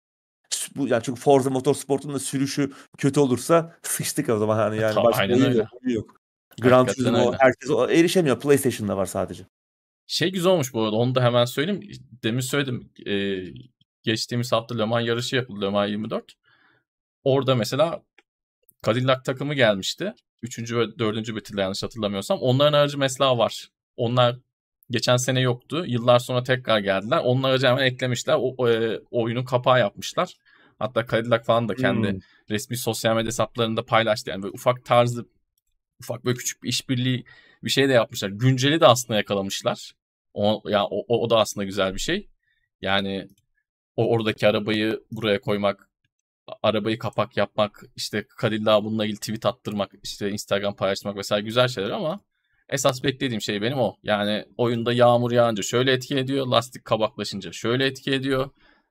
Speaker 2: S- Bu yani çünkü Forza Motorsport'un da sürüşü kötü olursa sıçtık o zaman hani
Speaker 1: E,
Speaker 2: yani
Speaker 1: ta-
Speaker 2: başka
Speaker 1: aynen
Speaker 2: oyun
Speaker 1: öyle.
Speaker 2: yok. Oyun yok. Gran
Speaker 1: Hakikaten
Speaker 2: Turismo
Speaker 1: öyle.
Speaker 2: herkes o- erişemiyor. PlayStation'da var sadece.
Speaker 1: Şey güzel olmuş bu arada. Onu da hemen söyleyeyim. Demin söyledim. E, geçtiğimiz hafta Le Mans yarışı yapıldı. Le Mans yirmi dört. Orada mesela Cadillac takımı gelmişti. Üçüncü ve dördüncü bitirdi yanlış hatırlamıyorsam. Onların aracı mesela var. Onlar geçen sene yoktu. Yıllar sonra tekrar geldiler. Onun aracı hemen eklemişler. O, o e, oyunun kapağı yapmışlar. Hatta Cadillac falan da kendi
Speaker 2: Hmm.
Speaker 1: resmi sosyal medya hesaplarında paylaştı. Yani böyle ufak tarzı, ufak böyle küçük bir işbirliği bir şey de yapmışlar. Günceli de aslında yakalamışlar. O, ya o, o da aslında güzel bir şey. Yani o oradaki arabayı buraya koymak, arabayı kapak yapmak, işte Cadillac'a bununla ilgili tweet attırmak, işte Instagram paylaşmak vesaire güzel şeyler ama esas beklediğim şey benim o. Yani oyunda yağmur yağınca şöyle etki ediyor, lastik kabaklaşınca şöyle etki ediyor.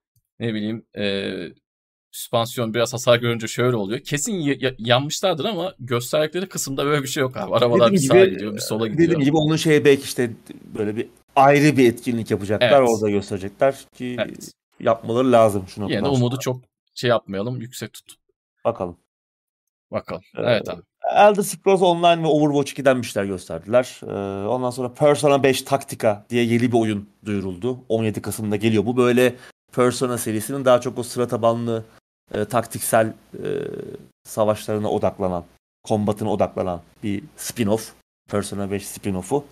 Speaker 1: Ne bileyim e, süspansiyon biraz hasar görünce şöyle oluyor. Kesin y- y- yanmışlardır ama gösterdikleri kısımda böyle bir şey yok abi. Arabalar bir
Speaker 2: Dediğim
Speaker 1: sağa
Speaker 2: gibi
Speaker 1: gidiyor, bir sola
Speaker 2: dediğim
Speaker 1: gidiyor.
Speaker 2: gibi onun şeye belki işte böyle bir ayrı bir etkinlik yapacaklar.
Speaker 1: Evet,
Speaker 2: Orada gösterecekler ki
Speaker 1: evet.
Speaker 2: yapmaları lazım şu
Speaker 1: Yine de
Speaker 2: noktadan
Speaker 1: umudu
Speaker 2: sonra.
Speaker 1: çok şey yapmayalım, yüksek tut.
Speaker 2: Bakalım.
Speaker 1: Bakalım.
Speaker 2: Ee,
Speaker 1: Evet abi.
Speaker 2: Elder Scrolls Online ve Overwatch ikiden bir şeyler gösterdiler. Ee, ondan sonra Persona beş Tactica diye yeni bir oyun duyuruldu. on yedi Kasım'da geliyor. Bu böyle Persona serisinin daha çok o sıra tabanlı e, taktiksel e, savaşlarına odaklanan, kombatına odaklanan bir spin-off. Persona beş spin-off'u.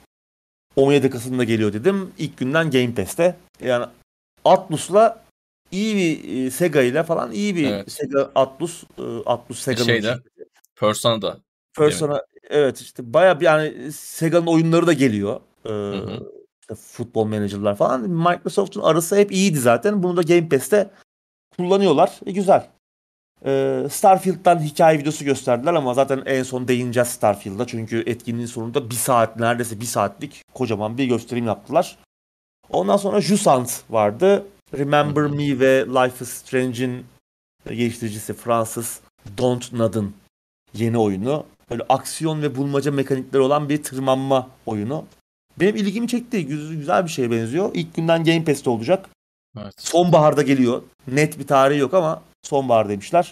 Speaker 2: on yedi Kasım'da geliyor dedim. İlk günden Game Pass'te. Yani Atlus'la iyi bir e, Sega ile falan iyi bir
Speaker 1: Evet.
Speaker 2: Sega Atlus. e, Atlus
Speaker 1: E
Speaker 2: Sega'nın
Speaker 1: şeyde Persona'da değil mi?
Speaker 2: Persona evet işte baya bir yani Sega'nın oyunları da geliyor.
Speaker 1: Hı
Speaker 2: Ee,
Speaker 1: hı.
Speaker 2: işte futbol menajerler falan. Microsoft'un arası hep iyiydi zaten. Bunu da Game Pass'te kullanıyorlar. E, güzel. Ee, Starfield'dan hikaye videosu gösterdiler ama zaten en son değineceğiz Starfield'a. Çünkü etkinliğin sonunda bir saat neredeyse bir saatlik kocaman bir gösterim yaptılar. Ondan sonra Jusant vardı.
Speaker 1: Hı
Speaker 2: Remember
Speaker 1: hı.
Speaker 2: Me ve Life is Strange'in geliştiricisi Fransız Don't Nod'ın yeni oyunu. Böyle aksiyon ve bulmaca mekanikleri olan bir tırmanma oyunu. Benim ilgimi çekti. Güzel, güzel bir şeye benziyor. İlk günden Game Pass'te olacak.
Speaker 1: Evet.
Speaker 2: Sonbaharda geliyor. Net bir tarihi yok ama sonbahar demişler.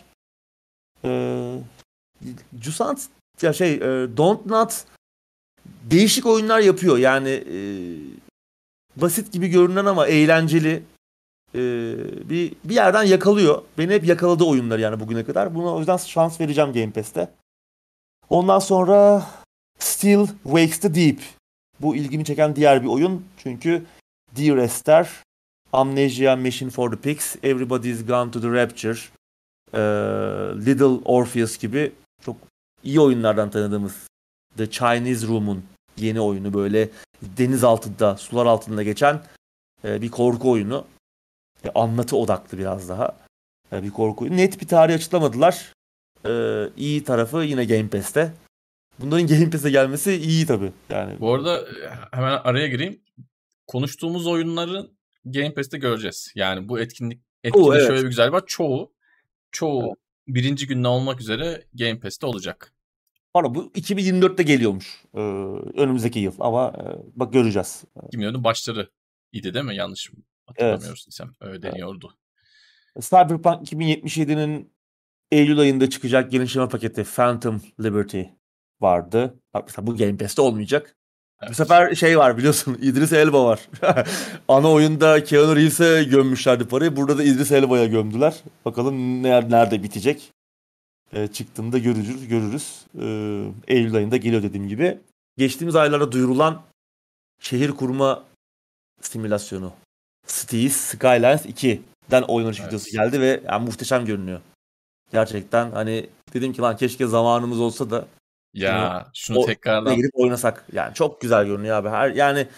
Speaker 2: Ee, Jusant ya şey e, Don't Not değişik oyunlar yapıyor. Yani e, basit gibi görünen ama eğlenceli e, bir bir yerden yakalıyor. Beni hep yakaladı oyunlar yani bugüne kadar. Buna o yüzden şans vereceğim Game Pass'te. Ondan sonra Still Wakes the Deep. Bu ilgimi çeken diğer bir oyun. Çünkü Dear Esther Amnesia, Machine for the Pigs, Everybody's Gone to the Rapture, e, Little Orpheus gibi çok iyi oyunlardan tanıdığımız The Chinese Room'un yeni oyunu, böyle deniz altında, sular altında geçen e, bir korku oyunu. E, anlatı odaklı biraz daha. E, bir korku oyunu. Net bir tarih açıklamadılar. E, iyi tarafı yine Game Pass'te. Bunların Game Pass'e gelmesi iyi tabii. Yani
Speaker 1: Bu arada hemen araya gireyim. Konuştuğumuz oyunların Game Pass'te göreceğiz. Yani bu etkinlik etkinde
Speaker 2: Oo, evet.
Speaker 1: şöyle bir güzel var. Çoğu çoğu evet. birinci günden olmak üzere Game Pass'te olacak.
Speaker 2: Pardon, bu iki bin yirmi dörtte geliyormuş. Ee, önümüzdeki yıl ama e, bak göreceğiz.
Speaker 1: iki bin yirmi dörtün başları idi değil mi? Yanlış hatırlamıyorsam evet. Öyle deniyordu.
Speaker 2: Evet. Cyberpunk iki bin yetmiş yedi'nin Eylül ayında çıkacak genişleme paketi Phantom Liberty vardı. Bak mesela bu Game Pass'te olmayacak. Evet. Bu sefer şey var biliyorsun, İdris Elba var. Ana oyunda Keanu Reeves'e gömmüşlerdi parayı. Burada da İdris Elba'ya gömdüler. Bakalım nerede, nerede bitecek. E, çıktığında görürüz. görürüz. E, Eylül ayında geliyor dediğim gibi. Geçtiğimiz aylarda duyurulan şehir kurma simülasyonu Cities Skylines iki'den oynanış evet. videosu geldi ve yani muhteşem görünüyor. Gerçekten hani dedim ki lan keşke zamanımız olsa da
Speaker 1: ya şunu, şunu tekrardan
Speaker 2: girip oynasak. Yani çok güzel görünüyor abi. Her yani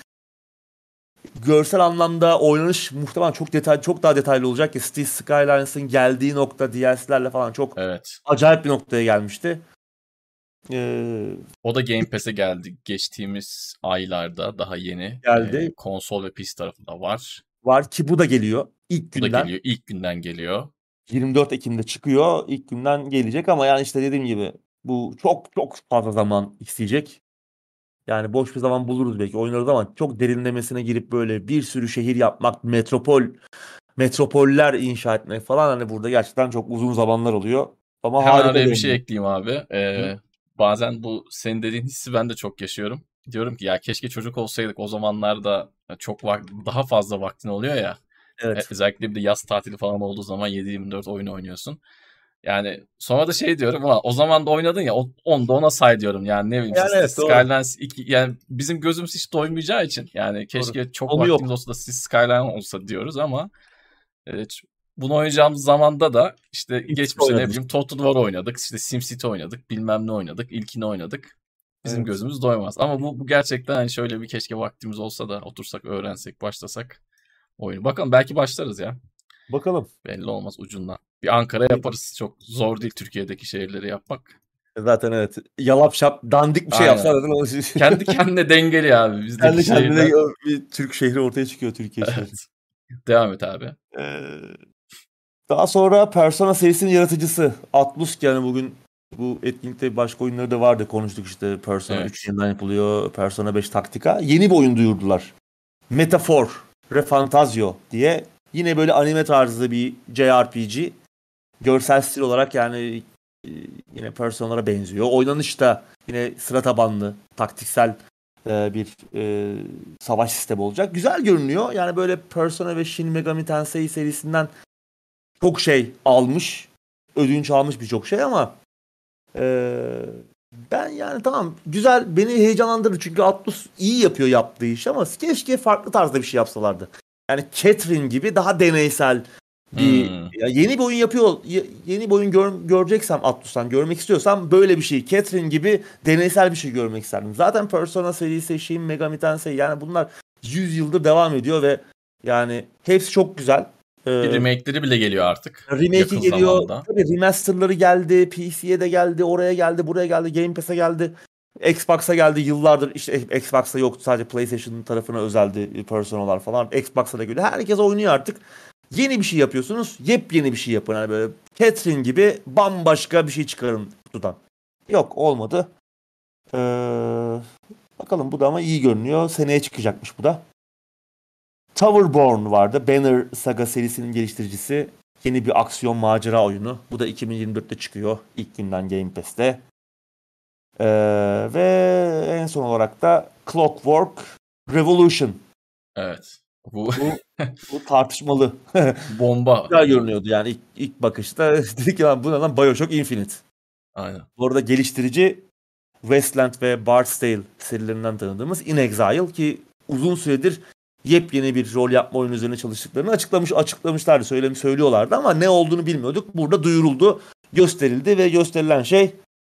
Speaker 2: görsel anlamda oynanış muhtemelen çok detaylı, çok daha detaylı olacak ki Cities Skylines'ın geldiği nokta D L C'lerle falan çok
Speaker 1: evet.
Speaker 2: acayip bir noktaya gelmişti. Ee,
Speaker 1: o da Game Pass'e geldi. Geçtiğimiz aylarda daha yeni.
Speaker 2: Geldi.
Speaker 1: E, konsol ve P C tarafında var.
Speaker 2: Var ki bu da geliyor. İlk
Speaker 1: bu
Speaker 2: günden.
Speaker 1: da geliyor. İlk günden geliyor.
Speaker 2: yirmi dört Ekim'de çıkıyor. İlk günden gelecek ama yani işte dediğim gibi bu çok çok fazla zaman isteyecek. Yani boş bir zaman buluruz belki, oynarız ama çok derinlemesine girip böyle bir sürü şehir yapmak, metropol, metropoller inşa etmek falan hani burada gerçekten çok uzun zamanlar oluyor. Ama
Speaker 1: hemen
Speaker 2: harika
Speaker 1: araya bir
Speaker 2: görünüyor.
Speaker 1: şey ekleyeyim abi. Ee, bazen bu senin dediğin hissi ben de çok yaşıyorum. Diyorum ki ya keşke çocuk olsaydık o zamanlarda, çok vak- daha fazla vaktin oluyor ya.
Speaker 2: Evet.
Speaker 1: Özellikle bir de yaz tatili falan olduğu zaman yedi yirmi dört oyun oynuyorsun. Yani sonra da şey diyorum ama o zaman da oynadın ya, onu da ona say diyorum. Yani ne bileyim
Speaker 2: Yani
Speaker 1: Cities
Speaker 2: evet, doğru.
Speaker 1: Skylines iki, yani bizim gözümüz hiç doymayacağı için yani keşke
Speaker 2: Doğru.
Speaker 1: çok
Speaker 2: Onu
Speaker 1: vaktimiz
Speaker 2: yok.
Speaker 1: olsa da Cities Skyline olsa diyoruz ama evet, bunu oynayacağımız zamanda da işte
Speaker 2: İlk
Speaker 1: geçmişte ne
Speaker 2: oynadık.
Speaker 1: bileyim Total War oynadık, işte SimCity oynadık, bilmem ne oynadık, ilkini oynadık. Bizim
Speaker 2: Evet.
Speaker 1: gözümüz doymaz. Ama bu, bu gerçekten hani şöyle bir keşke vaktimiz olsa da otursak, öğrensek, başlasak oyunu. Bakalım belki başlarız ya.
Speaker 2: Bakalım.
Speaker 1: Belli olmaz ucundan. Bir Ankara yaparız. Çok zor değil Türkiye'deki şehirleri yapmak.
Speaker 2: Zaten evet. Yalap şap dandik bir şey
Speaker 1: Aynen.
Speaker 2: yapsa zaten olur.
Speaker 1: Kendi kendine dengeli abi bizdeki
Speaker 2: Kendi kendine
Speaker 1: şehirler.
Speaker 2: bir Türk şehri ortaya çıkıyor, Türkiye şehri.
Speaker 1: Evet. Devam et abi.
Speaker 2: Ee, daha sonra Persona serisinin yaratıcısı Atlus, yani bugün bu etkinlikte başka oyunları da vardı, konuştuk işte. Persona
Speaker 1: Evet.
Speaker 2: üç yeniden yapılıyor. Persona beş Taktika. Yeni bir oyun duyurdular. Metafor Refantazio diye. Yine böyle anime tarzı bir J R P G. Görsel stil olarak yani e, yine Persona'lara benziyor. Oynanış da yine sıra tabanlı, taktiksel e, bir e, savaş sistemi olacak. Güzel görünüyor. Yani böyle Persona ve Shin Megami Tensei serisinden çok şey almış. Ödünç almış birçok şey ama e, ben yani tamam, güzel, beni heyecanlandırdı. Çünkü Atlus iyi yapıyor yaptığı iş ama keşke farklı tarzda bir şey yapsalardı. Yani Catherine gibi daha deneysel bir
Speaker 1: Hmm.
Speaker 2: ya yeni bir oyun yapıyor. Yeni bir oyun gör, göreceksem Atlus'tan görmek istiyorsam böyle bir şey. Catherine gibi deneysel bir şey görmek isterdim. Zaten Persona serisi, Shin Megami Tensei, yani bunlar yüz yıldır devam ediyor ve yani hepsi çok güzel.
Speaker 1: Bir remake'leri bile geliyor artık.
Speaker 2: Remake'i geliyor. Tabii remaster'ları geldi. P C'ye de geldi. Oraya geldi. Buraya geldi. Game Pass'e geldi. Xbox'a geldi. Yıllardır işte Xbox'ta yoktu. Sadece PlayStation tarafına özeldi Persona'lar falan. Xbox'a da geliyor. Herkes oynuyor artık. Yeni bir şey yapıyorsunuz. Yepyeni bir şey yapın. Yani böyle Catherine gibi bambaşka bir şey çıkarın kutudan. Yok, olmadı. Ee, bakalım, bu da ama iyi görünüyor. Seneye çıkacakmış bu da. Towerborn vardı. Banner Saga serisinin geliştiricisi. Yeni bir aksiyon macera oyunu. Bu da iki bin yirmi dörtte çıkıyor. İlk günden Game Pass'te. Ee, ve en son olarak da Clockwork Revolution.
Speaker 1: Evet. Bu,
Speaker 2: bu, bu tartışmalı.
Speaker 1: Bomba.
Speaker 2: Güzel görünüyordu yani ilk, ilk bakışta. Dedik ki lan bu ne lan, BioShock Infinite.
Speaker 1: Aynen.
Speaker 2: Bu arada geliştirici Wasteland ve Bard's Tale serilerinden tanıdığımız In Exile, ki uzun süredir yepyeni bir rol yapma oyunu üzerine çalıştıklarını açıklamış açıklamışlardı, söylemiş söylüyorlardı ama ne olduğunu bilmiyorduk. Burada duyuruldu, gösterildi ve gösterilen şey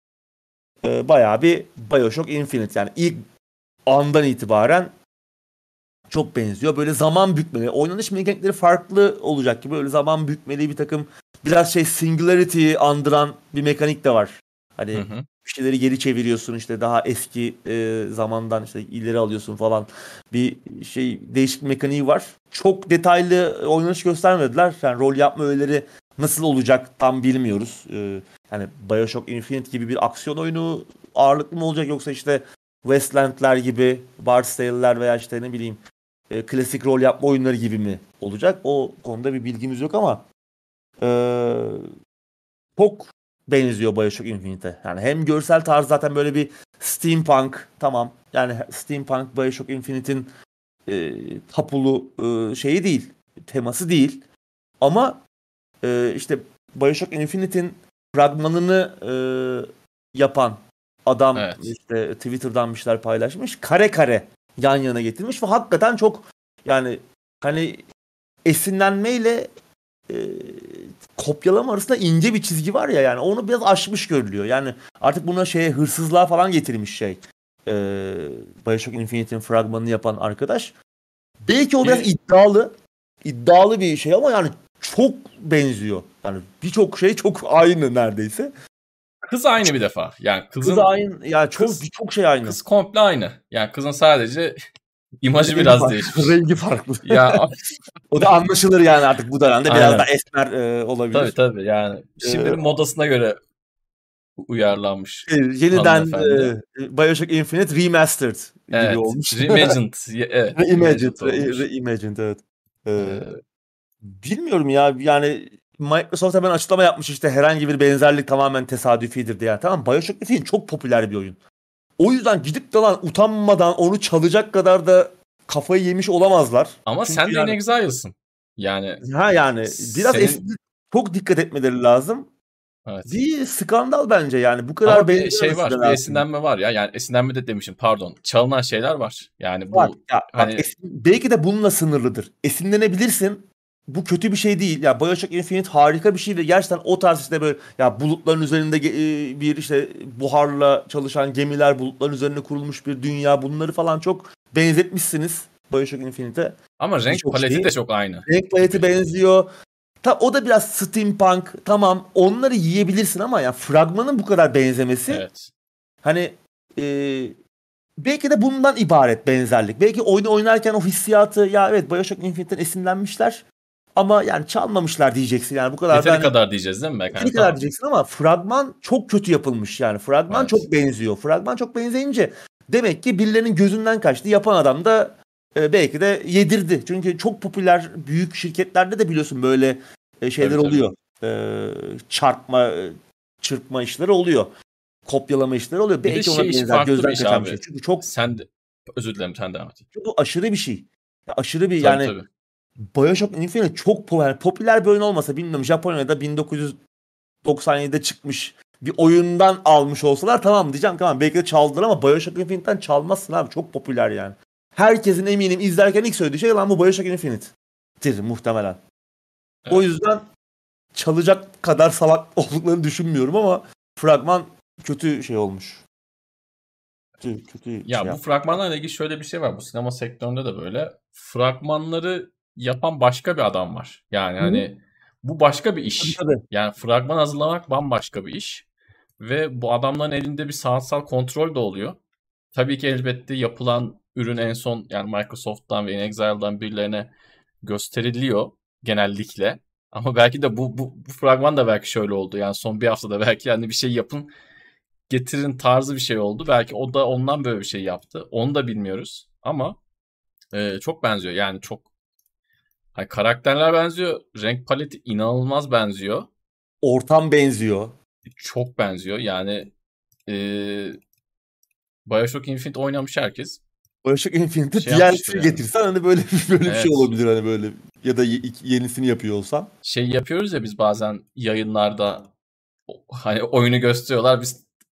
Speaker 2: e, bayağı bir BioShock Infinite, yani ilk andan itibaren çok benziyor. Böyle zaman bükmeli, oynanış mekanikleri farklı olacak gibi, böyle zaman bükmeli bir takım, biraz şey Singularity'yi andıran bir mekanik de var. Hani
Speaker 1: Hı hı.
Speaker 2: bir şeyleri geri çeviriyorsun, işte daha eski e, zamandan işte ileri alıyorsun falan. Bir şey, değişik bir mekaniği var. Çok detaylı oynanış göstermediler. Yani rol yapma öğeleri nasıl olacak tam bilmiyoruz. E, yani BioShock Infinite gibi bir aksiyon oyunu ağırlıklı mı olacak, yoksa işte Wasteland'ler gibi, Bard's Tale'ler veya işte ne bileyim e, klasik rol yapma oyunları gibi mi olacak? O konuda bir bilgimiz yok ama e, çok benziyor BioShock Infinite'e. Yani hem görsel tarz zaten böyle bir steampunk, tamam. Yani steampunk BioShock Infinite'in e, tapulu e, şeyi değil, teması değil. Ama e, işte BioShock Infinite'in fragmanını e, yapan adam
Speaker 1: Evet.
Speaker 2: işte Twitter'dan bir şeyler paylaşmış. Kare kare yan yana getirmiş ve hakikaten çok, yani hani esinlenmeyle e, kopyalama arasında ince bir çizgi var ya, yani onu biraz aşmış görülüyor. Yani artık buna şeye, hırsızlığa falan getirmiş şey. E, BioShock Infinite'in fragmanını yapan arkadaş. Belki o biraz
Speaker 1: Ki
Speaker 2: iddialı. iddialı bir şey ama yani çok benziyor. Yani birçok şey çok aynı neredeyse.
Speaker 1: kız aynı bir defa. Yani
Speaker 2: Kız
Speaker 1: kızın
Speaker 2: aynı. Ya çok
Speaker 1: kız
Speaker 2: birçok şey aynı.
Speaker 1: kız komple aynı. Yani kızın sadece imajı
Speaker 2: Rengi
Speaker 1: biraz
Speaker 2: farklı.
Speaker 1: değişmiş.
Speaker 2: Rengi farklı.
Speaker 1: Ya
Speaker 2: O da anlaşılır yani, artık bu dönemde biraz da
Speaker 1: aynen.
Speaker 2: esmer e,
Speaker 1: Tabii
Speaker 2: olabilir.
Speaker 1: tabii yani
Speaker 2: E,
Speaker 1: şimdinin modasına göre uyarlanmış
Speaker 2: e, yeniden
Speaker 1: hanımefendi.
Speaker 2: e, BioShock Infinite Remastered gibi
Speaker 1: Evet.
Speaker 2: olmuş.
Speaker 1: Reimagined. Ye- Evet.
Speaker 2: Reimagined.
Speaker 1: Reimagined
Speaker 2: Re-
Speaker 1: olmuş.
Speaker 2: Reimagined, evet. E,
Speaker 1: Ee,
Speaker 2: bilmiyorum ya, yani Microsoft hemen açıklama yapmış, işte herhangi bir benzerlik tamamen tesadüfidir diye. Tamam, BioShock Infinite çok popüler bir oyun. O yüzden gidip de lan utanmadan onu çalacak kadar da kafayı yemiş olamazlar.
Speaker 1: ama
Speaker 2: Çünkü
Speaker 1: sen de In
Speaker 2: yani
Speaker 1: Exiles'ın. Yani
Speaker 2: ha yani biraz eski,
Speaker 1: senin
Speaker 2: çok dikkat etmeleri lazım.
Speaker 1: evet.
Speaker 2: Bir skandal bence, yani bu kadar
Speaker 1: Ama bir şey var.
Speaker 2: benzememesinden
Speaker 1: Bir
Speaker 2: aslında.
Speaker 1: esinlenme var ya. Yani esinlenme de demişim pardon. Çalınan şeyler var. Yani
Speaker 2: Bak
Speaker 1: bu
Speaker 2: ya, bak
Speaker 1: hani
Speaker 2: esin- belki de bununla sınırlıdır. Esinlenebilirsin. Bu kötü bir şey değil. Ya BioShock Infinite harika bir şey ve gerçekten o tarz işte böyle, ya bulutların üzerinde ge- e, bir işte buharla çalışan gemiler, bulutların üzerine kurulmuş bir dünya, bunları falan çok benzetmişsiniz BioShock Infinite'e.
Speaker 1: ama renk
Speaker 2: Birçok
Speaker 1: paleti
Speaker 2: şeyi.
Speaker 1: de çok aynı
Speaker 2: Renk paleti
Speaker 1: gibi.
Speaker 2: benziyor. Ta, o da biraz steampunk. Tamam, onları yiyebilirsin ama ya fragmanın bu kadar benzemesi,
Speaker 1: Evet.
Speaker 2: hani e, belki de bundan ibaret benzerlik. Belki oyunu oynarken o hissiyatı, ya evet BioShock Infinite'den esinlenmişler ama yani çalmamışlar diyeceksin. Yani bu kadar da
Speaker 1: Yeteri
Speaker 2: hani
Speaker 1: kadar diyeceğiz değil mi Berk?
Speaker 2: yeteri
Speaker 1: Hani
Speaker 2: kadar
Speaker 1: tamam.
Speaker 2: diyeceksin ama fragman çok kötü yapılmış yani. Fragman
Speaker 1: Evet.
Speaker 2: çok benziyor. Fragman çok benzeyince demek ki birilerinin gözünden kaçtı. Yapan adam da e, belki de yedirdi. Çünkü çok popüler büyük şirketlerde de biliyorsun böyle e, şeyler
Speaker 1: Tabii tabii.
Speaker 2: oluyor. E, çarpma, e, çırpma işleri oluyor. Kopyalama işleri oluyor.
Speaker 1: Bir de
Speaker 2: Belki ona
Speaker 1: şey işi
Speaker 2: benzer,
Speaker 1: farklı bir
Speaker 2: gözden
Speaker 1: iş
Speaker 2: kaçan bir şey.
Speaker 1: abi.
Speaker 2: Çünkü çok
Speaker 1: Sen de özür dilerim sen devam et.
Speaker 2: bu aşırı bir şey. Ya aşırı bir,
Speaker 1: Tabii
Speaker 2: yani
Speaker 1: tabii.
Speaker 2: BioShock Infinite çok popüler, popüler bir oyun olmasa, bilmiyorum, Japonya'da bin dokuz yüz doksan yedide çıkmış bir oyundan almış olsalar tamam diyeceğim, tamam belki de çaldılar ama BioShock Infinite'den çalmazsın abi, çok popüler yani. Herkesin eminim izlerken ilk söylediği şey, lan bu BioShock Infinite'tir muhtemelen. O
Speaker 1: Evet.
Speaker 2: yüzden çalacak kadar salak olduklarını düşünmüyorum ama fragman kötü şey olmuş. Kötü, kötü şey
Speaker 1: Ya bu
Speaker 2: yapmış.
Speaker 1: fragmanlarla ilgili şöyle bir şey var. Bu sinema sektöründe de böyle. Fragmanları yapan başka bir adam var. Yani
Speaker 2: Hı hı.
Speaker 1: hani bu başka bir
Speaker 2: Tabii
Speaker 1: iş.
Speaker 2: tabii.
Speaker 1: Yani fragman hazırlamak bambaşka bir iş. Ve bu adamların elinde bir sanatsal kontrol de oluyor. Tabii ki elbette yapılan ürün en son yani Microsoft'tan ve InXile'dan birilerine gösteriliyor genellikle. Ama belki de bu, bu, bu fragman da belki şöyle oldu. Yani son bir haftada belki hani bir şey yapın getirin tarzı bir şey oldu. Belki o da ondan böyle bir şey yaptı. Onu da bilmiyoruz. Ama e, çok benziyor. Yani çok hani karakterler benziyor. Renk paleti inanılmaz benziyor.
Speaker 2: Ortam benziyor.
Speaker 1: Çok benziyor. Yani e, BioShock Infinite oynamış herkes
Speaker 2: BioShock Infinite'e
Speaker 1: şey yapmıştır
Speaker 2: D L C
Speaker 1: yani.
Speaker 2: getirsen hani böyle böyle bir şey
Speaker 1: Evet.
Speaker 2: olabilir, hani böyle, ya da ye- yenisini yapıyor olsan.
Speaker 1: Şey yapıyoruz ya biz bazen yayınlarda o- hani oyunu gösteriyorlar. Biz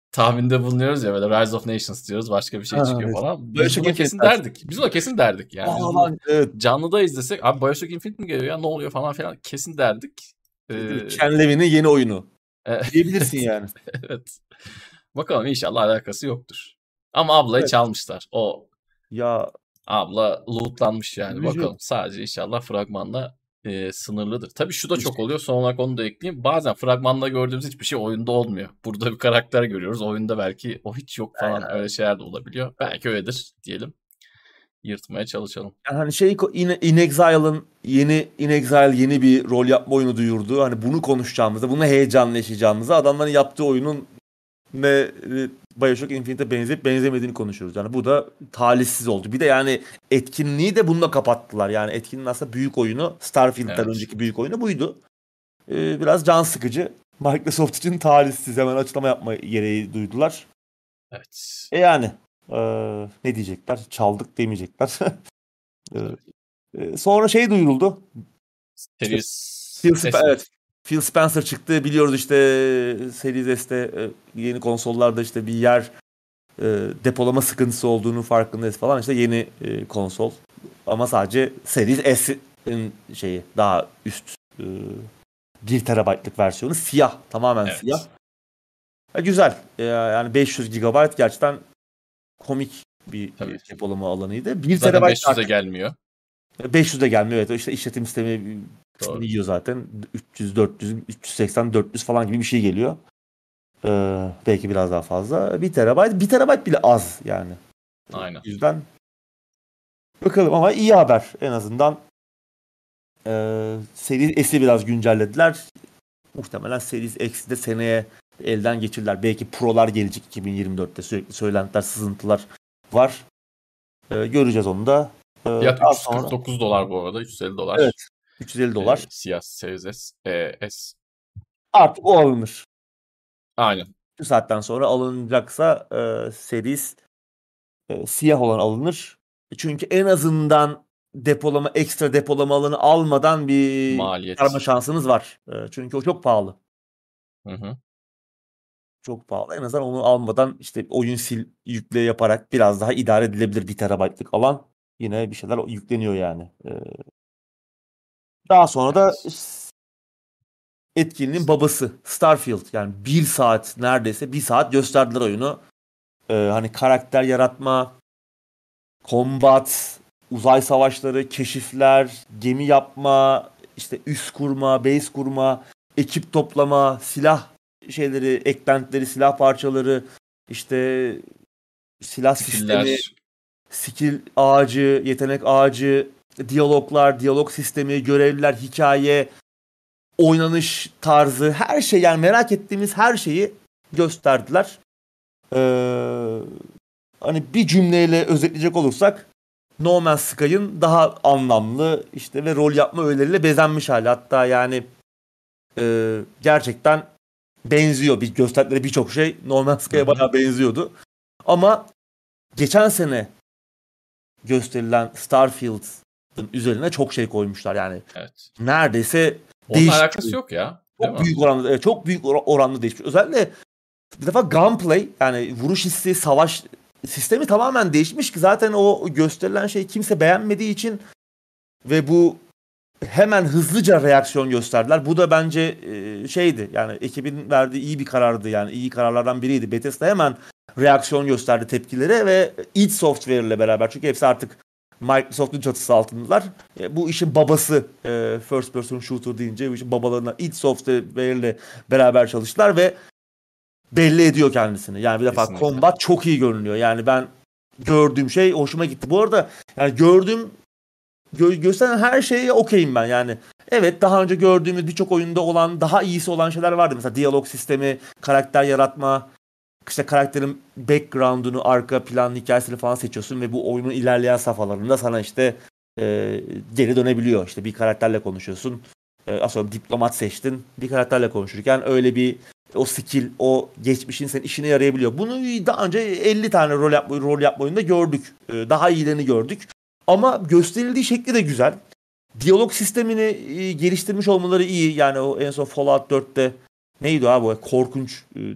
Speaker 1: tahminde bulunuyoruz ya, böyle Rise of Nations diyoruz, başka bir şey
Speaker 2: Ha,
Speaker 1: çıkıyor
Speaker 2: evet.
Speaker 1: falan. Biz
Speaker 2: Bioshock
Speaker 1: buna
Speaker 2: Infinite
Speaker 1: kesin
Speaker 2: dersin.
Speaker 1: derdik. Biz buna kesin derdik yani. Biz
Speaker 2: Aa
Speaker 1: bunu
Speaker 2: lan evet.
Speaker 1: canlıda izlesek abi Bioshock Infinite mi geliyor ya, ne oluyor falan filan kesin derdik.
Speaker 2: Değil mi?
Speaker 1: Ee,
Speaker 2: Ken Levine'in yeni oyunu. Diyebilirsin
Speaker 1: evet.
Speaker 2: yani.
Speaker 1: Evet. Bakalım, inşallah alakası yoktur. Ama ablayı
Speaker 2: Evet.
Speaker 1: çalmışlar. O
Speaker 2: Ya
Speaker 1: abla lootlanmış yani.
Speaker 2: üzücü.
Speaker 1: Bakalım. Sadece inşallah fragmanda e, sınırlıdır. Tabii şu da
Speaker 2: İşte,
Speaker 1: çok oluyor. Son olarak onu da ekleyeyim. Bazen fragmanda gördüğümüz hiçbir şey oyunda olmuyor. Burada bir karakter görüyoruz. Oyunda belki o hiç yok falan, öyle şeyler de olabiliyor. Belki öyledir diyelim. Yırtmaya çalışalım.
Speaker 2: yani hani şey In, In Exile'ın yeni In Exile yeni bir rol yapma oyunu duyurdu. Hani bunu konuşacağımızda, bunu heyecanla yaşayacağımızda adamların yaptığı oyunun ne e, Bioshock Infinite'e benzeyip benzemediğini konuşuyoruz. Yani bu da talihsiz oldu. Bir de yani etkinliği de bununla kapattılar. Yani etkinliğin aslında büyük oyunu, Starfield'den
Speaker 1: Evet.
Speaker 2: önceki büyük oyunu buydu. Ee, biraz can sıkıcı. Microsoft için talihsiz, hemen açıklama yapma gereği duydular.
Speaker 1: Evet.
Speaker 2: E yani e, ne diyecekler? Çaldık demeyecekler. E, e, sonra şey duyuruldu. İşte
Speaker 1: Series
Speaker 2: Phil,
Speaker 1: S
Speaker 2: Sp-
Speaker 1: mi?
Speaker 2: evet, Phil Spencer çıktı. Biliyoruz işte Series S'te e, yeni konsollarda işte bir yer e, depolama sıkıntısı olduğunu farkındayız falan. İşte yeni e, konsol. Ama sadece Series S'in şeyi daha üst e, bir terabaytlık versiyonu. Siyah. Tamamen siyah.
Speaker 1: Evet.
Speaker 2: E, güzel. E, yani beş yüz gigabayt gerçekten komik bir
Speaker 1: Tabii.
Speaker 2: e, depolama alanıydı. bir
Speaker 1: Zaten
Speaker 2: terabayt
Speaker 1: beş yüze
Speaker 2: artık
Speaker 1: gelmiyor.
Speaker 2: beş yüze gelmiyor. Evet. İşte işletim sistemi kısmını
Speaker 1: Doğru.
Speaker 2: yiyor zaten. üç yüz, dört yüz, üç yüz seksen, dört yüz falan gibi bir şey geliyor. Ee, belki biraz daha fazla. bir terabayt. bir terabayt bile az yani.
Speaker 1: Aynen.
Speaker 2: O yüzden bakalım ama iyi haber en azından. Ee, Series S'i biraz güncellediler. Muhtemelen Series X'i de seneye elden geçirirler. Belki Pro'lar gelecek iki bin yirmi dörtte. Sürekli söylentiler, sızıntılar var. Ee, göreceğiz onu da. Ee,
Speaker 1: Fiyat
Speaker 2: daha
Speaker 1: üç yüz kırk
Speaker 2: sonra
Speaker 1: dokuz dolar bu arada. üç yüz elli dolar.
Speaker 2: evet, üç yüz elli
Speaker 1: Ee,
Speaker 2: dolar.
Speaker 1: siyah Series S. E, S.
Speaker 2: Artık o alınır.
Speaker 1: Aynen.
Speaker 2: Bu saatten sonra alınacaksa e, Series e, siyah olan alınır. Çünkü en azından depolama, ekstra depolama alanı almadan bir kurtarma
Speaker 1: Maliyet.
Speaker 2: şansınız var. E, çünkü o çok pahalı.
Speaker 1: Hı hı.
Speaker 2: Çok pahalı. En azından onu almadan işte oyun sil yükle yaparak biraz daha idare edilebilir bir terabaytlık alan. Yine bir şeyler yükleniyor yani. E, daha sonra da
Speaker 1: Evet.
Speaker 2: etkinliğin babası Starfield. Yani bir saat, neredeyse bir saat gösterdiler oyunu. E, hani karakter yaratma, kombat, uzay savaşları, keşifler, gemi yapma, işte üs kurma, base kurma, ekip toplama, silah şeyleri, eklentileri, silah parçaları, işte silah sistemi,
Speaker 1: Skill'ler.
Speaker 2: skill ağacı, yetenek ağacı, diyaloglar, diyalog sistemi, görevliler, hikaye, oynanış tarzı, her şey, yani merak ettiğimiz her şeyi gösterdiler. Ee, hani bir cümleyle özetleyecek olursak No Man's Sky'ın daha anlamlı işte ve rol yapma öğeleriyle bezenmiş hali. Hatta yani e, gerçekten benziyor. Bir gösterdikleri birçok şey No Man's
Speaker 1: Hı
Speaker 2: Sky'a
Speaker 1: hı.
Speaker 2: bayağı benziyordu. Ama geçen sene gösterilen Starfield'ın üzerine çok şey koymuşlar. Yani
Speaker 1: Evet.
Speaker 2: neredeyse
Speaker 1: Onun
Speaker 2: değişik.
Speaker 1: alakası yok ya. Değil
Speaker 2: Çok
Speaker 1: mi?
Speaker 2: büyük oranda, evet, çok büyük or- oranda değişmiş. Özellikle bir defa gunplay, yani vuruş hissi, savaş sistemi tamamen değişmiş ki zaten o gösterilen şey kimse beğenmediği için ve bu hemen hızlıca reaksiyon gösterdiler. Bu da bence e, şeydi, yani ekibin verdiği iyi bir karardı, yani iyi kararlardan biriydi. Bethesda hemen reaksiyon gösterdi tepkilere ve id Software ile beraber, çünkü hepsi artık Microsoft'un çatısı altındalar. E, bu işin babası, e, first person shooter deyince bu işin babalarından id Software ile beraber çalıştılar ve belli ediyor kendisini. Yani bir defa
Speaker 1: Kesinlikle.
Speaker 2: combat çok iyi görünüyor. Yani ben gördüğüm şey hoşuma gitti. Bu arada yani gördüğüm gö- gösteren her şeye okeyim ben yani. Evet, daha önce gördüğümüz birçok oyunda olan, daha iyisi olan şeyler vardı. Mesela diyalog sistemi, karakter yaratma, işte karakterin background'unu, arka plan hikayesini falan seçiyorsun ve bu oyunun ilerleyen safhalarında sana işte e, geri dönebiliyor. İşte bir karakterle konuşuyorsun. E, aslında diplomat seçtin. Bir karakterle konuşurken öyle bir o skill, o geçmişin senin işine yarayabiliyor. Bunu daha önce elli tane rol yapma, rol yapma oyununda gördük. E, daha iyilerini gördük. Ama gösterildiği şekli de güzel. Diyalog sistemini e, geliştirmiş olmaları iyi. Yani o en son Fallout dörtte neydi abi o korkunç e,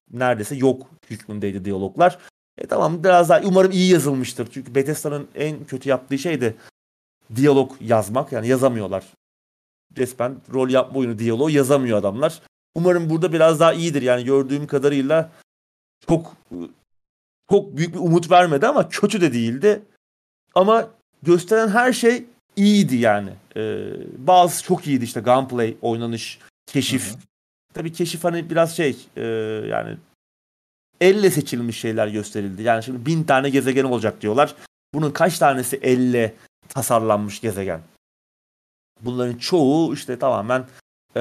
Speaker 2: neredeyse yok hükmündeydi diyaloglar. E tamam, biraz daha umarım iyi yazılmıştır. Çünkü Bethesda'nın en kötü yaptığı şey de diyalog yazmak. Yani yazamıyorlar. Resmen rol yapma oyunu diyaloğu yazamıyor adamlar. Umarım burada biraz daha iyidir. Yani gördüğüm kadarıyla çok çok büyük bir umut vermedi ama kötü de değildi. Ama gösteren her şey iyiydi yani. Ee, bazı çok iyiydi, işte gunplay, oynanış, keşif.
Speaker 1: Hı hı.
Speaker 2: Tabii keşif hani biraz şey e, yani elle seçilmiş şeyler gösterildi. Yani şimdi bin tane gezegen olacak diyorlar. Bunun kaç tanesi elle tasarlanmış gezegen? Bunların çoğu işte tamamen e,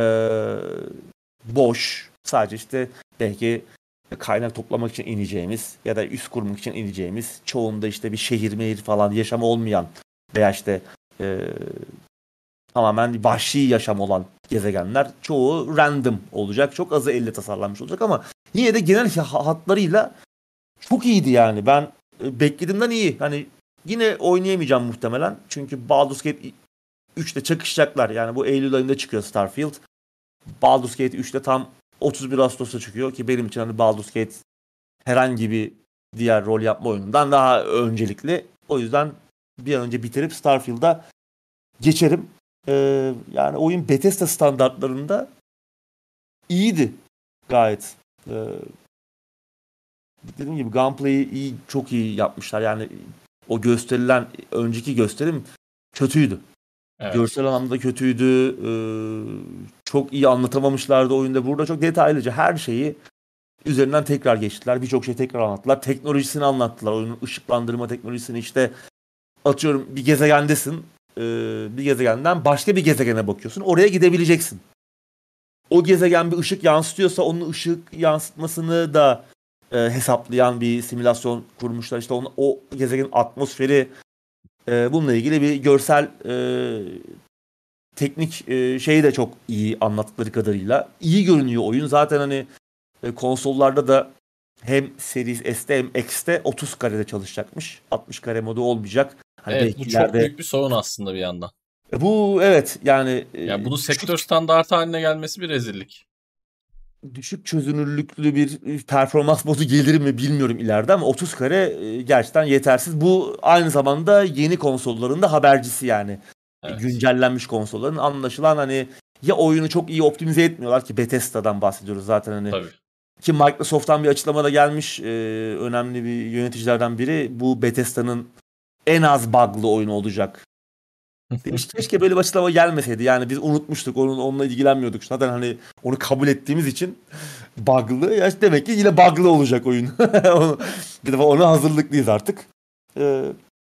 Speaker 2: boş. Sadece işte belki kaynak toplamak için ineceğimiz ya da üs kurmak için ineceğimiz, çoğunda işte bir şehir mehir falan yaşam olmayan veya işte e, tamamen vahşi yaşam olan gezegenler, çoğu random olacak. Çok azı elle tasarlanmış olacak ama yine de genel hatlarıyla çok iyiydi yani. Ben e, beklediğimden iyi. Hani yine oynayamayacağım muhtemelen. Çünkü Baldur's Gate üçte çakışacaklar. Yani bu Eylül ayında çıkıyor Starfield. Baldur's Gate üçte tam otuz bir Ağustos'ta çıkıyor ki benim için hani Baldur's Gate herhangi bir diğer rol yapma oyunundan daha öncelikli. O yüzden bir an önce bitirip Starfield'a geçerim. Ee, yani oyun Bethesda standartlarında iyiydi gayet. Ee, dediğim gibi gunplay'i iyi, çok iyi yapmışlar. Yani o gösterilen önceki gösterim kötüydü.
Speaker 1: Evet.
Speaker 2: Görsel anlamda kötüydü. Ee, çok iyi anlatamamışlardı oyunda. Burada çok detaylıca her şeyi üzerinden tekrar geçtiler. Birçok şey tekrar anlattılar. Teknolojisini anlattılar. Oyunun ışıklandırma teknolojisini, işte atıyorum bir gezegendesin. Ee, bir gezegenden başka bir gezegene bakıyorsun. Oraya gidebileceksin. O gezegen bir ışık yansıtıyorsa onun ışık yansıtmasını da e, hesaplayan bir simülasyon kurmuşlar. İşte onu, o gezegenin atmosferi, e, bununla ilgili bir görsel e, teknik e, şeyi de çok iyi anlattıkları kadarıyla. İyi görünüyor oyun. Zaten hani e, konsollarda da hem Series S'te hem X'te otuz karede çalışacakmış. altmış kare modu olmayacak. Hani
Speaker 1: Evet,
Speaker 2: belki
Speaker 1: bu çok
Speaker 2: ileride
Speaker 1: büyük bir sorun aslında bir yandan.
Speaker 2: E, bu evet yani e,
Speaker 1: Yani bunu
Speaker 2: düşük,
Speaker 1: sektör standartı haline gelmesi bir rezillik.
Speaker 2: düşük çözünürlüklü bir performans modu gelir mi bilmiyorum ileride ama otuz kare e, gerçekten yetersiz. Bu aynı zamanda yeni konsolların da habercisi yani. E,
Speaker 1: Evet.
Speaker 2: güncellenmiş konsolların, anlaşılan hani ya oyunu çok iyi optimize etmiyorlar ki Bethesda'dan bahsediyoruz zaten hani.
Speaker 1: Tabii.
Speaker 2: Ki Microsoft'tan bir açıklamada gelmiş, e, önemli bir yöneticilerden biri, bu Bethesda'nın en az bug'lı oyunu olacak. Demiş keşke böyle bir açıklama gelmeseydi. Yani biz unutmuştuk. Onun, onunla ilgilenmiyorduk. Zaten hani onu kabul ettiğimiz için bug'lı. Ya işte demek ki yine bug'lı olacak oyun. Onu- bir defa ona hazırlıklıyız artık. Ee,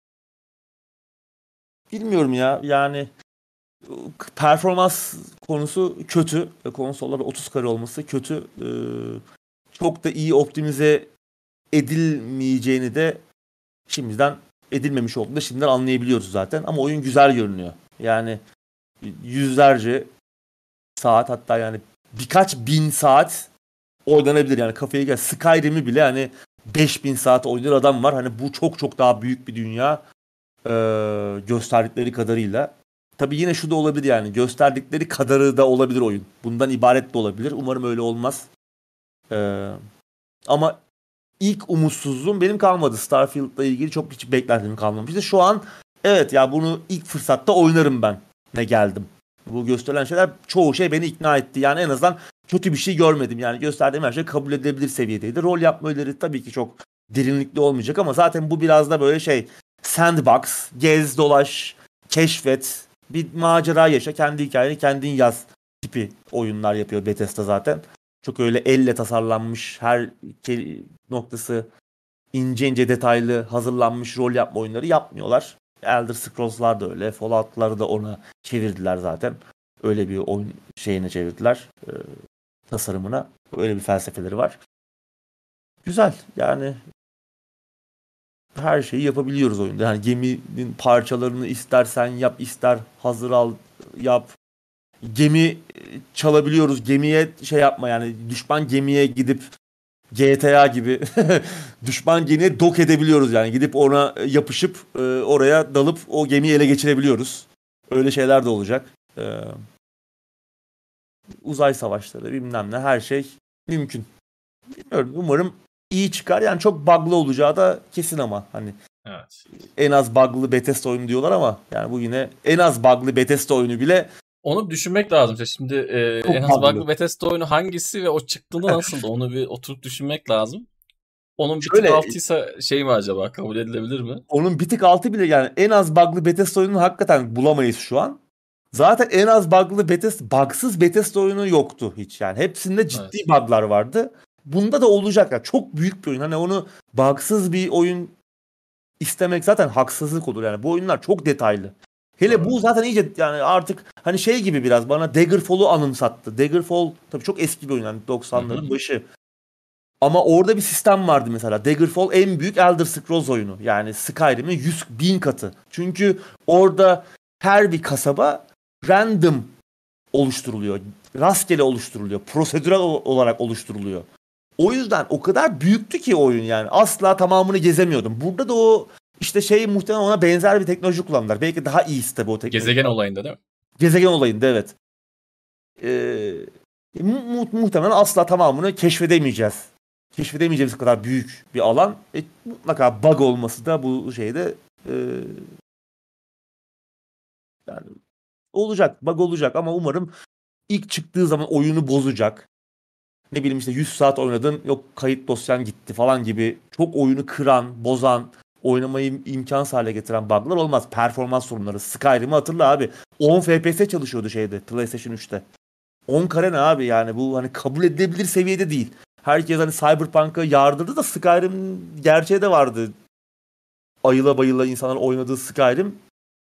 Speaker 2: bilmiyorum ya. Yani performans konusu kötü. Konsollarda otuz kare olması kötü. Ee, çok da iyi optimize edilmeyeceğini de şimdiden, edilmemiş olduğunu da şimdiden anlayabiliyoruz zaten. Ama oyun güzel görünüyor. Yani yüzlerce saat, hatta yani birkaç bin saat oynanabilir. Yani kafaya gel, Skyrim'i bile hani beş bin saat oynayan adam var. Hani bu çok çok daha büyük bir dünya ee, gösterdikleri kadarıyla. Tabii yine şu da olabilir, yani gösterdikleri kadarı da olabilir oyun. Bundan ibaret de olabilir. Umarım öyle olmaz. Ee, ama ilk umutsuzluğum benim kalmadı. Starfield'la ilgili çok hiç beklentim kalmamıştı. Şu an evet ya, bunu ilk fırsatta oynarım ben. Ne geldim. Bu gösterilen şeyler, çoğu şey beni ikna etti. Yani en azından kötü bir şey görmedim. Yani gösterdiğim her şey kabul edilebilir seviyedeydi. Rol yapma öğeleri tabii ki çok derinlikli olmayacak ama zaten bu biraz da böyle şey, sandbox, gez dolaş, keşfet, bir macera yaşa, kendi hikayeni kendin yaz tipi oyunlar yapıyor Bethesda zaten. Çok öyle elle tasarlanmış, her ke- noktası ince ince detaylı hazırlanmış rol yapma oyunları yapmıyorlar. Elder Scrolls'lar da öyle. Fallout'ları da ona çevirdiler zaten. Öyle bir oyun şeyine çevirdiler. E, tasarımına. Öyle bir felsefeleri var. Güzel. Yani her şeyi yapabiliyoruz oyunda. Yani geminin parçalarını istersen yap, ister hazır al yap. Gemi e, çalabiliyoruz. Gemiye şey yapma, yani düşman gemiye gidip G T A gibi düşman gemiye dok edebiliyoruz, yani gidip ona yapışıp e, oraya dalıp o gemiyi ele geçirebiliyoruz. Öyle şeyler de olacak. Ee, uzay savaşları bilmem ne, her şey mümkün. bilmiyorum, umarım iyi çıkar. Yani çok bug'lı olacağı da kesin ama hani
Speaker 1: Evet.
Speaker 2: en az bug'lı Bethesda oyunu diyorlar ama yani bu yine en az bug'lı Bethesda oyunu bile
Speaker 1: onu düşünmek lazım. Şimdi e, en az bug'lı Bethesda oyunu hangisi ve o çıktığında nasıldı? Onu bir oturup düşünmek lazım. Onun bir
Speaker 2: Şöyle,
Speaker 1: tık altıysa şey mi acaba? Kabul edilebilir mi?
Speaker 2: Onun bir tık altı bile, yani en az bug'lı Bethesda oyununu hakikaten bulamayız şu an. Zaten en az bug'lı Bethesda, bug'sız Bethesda oyunu yoktu hiç yani. Hepsinde ciddi
Speaker 1: Evet.
Speaker 2: bug'lar vardı. Bunda da olacak ya. Çok büyük bir oyun. Hani onu bug'sız bir oyun istemek zaten haksızlık olur yani. Bu oyunlar çok detaylı. Hele
Speaker 1: Doğru.
Speaker 2: bu zaten iyice yani artık hani şey gibi biraz bana Daggerfall'u anımsattı. Daggerfall tabii çok eski bir oyun yani doksanların
Speaker 1: Hı hı.
Speaker 2: başı. Ama orada bir sistem vardı mesela. Daggerfall en büyük Elder Scrolls oyunu. Yani Skyrim'in yüz bin katı. Çünkü orada her bir kasaba random oluşturuluyor. Rastgele oluşturuluyor. Prosedürel olarak oluşturuluyor. O yüzden o kadar büyüktü ki oyun yani. Asla tamamını gezemiyordum. Burada da o işte şey muhtemelen ona benzer bir teknoloji kullandılar. Belki daha iyisi tabii o teknoloji.
Speaker 1: Gezegen olayında değil mi?
Speaker 2: Gezegen olayında evet. Ee, mu- mu- muhtemelen asla tamamını keşfedemeyeceğiz. Keşfedemeyeceğimiz kadar büyük bir alan. E, mutlaka bug olması da bu şeyde e, yani olacak. Bug olacak ama umarım ilk çıktığı zaman oyunu bozacak. Ne bileyim işte yüz saat oynadın, yok kayıt dosyan gitti falan gibi çok oyunu kıran, bozan, oynamayı imkansız hale getiren bug'lar olmaz. Performans sorunları. Skyrim'i hatırla abi. on F P S çalışıyordu şeyde PlayStation üçte. on kare ne abi yani, bu hani kabul edilebilir seviyede değil. Herkes hani Cyberpunk'a yardırdı da Skyrim gerçeği de vardı. Ayıla bayıla insanlar oynadığı Skyrim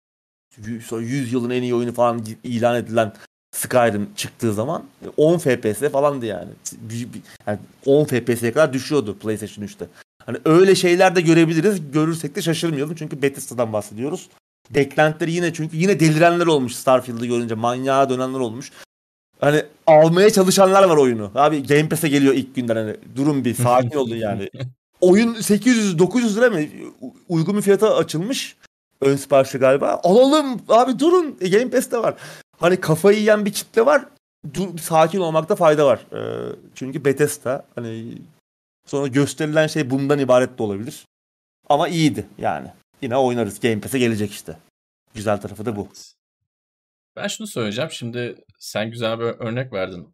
Speaker 2: yüz yılın en iyi oyunu falan ilan edilen Skyrim çıktığı zaman on F P S falandı yani. Yani on F P S'ye kadar düşüyordu PlayStation üçte. Hani öyle şeyler de görebiliriz. Görürsek de şaşırmayalım çünkü Bethesda'dan bahsediyoruz. Beklentileri yine, çünkü yine delirenler olmuş Starfield'ı görünce. Manyağa dönenler olmuş. Hani almaya çalışanlar var oyunu. Abi Game Pass'e geliyor ilk günden, hani durun bir sakin olun yani. Oyun sekiz yüz dokuz yüz lira mı? Uygun bir fiyata açılmış. Ön siparişi galiba. Alalım abi, durun. E, Game Pass'te var. Hani kafayı yiyen bir kitle var. Dur, sakin olmakta fayda var. Ee, çünkü Bethesda hani sonra gösterilen şey bundan ibaret de olabilir. Ama iyiydi yani. Yine oynarız. Game Pass'e gelecek işte. Güzel tarafı da bu.
Speaker 1: Evet. Ben şunu söyleyeceğim. Şimdi sen güzel bir örnek verdin.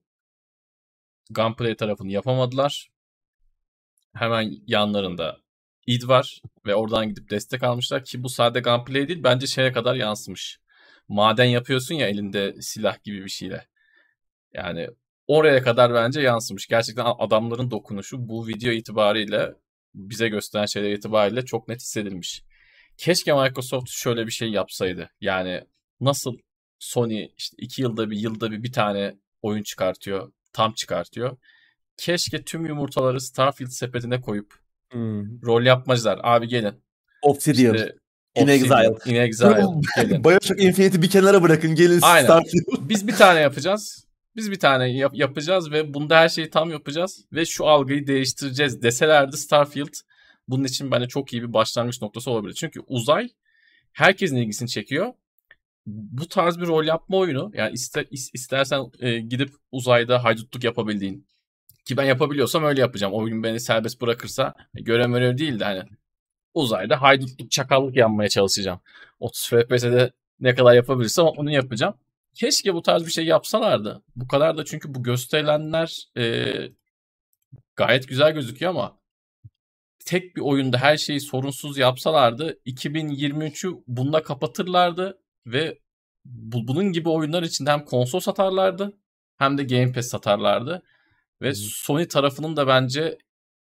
Speaker 1: Gunplay tarafını yapamadılar. Hemen yanlarında id var ve oradan gidip destek almışlar ki bu sadece gunplay değil, bence şeye kadar yansımış. Maden yapıyorsun ya elinde silah gibi bir şeyle. Yani oraya kadar bence yansımış. Gerçekten adamların dokunuşu bu video itibariyle, bize gösteren şeyler itibariyle çok net hissedilmiş. Keşke Microsoft şöyle bir şey yapsaydı. Yani nasıl Sony işte iki yılda bir yılda bir bir tane oyun çıkartıyor, tam çıkartıyor. Keşke tüm yumurtaları Starfield sepetine koyup
Speaker 2: Hmm.
Speaker 1: rol yapmacılar abi gelin.
Speaker 2: Obsidian.
Speaker 1: İşte
Speaker 2: In Exile.
Speaker 1: Obsidian, In Exile gelin.
Speaker 2: Bioshock Infinite'i bir kenara bırakın. Gelin
Speaker 1: Aynen.
Speaker 2: Starfield.
Speaker 1: Biz bir tane yapacağız. Biz bir tane yap- yapacağız ve bunda her şeyi tam yapacağız ve şu algıyı değiştireceğiz deselerdi Starfield bunun için bence çok iyi bir başlangıç noktası olabilir. Çünkü uzay herkesin ilgisini çekiyor. Bu tarz bir rol yapma oyunu, yani ister, istersen e, gidip uzayda haydutluk yapabildiğin, ki ben yapabiliyorsam öyle yapacağım. Oyun beni serbest bırakırsa görev görev değil de hani uzayda haydutluk, çakallık yapmaya çalışacağım. otuz F P S'de ne kadar yapabilirsem onu yapacağım. Keşke bu tarz bir şey yapsalardı. Bu kadar da, çünkü bu gösterilenler e, gayet güzel gözüküyor ama tek bir oyunda her şeyi sorunsuz yapsalardı iki bin yirmi üçü bununla kapatırlardı ve bu, bunun gibi oyunlar için hem konsol satarlardı hem de Game Pass satarlardı. Ve Sony tarafının da bence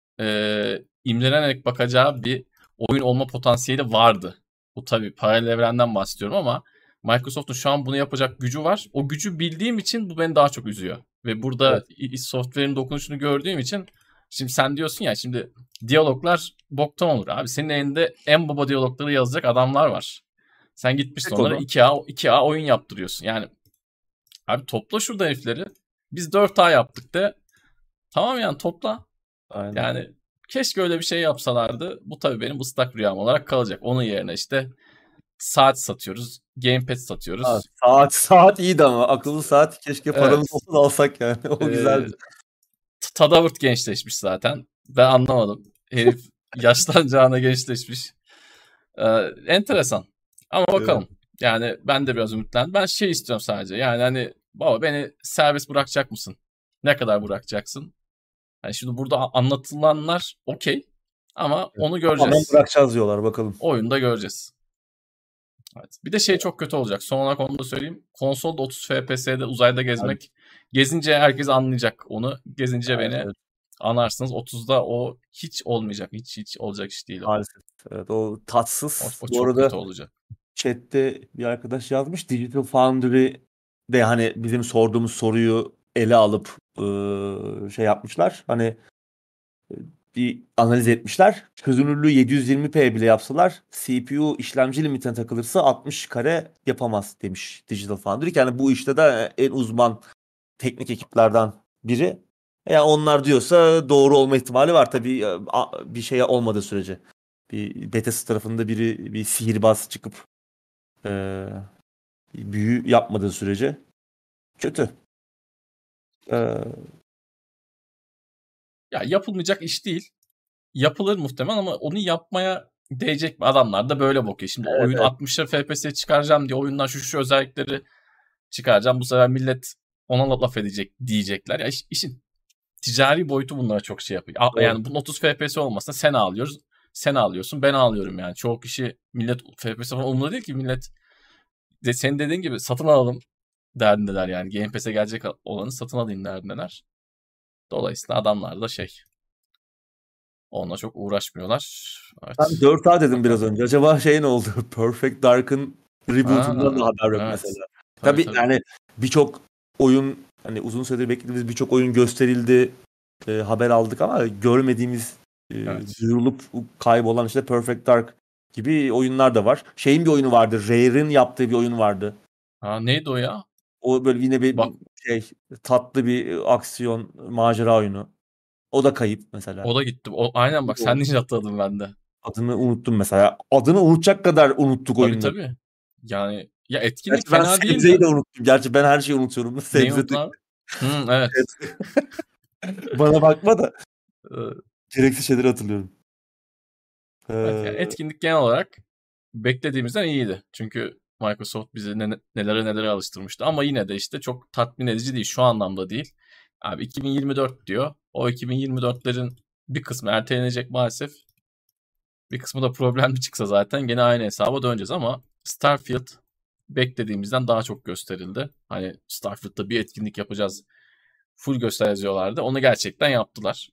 Speaker 1: e, imlenerek bakacağı bir oyun olma potansiyeli vardı. Bu tabii paralel evrenden bahsediyorum ama Microsoft'un şu an bunu yapacak gücü var. O gücü bildiğim için bu beni daha çok üzüyor. Ve burada
Speaker 2: Evet.
Speaker 1: id Software'in dokunuşunu gördüğüm için, şimdi sen diyorsun ya, şimdi diyaloglar boktan olur. Abi senin elinde en baba diyalogları yazacak adamlar var. Sen gitmişsin onlara iki A, iki A oyun yaptırıyorsun. Yani abi topla şurada herifleri. Biz dört A yaptık de. Tamam yani topla.
Speaker 2: Aynen.
Speaker 1: Yani keşke öyle bir şey yapsalardı. Bu tabii benim ıslak rüyam olarak kalacak. Onun yerine işte saat satıyoruz. Gamepad satıyoruz.
Speaker 2: Ha, saat saat iyiydi ama akıllı saat keşke paramız
Speaker 1: Evet.
Speaker 2: olsa da alsak yani. O
Speaker 1: Ee,
Speaker 2: güzeldi.
Speaker 1: Tadavurt gençleşmiş zaten. Ben anlamadım. Herif yaşlanacağına gençleşmiş. Ee, enteresan. Ama bakalım. Evet. Yani ben de biraz ümitlendim. Ben şey istiyorum sadece. Yani hani baba beni serbest bırakacak mısın? Ne kadar bırakacaksın? Yani şimdi burada anlatılanlar okey. Ama evet. Onu göreceğiz.
Speaker 2: Tamam bırakacağız diyorlar bakalım.
Speaker 1: Oyunda göreceğiz. Evet. Bir de şey çok kötü olacak. Son olarak onu da söyleyeyim. Konsolda otuz F P S'de uzayda gezmek. Evet. Gezince herkes anlayacak onu. Gezince evet, beni evet. Anlarsınız. otuzda o hiç olmayacak. Hiç hiç olacak iş değil o.
Speaker 2: Maalesef. Evet, o tatsız.
Speaker 1: O, o çok arada, kötü olacak.
Speaker 2: Chat'te bir arkadaş yazmış. Digital Foundry de hani bizim sorduğumuz soruyu ele alıp ıı, şey yapmışlar. Hani bir analiz etmişler. Çözünürlüğü yedi yüz yirmi p bile yapsalar C P U işlemci limitine takılırsa altmış kare yapamaz demiş Digital Foundry. Yani bu işte de en uzman teknik ekiplerden biri. Yani onlar diyorsa doğru olma ihtimali var tabii bir şey olmadığı sürece. Bir Bethesda tarafında biri bir sihirbaz çıkıp e, büyü yapmadığı sürece kötü. E,
Speaker 1: ya yapılmayacak iş değil. Yapılır muhtemelen ama onu yapmaya değecek mi? Adamlar da böyle bakıyor. Şimdi evet, oyun evet. altmışa F P S çıkaracağım diye oyundan şu şu özellikleri çıkaracağım. Bu sefer millet ona laf edecek diyecekler. Ya iş, işin ticari boyutu bunlara çok şey yapıyor. Evet. Yani bunun otuz F P S olmasına sen ağlıyoruz. Sen ağlıyorsun, ben ağlıyorum yani. Çoğu kişi millet F P S falan umurunda değil ki millet de senin dediğin gibi satın alalım derdindeler yani. Game Pass'e gelecek olanı satın alayım derdindeler. Dolayısıyla adamlar da şey onunla çok uğraşmıyorlar. Evet.
Speaker 2: Ben dört A dedim bakalım. Biraz önce. Acaba şey ne oldu? Perfect Dark'ın reboot'undan da haber yok evet. Mesela. Tabii, tabii, tabii. Yani birçok oyun hani uzun süredir beklediğimiz birçok oyun gösterildi. E, haber aldık ama görmediğimiz e, evet. duyurulup kaybolan işte Perfect Dark gibi oyunlar da var. Şeyin bir oyunu vardı. Rare'in yaptığı bir oyun vardı.
Speaker 1: Ha neydi o ya?
Speaker 2: O böyle yine bir Bak. şey tatlı bir aksiyon macera oyunu. O da kayıp mesela.
Speaker 1: O da gitti. O, aynen bak sen deyince hatırladım ben de.
Speaker 2: Adını unuttum mesela. Adını unutacak kadar unuttuk oyunu.
Speaker 1: Tabii tabii. Yani ya etkinlik
Speaker 2: Gerçi ben
Speaker 1: fena değil
Speaker 2: Sebze'yi
Speaker 1: de.
Speaker 2: de unuttum. Gerçi ben her şeyi unutuyorum.
Speaker 1: Neyi unuttun abi? Hı, evet.
Speaker 2: Bana bakma da. Gereksiz şeyleri hatırlıyorum.
Speaker 1: Evet, yani etkinlik genel olarak beklediğimizden iyiydi. Çünkü Microsoft bizi ne, nelere nelere alıştırmıştı. Ama yine de işte çok tatmin edici değil. Şu anlamda değil. Abi iki bin yirmi dört diyor. O iki bin yirmi dörtlerin bir kısmı ertelenecek maalesef. Bir kısmı da problemli çıksa zaten gene aynı hesaba döneceğiz ama Starfield beklediğimizden daha çok gösterildi. Hani Starfield'da bir etkinlik yapacağız. Full göstereceğiyorlardı. Onu gerçekten yaptılar.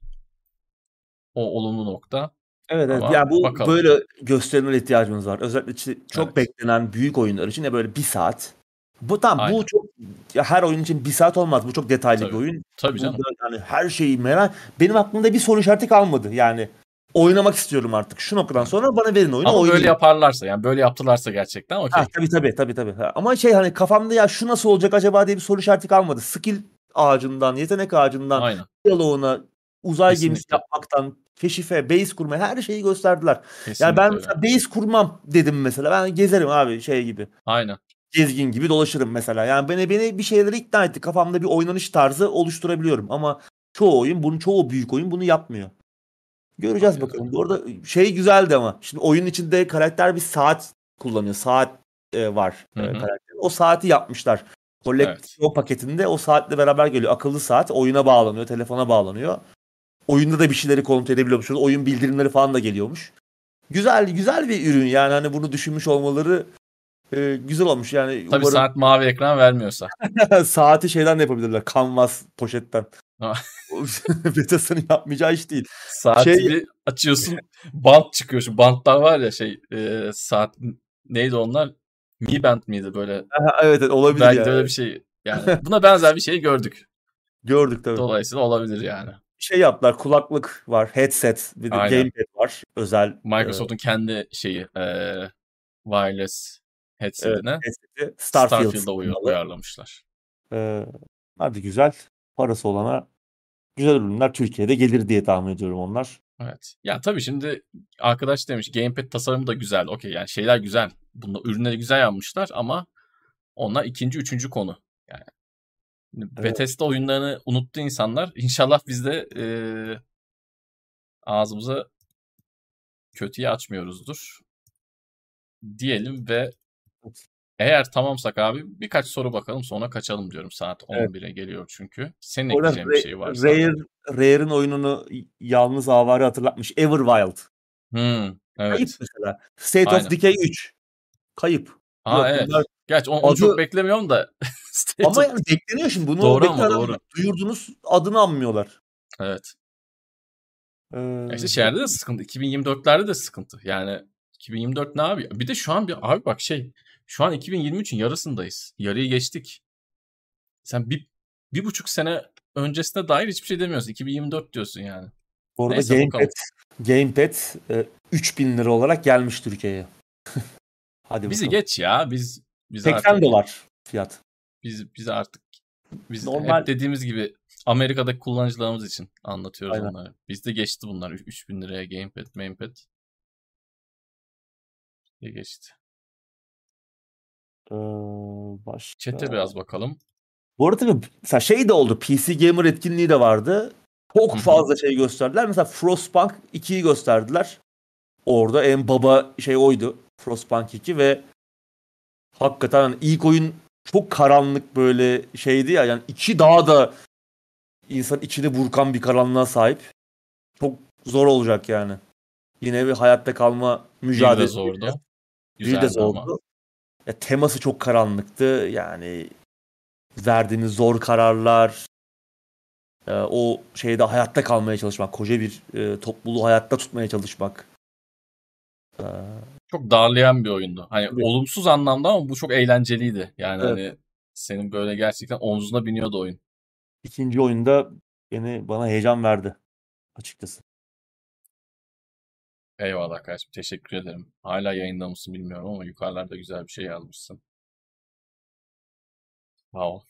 Speaker 1: O olumlu nokta.
Speaker 2: Evet, evet. Yani bu bakalım. Böyle gösterimlere ihtiyacımız var. Özellikle işte çok evet. beklenen büyük oyunlar için de böyle bir saat. Bu tam Aynen. bu çok ya her oyun için bir saat olmaz. Bu çok detaylı
Speaker 1: Tabii.
Speaker 2: bir oyun.
Speaker 1: Tabii canım.
Speaker 2: Burada yani her şeyi merak. Benim aklımda bir soru işareti kalmadı. Yani oynamak istiyorum artık. Şu noktadan sonra bana verin oyunu.
Speaker 1: Ama
Speaker 2: oynayayım.
Speaker 1: Böyle yaparlarsa yani böyle yaptılarsa gerçekten okey.
Speaker 2: Tabii tabii tabii tabii. Ama şey hani kafamda ya şu nasıl olacak acaba diye bir soru işareti kalmadı. Skill ağacından, yetenek ağacından,
Speaker 1: Aynen.
Speaker 2: diyaloğuna, uzay Kesinlikle. gemisi yapmaktan, keşife, base kurmaya her şeyi gösterdiler. Kesinlikle yani ben mesela base kurmam dedim mesela. Ben gezerim abi şey gibi.
Speaker 1: Aynen.
Speaker 2: Gezgin gibi dolaşırım mesela. Yani beni beni bir şeyleri ikna etti. Kafamda bir oynanış tarzı oluşturabiliyorum ama çoğu oyun bunu çoğu büyük oyun bunu yapmıyor. Göreceğiz Aynen. bakalım. Bu arada şey güzeldi ama. Şimdi oyun içinde karakter bir saat kullanıyor. Saat e, var e, karakter. O saati yapmışlar. Koleksiyon evet. paketinde o saatle beraber geliyor. Akıllı saat oyuna bağlanıyor, telefona bağlanıyor. Oyunda da bir şeyleri kontrol edebiliyormuş. Oyun bildirimleri falan da geliyormuş. Güzel güzel bir ürün yani hani bunu düşünmüş olmaları e, güzel olmuş yani.
Speaker 1: Tabii umarım... saat mavi ekran vermiyorsa.
Speaker 2: Saati şeyden de yapabilirler. Canvas poşetten. Bethesda'nın yapmayacağı iş değil.
Speaker 1: Saati şey... bir açıyorsun bant çıkıyor. Şu bantlar var ya şey e, saat neydi onlar? Mi Band miydi böyle?
Speaker 2: Aha, evet, evet olabilir
Speaker 1: belki
Speaker 2: yani.
Speaker 1: de öyle bir şey. Yani buna benzer bir şey gördük.
Speaker 2: Gördük tabii.
Speaker 1: Dolayısıyla olabilir yani.
Speaker 2: Şey yaptılar, kulaklık var, headset, bir de gamepad var özel.
Speaker 1: Microsoft'un e... kendi şeyi e, wireless headset'ine
Speaker 2: evet,
Speaker 1: Starfield Starfield'a uy- uyarlamışlar.
Speaker 2: Ee, hadi güzel. Parası olana güzel ürünler Türkiye'de gelir diye tahmin ediyorum onlar.
Speaker 1: Evet. Ya tabii şimdi arkadaş demiş gamepad tasarımı da güzel. Okey yani şeyler güzel. Bunda ürünleri güzel yapmışlar ama onlar ikinci, üçüncü konu. Yani
Speaker 2: Evet.
Speaker 1: Bethesda oyunlarını unuttu insanlar. İnşallah biz de eee ağzımıza kötüyü açmıyoruzdur diyelim ve eğer tamamsak abi birkaç soru bakalım sonra kaçalım diyorum. Saat
Speaker 2: Evet.
Speaker 1: on bire geliyor çünkü. Senin
Speaker 2: Orada
Speaker 1: ekleyeceğin bir
Speaker 2: Ra-
Speaker 1: şey varsa.
Speaker 2: Rare, Rare'ın oyununu yalnız avare hatırlatmış. Everwild.
Speaker 1: Hmm,
Speaker 2: Kayıp
Speaker 1: evet.
Speaker 2: mesela. State of
Speaker 1: Aynen.
Speaker 2: Decay üç. Kayıp.
Speaker 1: Aa
Speaker 2: Yok bunlar
Speaker 1: evet. Gerçi onu, onu çok
Speaker 2: adı
Speaker 1: beklemiyorum da. State
Speaker 2: ama
Speaker 1: of...
Speaker 2: yani bekleniyor şimdi. Bunu
Speaker 1: Doğru ama
Speaker 2: bekleyen adamlar.
Speaker 1: doğru.
Speaker 2: Duyurdunuz adını anmıyorlar.
Speaker 1: Evet. Ya işte
Speaker 2: Ee,
Speaker 1: şeylerde de sıkıntı. iki bin yirmi dörtlerde de sıkıntı. Yani iki bin yirmi dört ne abi? Bir de şu an bir abi bak şey. Şu an iki bin yirmi üçün yarısındayız. Yarıyı geçtik. Sen bir, bir buçuk sene öncesine dair hiçbir şey demiyorsun. iki bin yirmi dört diyorsun yani.
Speaker 2: Bu arada
Speaker 1: Neyse
Speaker 2: Gamepad,
Speaker 1: bakalım.
Speaker 2: Gamepad e, üç bin lira olarak gelmiş Türkiye'ye. Hadi
Speaker 1: Bizi
Speaker 2: bakalım.
Speaker 1: geç ya. Biz biz
Speaker 2: seksen
Speaker 1: artık
Speaker 2: dolar fiyat.
Speaker 1: biz biz artık biz hep
Speaker 2: Normal.
Speaker 1: dediğimiz gibi Amerika'daki kullanıcılarımız için anlatıyoruz
Speaker 2: Aynen.
Speaker 1: onları. Bizde geçti bunlar. üç bin liraya gamepad, gamepad diye geçti.
Speaker 2: Ee, başka.
Speaker 1: Chat'e biraz bakalım.
Speaker 2: Bu arada tabii mesela şey de oldu. P C Gamer etkinliği de vardı. Çok
Speaker 1: Hı hı.
Speaker 2: fazla şey gösterdiler. Mesela Frostpunk ikiyi gösterdiler. Orada en baba şey oydu. Frostpunk iki ve hakikaten hani ilk oyun çok karanlık böyle şeydi ya. Yani iki daha da insan içini burkan bir karanlığa sahip. Çok zor olacak yani. Yine bir hayatta kalma
Speaker 1: Bir de
Speaker 2: mücadelesi.
Speaker 1: zordu.
Speaker 2: Bir de
Speaker 1: Güzeldi ama.
Speaker 2: zordu. Ya, teması çok karanlıktı. Yani verdiğiniz zor kararlar, e, o şeyde hayatta kalmaya çalışmak, koca bir e, topluluğu hayatta tutmaya çalışmak. E,
Speaker 1: Çok darlayan bir oyundu. Hani
Speaker 2: tabii.
Speaker 1: olumsuz anlamda ama bu çok eğlenceliydi. Yani
Speaker 2: Evet.
Speaker 1: hani senin böyle gerçekten omzuna biniyordu oyun.
Speaker 2: İkinci oyunda beni bana heyecan verdi açıkçası.
Speaker 1: Eyvallah kardeşim. Teşekkür ederim. Hala yayında mısın bilmiyorum ama yukarılarda güzel bir şey yazmışsın. Sağ ol.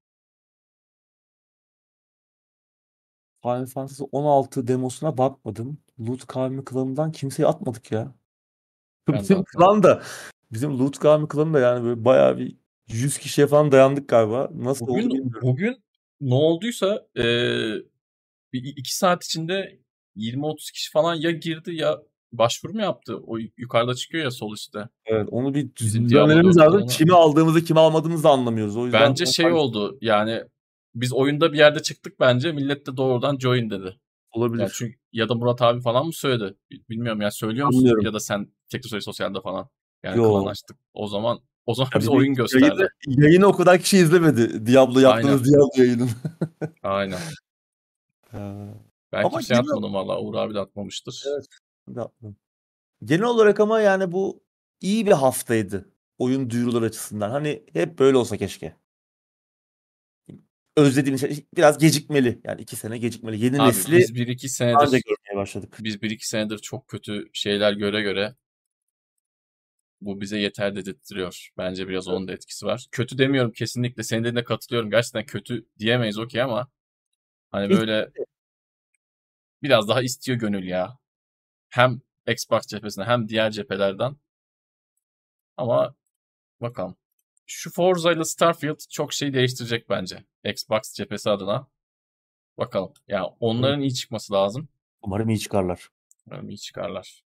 Speaker 2: Final Fantasy on altı demosuna bakmadım. Loot kavmi klanından kimseyi atmadık ya.
Speaker 1: Ben de
Speaker 2: Bizim
Speaker 1: atmadım.
Speaker 2: klan da bizim Loot kavmi klanı da yani böyle bayağı bir yüz kişiye falan dayandık galiba. Nasıl oldu
Speaker 1: Bugün
Speaker 2: bilmiyorum.
Speaker 1: bugün ne olduysa eee, bir iki saat içinde yirmi otuz kişi falan ya girdi ya başvuru mu yaptı? O yukarıda çıkıyor ya sol üstte.
Speaker 2: Evet, onu bir
Speaker 1: Bizim Diablo
Speaker 2: düzenlememiz
Speaker 1: dört
Speaker 2: lazım.
Speaker 1: klanı.
Speaker 2: Kimi aldığımızı, kimi almadığımızı da anlamıyoruz. O yüzden
Speaker 1: Bence şey oldu yani biz oyunda bir yerde çıktık bence millet de doğrudan join dedi. Yani
Speaker 2: olabilir.
Speaker 1: çünkü ya da Murat abi falan mı söyledi? Bilmiyorum yani söylüyor musun?
Speaker 2: Anlıyorum.
Speaker 1: Ya da sen tek söyle sosyalde falan. Yani klan
Speaker 2: Yo.
Speaker 1: açtık. O zaman o zaman
Speaker 2: Ya
Speaker 1: bize
Speaker 2: bir de
Speaker 1: oyun
Speaker 2: yayını,
Speaker 1: gösterdi.
Speaker 2: yayını o kadar kişi izlemedi. Diablo
Speaker 1: Aynen.
Speaker 2: yaptığınız Diablo yayının.
Speaker 1: Aynen.
Speaker 2: Ee,
Speaker 1: Ben
Speaker 2: ama
Speaker 1: kimseye
Speaker 2: genel,
Speaker 1: atmadım valla. Uğur abi de atmamıştır.
Speaker 2: evet, genel olarak ama yani bu iyi bir haftaydı. Oyun duyurular açısından. Hani hep böyle olsa keşke. Özlediğim şey biraz gecikmeli. Yani iki sene gecikmeli. Yeni
Speaker 1: Abi
Speaker 2: nesli
Speaker 1: biz bir iki
Speaker 2: ancak
Speaker 1: senedir
Speaker 2: görmeye başladık.
Speaker 1: biz bir iki senedir çok kötü şeyler göre göre bu bize yeter dedirtiyor. Bence biraz onun da etkisi var. Kötü demiyorum kesinlikle. Senin dediğine katılıyorum. Gerçekten kötü diyemeyiz okey ama hani
Speaker 2: Hiç,
Speaker 1: böyle biraz daha istiyor gönül ya. Hem Xbox cephesinden hem diğer cephelerden. Ama bakalım. Şu Forza ile Starfield çok şey değiştirecek bence. Xbox cephesi adına. Bakalım. Yani onların iyi çıkması lazım.
Speaker 2: umarım iyi çıkarlar.
Speaker 1: Umarım iyi çıkarlar.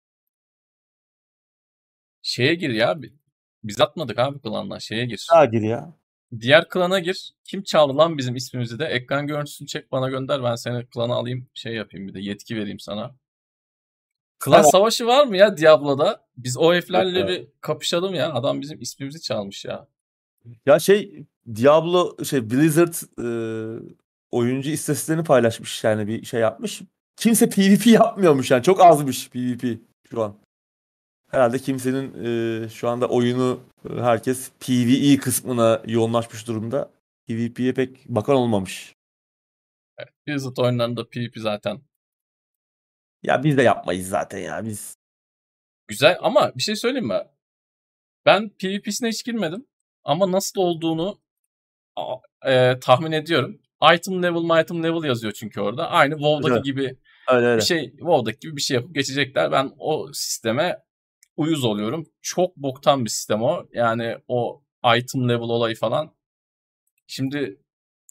Speaker 1: Şeye gir ya. Biz atmadık abi klandan. Şeye gir.
Speaker 2: Daha gir ya.
Speaker 1: Diğer klana gir. Kim çaldı lan bizim ismimizi de? Ekran görüntüsünü çek bana gönder. Ben seni klana alayım. Şey yapayım bir de yetki vereyim sana. Klan
Speaker 2: Sen
Speaker 1: savaşı var mı ya Diablo'da? Biz o
Speaker 2: yok
Speaker 1: heriflerle
Speaker 2: ya.
Speaker 1: bir kapışalım ya. Adam bizim ismimizi çalmış ya.
Speaker 2: Ya şey Diablo şey Blizzard e, oyuncu istatistiklerini paylaşmış yani bir şey yapmış. Kimse PvP yapmıyormuş yani çok azmış PvP şu an. Herhalde kimsenin e, şu anda oyunu e, herkes PvE kısmına yoğunlaşmış durumda. PvP'ye pek bakan olmamış.
Speaker 1: Blizzard oyunlarında PvP zaten
Speaker 2: Ya biz de yapmayız zaten ya biz.
Speaker 1: güzel ama bir şey söyleyeyim mi? Ben PvP'sine hiç girmedim. Ama nasıl olduğunu a- e, tahmin ediyorum. Item level, item level yazıyor çünkü orada. Aynı WoW'daki
Speaker 2: Öyle
Speaker 1: gibi
Speaker 2: öyle.
Speaker 1: bir
Speaker 2: öyle.
Speaker 1: şey, WoW'daki gibi bir şey yapıp geçecekler. Ben o sisteme uyuz oluyorum. Çok boktan bir sistem o. Yani o item level olayı falan. Şimdi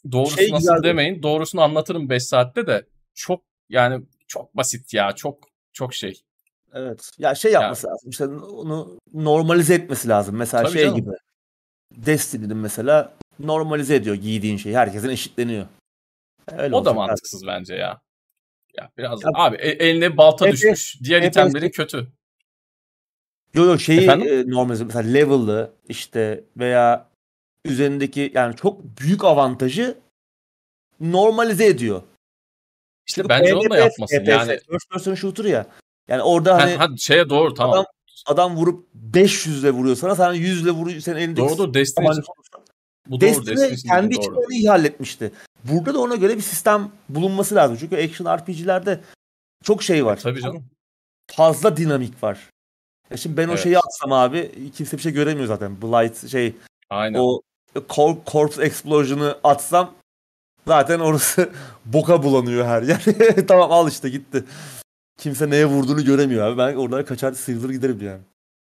Speaker 1: doğrusu
Speaker 2: Şey
Speaker 1: nasıl
Speaker 2: güzeldi.
Speaker 1: demeyin. Doğrusunu anlatırım beş saatte de çok yani çok basit ya. Çok çok şey.
Speaker 2: Evet. Ya şey
Speaker 1: Ya
Speaker 2: yapması lazım. İşte onu normalize etmesi lazım. Mesela
Speaker 1: tabii
Speaker 2: şey
Speaker 1: canım.
Speaker 2: gibi. Destiny'nin mesela normalize ediyor giydiğin şeyi. Herkesin eşitleniyor. Öyle
Speaker 1: O da
Speaker 2: olacak abi.
Speaker 1: mantıksız bence ya. Ya biraz
Speaker 2: Ya
Speaker 1: abi e- eline balta
Speaker 2: F P S,
Speaker 1: düşmüş. Diğer itemlerin
Speaker 2: F P S'te
Speaker 1: kötü.
Speaker 2: yo yo şeyi
Speaker 1: Efendim?
Speaker 2: e, normalize mesela level'lı işte veya üzerindeki yani çok büyük avantajı normalize ediyor.
Speaker 1: İşte
Speaker 2: Çünkü
Speaker 1: bence onu da
Speaker 2: P V P
Speaker 1: yapmasın.
Speaker 2: F P S
Speaker 1: Yani
Speaker 2: first person shooter ya. Yani orada
Speaker 1: ha,
Speaker 2: hani
Speaker 1: ha şeye doğru
Speaker 2: adam
Speaker 1: tamam.
Speaker 2: adam vurup beş yüzle vuruyor sana. Sen yüzle vuruyor. Senin elindeki
Speaker 1: Doğru doğru Destiny
Speaker 2: tabanca
Speaker 1: için.
Speaker 2: olursa.
Speaker 1: Bu doğru. Destiny
Speaker 2: Destiny
Speaker 1: için dediğin
Speaker 2: kendi içinde
Speaker 1: doğru.
Speaker 2: onu iyi halletmişti. Burada da ona göre bir sistem bulunması lazım. Çünkü action R P G'lerde çok şey
Speaker 1: E
Speaker 2: var.
Speaker 1: tabii
Speaker 2: Çok
Speaker 1: canım.
Speaker 2: fazla dinamik var. Ya şimdi ben o şeyi
Speaker 1: Evet.
Speaker 2: atsam abi kimse bir şey göremiyor zaten. Blight şey
Speaker 1: Aynen.
Speaker 2: o cor- corpse explosion'ı atsam zaten orası boka bulanıyor her yer. Tamam al işte gitti. Kimse neye vurduğunu göremiyor abi. Ben oradan kaçar sıyrılır giderim yani.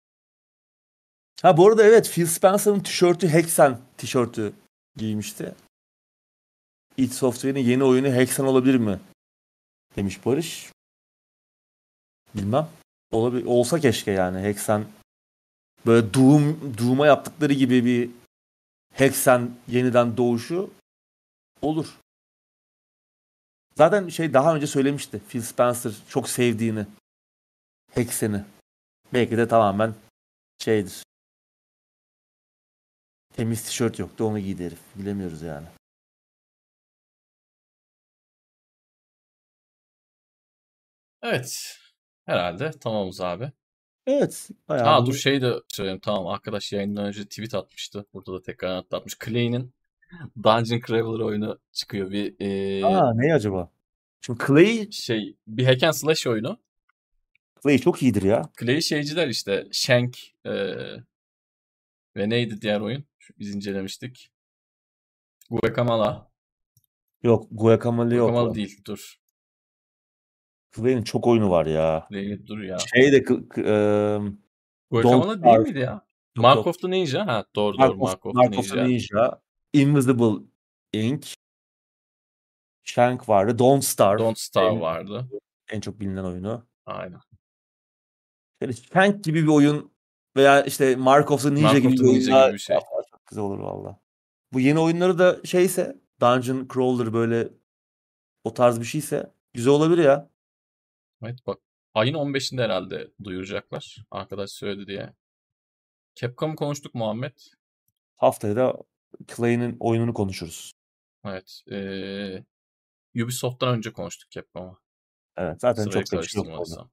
Speaker 2: Ha bu arada evet Phil Spencer'ın tişörtü Hexen tişörtü giymişti. id Software'in yeni oyunu Hexen olabilir mi? Demiş Barış. Bilmem. Olabilir. Olsa keşke yani Hexen böyle Doom, Doom'a yaptıkları gibi bir Hexen yeniden doğuşu olur. Zaten şey daha önce söylemişti. Phil Spencer çok sevdiğini. Hexen'i. Belki de tamamen şeydir. Temiz tişört yoktu onu giydi herif. Bilemiyoruz yani.
Speaker 1: Evet. Herhalde tamamız abi.
Speaker 2: Evet. Bayağı
Speaker 1: Ha dur
Speaker 2: bugün.
Speaker 1: şey de söyleyeyim. Tamam arkadaş yayından önce tweet atmıştı. Burada da tekrar atlatmış. Clay'nin Dungeon Crawler oyunu çıkıyor. Bir e,
Speaker 2: Aa ne acaba? Şimdi Clay,
Speaker 1: şey bir hack and slash oyunu.
Speaker 2: Clay çok iyidir ya.
Speaker 1: Clay şeyciler işte Shank e, ve neydi diğer oyun? Şu, biz incelemiştik. Guacamala.
Speaker 2: Yok Guacamole yok
Speaker 1: Guacamala
Speaker 2: o.
Speaker 1: değil dur.
Speaker 2: Clay'in çok oyunu var ya.
Speaker 1: Clay'in dur ya.
Speaker 2: Şey de k- k- eee, Don't
Speaker 1: Guacamala değil
Speaker 2: Starve.
Speaker 1: miydi ya?
Speaker 2: Yok
Speaker 1: Mark
Speaker 2: yok.
Speaker 1: of the Ninja. Ha doğru doğru
Speaker 2: Mark of,
Speaker 1: Mark of the
Speaker 2: Mark of the
Speaker 1: Ninja.
Speaker 2: Ninja. Invisible Ink. Shank vardı. Don't Starve.
Speaker 1: Don't Starve
Speaker 2: En,
Speaker 1: vardı.
Speaker 2: en çok bilinen oyunu.
Speaker 1: Aynen.
Speaker 2: Yani Shank gibi bir oyun veya işte Mark of the Ninja
Speaker 1: Mark
Speaker 2: gibi
Speaker 1: of the
Speaker 2: bir oyun
Speaker 1: Ninja
Speaker 2: daha
Speaker 1: gibi bir şey.
Speaker 2: yapar. Çok güzel olur valla. Bu yeni oyunları da şeyse Dungeon Crawler böyle o tarz bir şeyse güzel olabilir ya.
Speaker 1: Evet bak. Ayın on beşinde herhalde duyuracaklar. Arkadaş söyledi diye. Capcom'u konuştuk Muhammed.
Speaker 2: Haftaya da Clay'nin oyununu konuşuruz.
Speaker 1: Evet. Ee, Ubisoft'tan önce konuştuk Capcom'u.
Speaker 2: Evet zaten
Speaker 1: Sırayı
Speaker 2: çok da bir şey yok orada.
Speaker 1: karıştırmadıysam.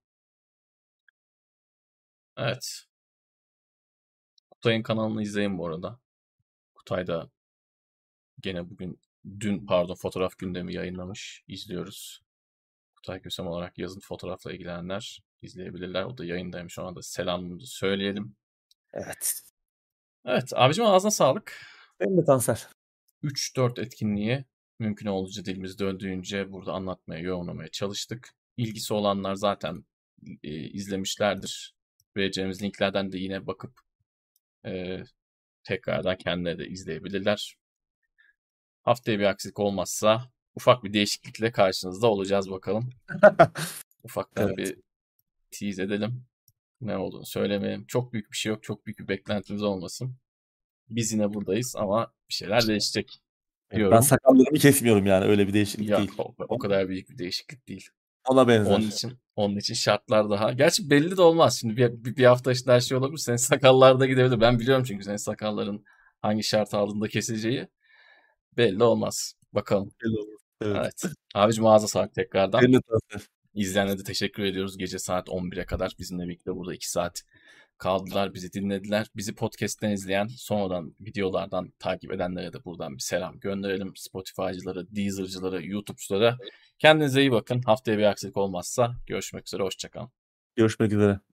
Speaker 1: Evet. Kutay'ın kanalını izleyin bu arada. Kutay da gene bugün, dün pardon fotoğraf gündemi yayınlamış. İzliyoruz. Kutay Kösem olarak yazın fotoğrafla ilgilenenler izleyebilirler. O da yayındaymış. Ona da selamımızı söyleyelim.
Speaker 2: Evet.
Speaker 1: Evet abicim ağzına sağlık.
Speaker 2: Benim de Tanser.
Speaker 1: üç dört etkinliği mümkün olduğunca dilimiz döndüğünce burada anlatmaya, yoğunlamaya çalıştık. İlgisi olanlar zaten e, izlemişlerdir. Vereceğimiz linklerden de yine bakıp e, tekrardan kendileri de izleyebilirler. Haftaya bir aksilik olmazsa ufak bir değişiklikle karşınızda olacağız bakalım. Ufaktan
Speaker 2: Evet.
Speaker 1: bir tease edelim. Ne olduğunu söylemeyelim. Çok büyük bir şey yok. Çok büyük bir beklentimiz olmasın. Biz yine buradayız ama bir şeyler değişecek
Speaker 2: Evet, ben
Speaker 1: diyorum.
Speaker 2: sakallarımı kesmiyorum yani öyle bir değişiklik
Speaker 1: Ya
Speaker 2: değil.
Speaker 1: o, o kadar büyük bir değişiklik değil.
Speaker 2: Ona
Speaker 1: Onun
Speaker 2: benzer.
Speaker 1: için onun için şartlar daha. Gerçi belli de olmaz. Şimdi bir, bir, bir hafta içinde her şey olabilir. Senin sakallar da gidebilir. Ben biliyorum çünkü senin sakalların hangi şart altında kesileceği belli olmaz. Bakalım.
Speaker 2: Öyle olur. Evet.
Speaker 1: Evet. Abicim ağza sağlık tekrardan.
Speaker 2: Benim de Tanser.
Speaker 1: İzleyenlere de teşekkür ediyoruz. Gece saat on bire kadar bizimle birlikte burada iki saat kaldılar. Bizi dinlediler. Bizi podcast'ten izleyen, sonradan videolardan takip edenlere de buradan bir selam gönderelim. Spotify'cılara, Deezer'cılara, YouTube'culara. Kendinize iyi bakın. Haftaya bir aksilik olmazsa görüşmek üzere. Hoşçakalın.
Speaker 2: Görüşmek üzere.